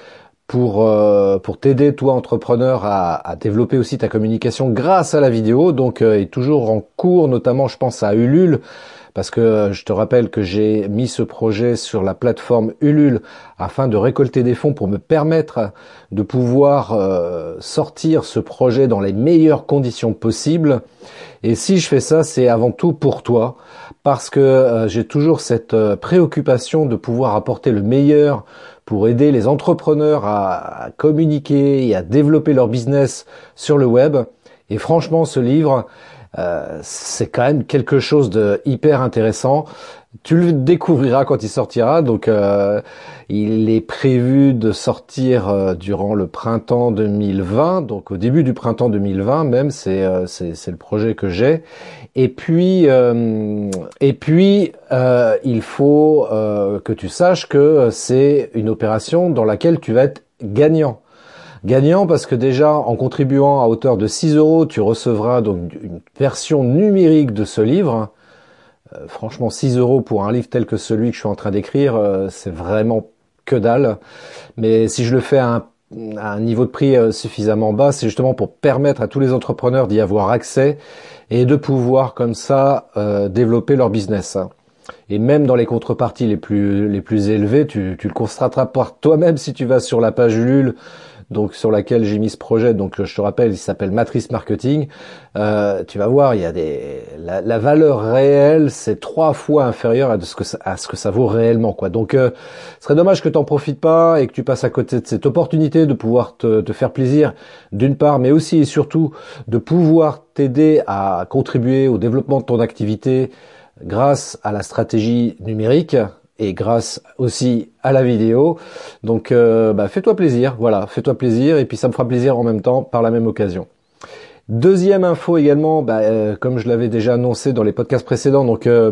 pour euh, pour t'aider toi entrepreneur à, à développer aussi ta communication grâce à la vidéo, donc euh, est toujours en cours, notamment je pense à Ulule. Parce que je te rappelle que j'ai mis ce projet sur la plateforme Ulule afin de récolter des fonds pour me permettre de pouvoir euh, sortir ce projet dans les meilleures conditions possibles. Et si je fais ça, c'est avant tout pour toi, parce que euh, j'ai toujours cette euh, préoccupation de pouvoir apporter le meilleur pour aider les entrepreneurs à, à communiquer et à développer leur business sur le web. Et franchement, ce livre, Euh, c'est quand même quelque chose de hyper intéressant. Tu le découvriras quand il sortira. Donc, euh, il est prévu de sortir euh, durant le printemps deux mille vingt. Donc, au début du printemps deux mille vingt, même, c'est euh, c'est, c'est le projet que j'ai. Et puis, euh, et puis, euh, il faut euh, que tu saches que c'est une opération dans laquelle tu vas être gagnant. Gagnant parce que déjà, en contribuant à hauteur de six euros, tu recevras donc une version numérique de ce livre. Euh, franchement, six euros pour un livre tel que celui que je suis en train d'écrire, euh, c'est vraiment que dalle. Mais si je le fais à un, à un niveau de prix euh, suffisamment bas, c'est justement pour permettre à tous les entrepreneurs d'y avoir accès et de pouvoir comme ça euh, développer leur business. Et même dans les contreparties les plus les plus élevées, tu, tu le constateras par toi-même si tu vas sur la page Ulule, donc sur laquelle j'ai mis ce projet. Donc je te rappelle, il s'appelle Matrice Marketing. Euh, tu vas voir, il y a des la, la valeur réelle, c'est trois fois inférieure à ce que ça, à ce que ça vaut réellement, quoi. Donc, euh, ce serait dommage que t'en profites pas et que tu passes à côté de cette opportunité de pouvoir te, te faire plaisir, d'une part, mais aussi et surtout de pouvoir t'aider à contribuer au développement de ton activité grâce à la stratégie numérique et grâce aussi à la vidéo. Donc euh, bah, fais-toi plaisir, voilà, fais-toi plaisir et puis ça me fera plaisir en même temps par la même occasion. Deuxième info également, bah, euh, comme je l'avais déjà annoncé dans les podcasts précédents, donc euh,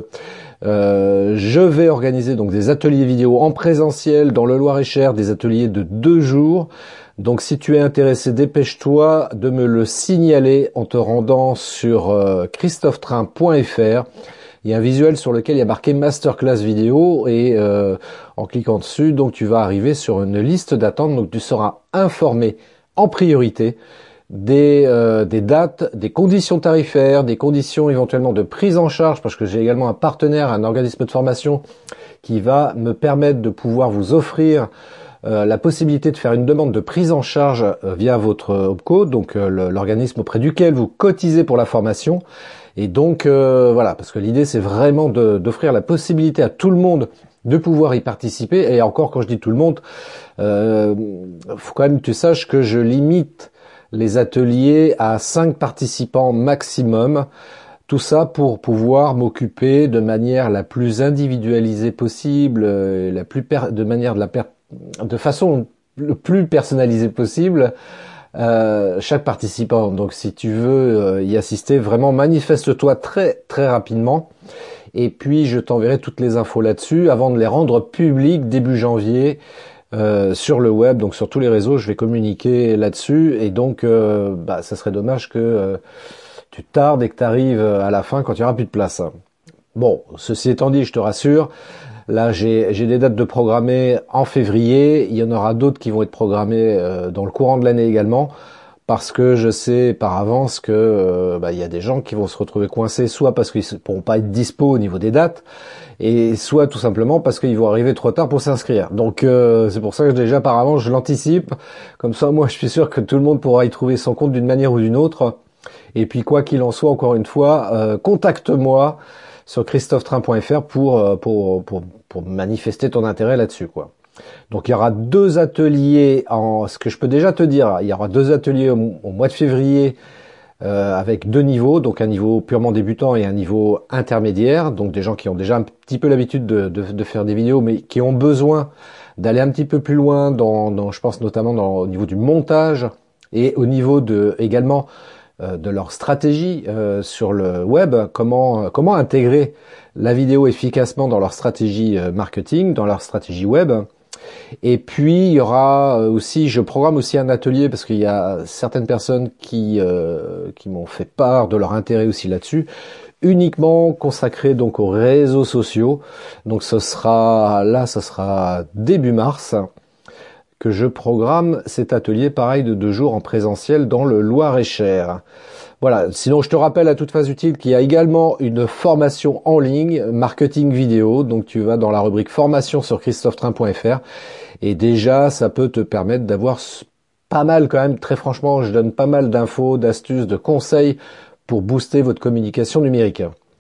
euh, je vais organiser donc des ateliers vidéo en présentiel dans le Loir-et-Cher, des ateliers de deux jours. Donc si tu es intéressé, dépêche-toi de me le signaler en te rendant sur euh, christophe train point f r. Il y a un visuel sur lequel il y a marqué Masterclass vidéo et euh, en cliquant dessus, donc tu vas arriver sur une liste d'attente. Donc tu seras informé en priorité des, euh, des dates, des conditions tarifaires, des conditions éventuellement de prise en charge, parce que j'ai également un partenaire, un organisme de formation qui va me permettre de pouvoir vous offrir euh, la possibilité de faire une demande de prise en charge euh, via votre OPCO, donc euh, l'organisme auprès duquel vous cotisez pour la formation. Et donc euh, voilà, parce que l'idée c'est vraiment de, d'offrir la possibilité à tout le monde de pouvoir y participer. Et encore, quand je dis tout le monde, euh, faut quand même que tu saches que je limite les ateliers à cinq participants maximum. Tout ça pour pouvoir m'occuper de manière la plus individualisée possible, euh, la plus per- de manière de la per- de façon le plus personnalisée possible. Euh, chaque participant. Donc si tu veux euh, y assister, vraiment manifeste-toi très très rapidement et puis je t'enverrai toutes les infos là-dessus avant de les rendre publiques début janvier euh, sur le web, donc sur tous les réseaux je vais communiquer là-dessus et donc euh, bah ça serait dommage que euh, tu tardes et que tu arrives à la fin quand il n'y aura plus de place. Bon, ceci étant dit, je te rassure, là, j'ai, j'ai des dates de programmées en février. Il y en aura d'autres qui vont être programmées euh, dans le courant de l'année également, parce que je sais par avance que euh, bah, il y a des gens qui vont se retrouver coincés, soit parce qu'ils ne pourront pas être dispo au niveau des dates, et soit tout simplement parce qu'ils vont arriver trop tard pour s'inscrire. Donc euh, c'est pour ça que déjà par avance je l'anticipe. Comme ça, moi, je suis sûr que tout le monde pourra y trouver son compte d'une manière ou d'une autre. Et puis quoi qu'il en soit, encore une fois, euh, contacte-moi sur christophe train point f r pour, pour, pour, pour manifester ton intérêt là-dessus, quoi. Donc il y aura deux ateliers, en ce que je peux déjà te dire, il y aura deux ateliers au, au mois de février euh, avec deux niveaux, donc un niveau purement débutant et un niveau intermédiaire, donc des gens qui ont déjà un petit peu l'habitude de, de, de faire des vidéos, mais qui ont besoin d'aller un petit peu plus loin, dans, dans, je pense notamment dans, au niveau du montage et au niveau de également de leur stratégie euh, sur le web, comment comment intégrer la vidéo efficacement dans leur stratégie euh, marketing, dans leur stratégie web. Et puis il y aura aussi, je programme aussi un atelier parce qu'il y a certaines personnes qui euh, qui m'ont fait part de leur intérêt aussi là-dessus, uniquement consacré donc aux réseaux sociaux. Donc ce sera là, ce sera début mars que je programme cet atelier, pareil, de deux jours en présentiel dans le Loir-et-Cher. Voilà. Sinon, je te rappelle à toute phase utile qu'il y a également une formation en ligne, marketing vidéo. Donc, tu vas dans la rubrique formation sur christophe train point f r. Et déjà, ça peut te permettre d'avoir pas mal quand même. Très franchement, je donne pas mal d'infos, d'astuces, de conseils pour booster votre communication numérique.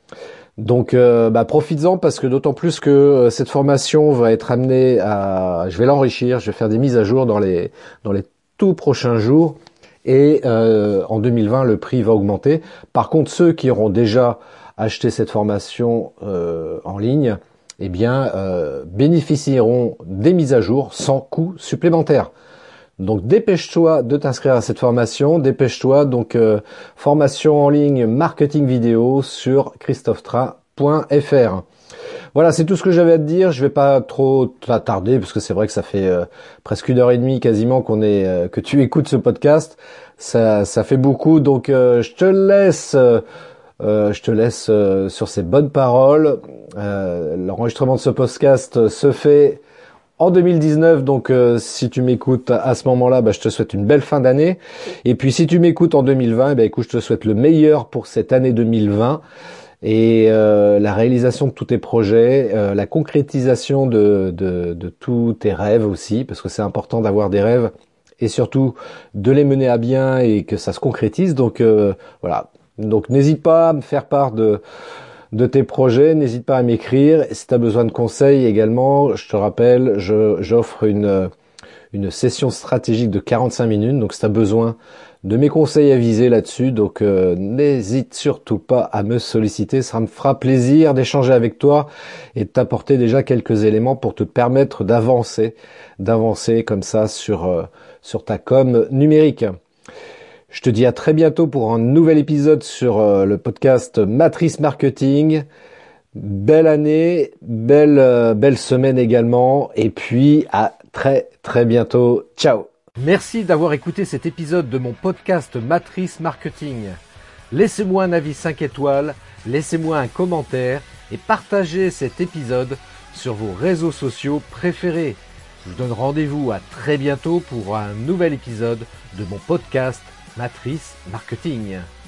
Donc, euh, bah, profites-en parce que d'autant plus que euh, cette formation va être amenée à, je vais l'enrichir, je vais faire des mises à jour dans les dans les tout prochains jours. Et euh, en deux mille vingt, le prix va augmenter. Par contre, ceux qui auront déjà acheté cette formation euh, en ligne, eh bien, euh, bénéficieront des mises à jour sans coût supplémentaire. Donc, dépêche-toi de t'inscrire à cette formation. Dépêche-toi. Donc, euh, formation en ligne marketing vidéo sur christophe train point f r. Voilà, c'est tout ce que j'avais à te dire. Je vais pas trop t'attarder parce que c'est vrai que ça fait euh, presque une heure et demie quasiment qu'on est euh, que tu écoutes ce podcast. Ça, ça fait beaucoup. Donc, euh, je te laisse, euh, je te laisse euh, sur ces bonnes paroles. Euh, l'enregistrement de ce podcast se fait en deux mille dix-neuf. Donc, euh, si tu m'écoutes à ce moment-là, bah, je te souhaite une belle fin d'année. Et puis, si tu m'écoutes en deux mille vingt, bah, écoute, je te souhaite le meilleur pour cette année deux mille vingt. Et euh, la réalisation de tous tes projets, euh, la concrétisation de, de, de tous tes rêves aussi, parce que c'est important d'avoir des rêves et surtout de les mener à bien et que ça se concrétise. Donc euh, voilà. Donc n'hésite pas à me faire part de de tes projets, n'hésite pas à m'écrire. Si tu as besoin de conseils également, je te rappelle, je j'offre une une session stratégique de quarante-cinq minutes. Donc si tu as besoin de mes conseils avisés là-dessus, donc euh, n'hésite surtout pas à me solliciter, ça me fera plaisir d'échanger avec toi et de t'apporter déjà quelques éléments pour te permettre d'avancer, d'avancer comme ça sur euh, sur ta com numérique. Je te dis à très bientôt pour un nouvel épisode sur euh, le podcast Matrice Marketing. Belle année, belle euh, belle semaine également, et puis à très très bientôt. Ciao. Merci d'avoir écouté cet épisode de mon podcast Matrice Marketing. Laissez-moi un avis cinq étoiles, laissez-moi un commentaire et partagez cet épisode sur vos réseaux sociaux préférés. Je vous donne rendez-vous à très bientôt pour un nouvel épisode de mon podcast Matrice Marketing.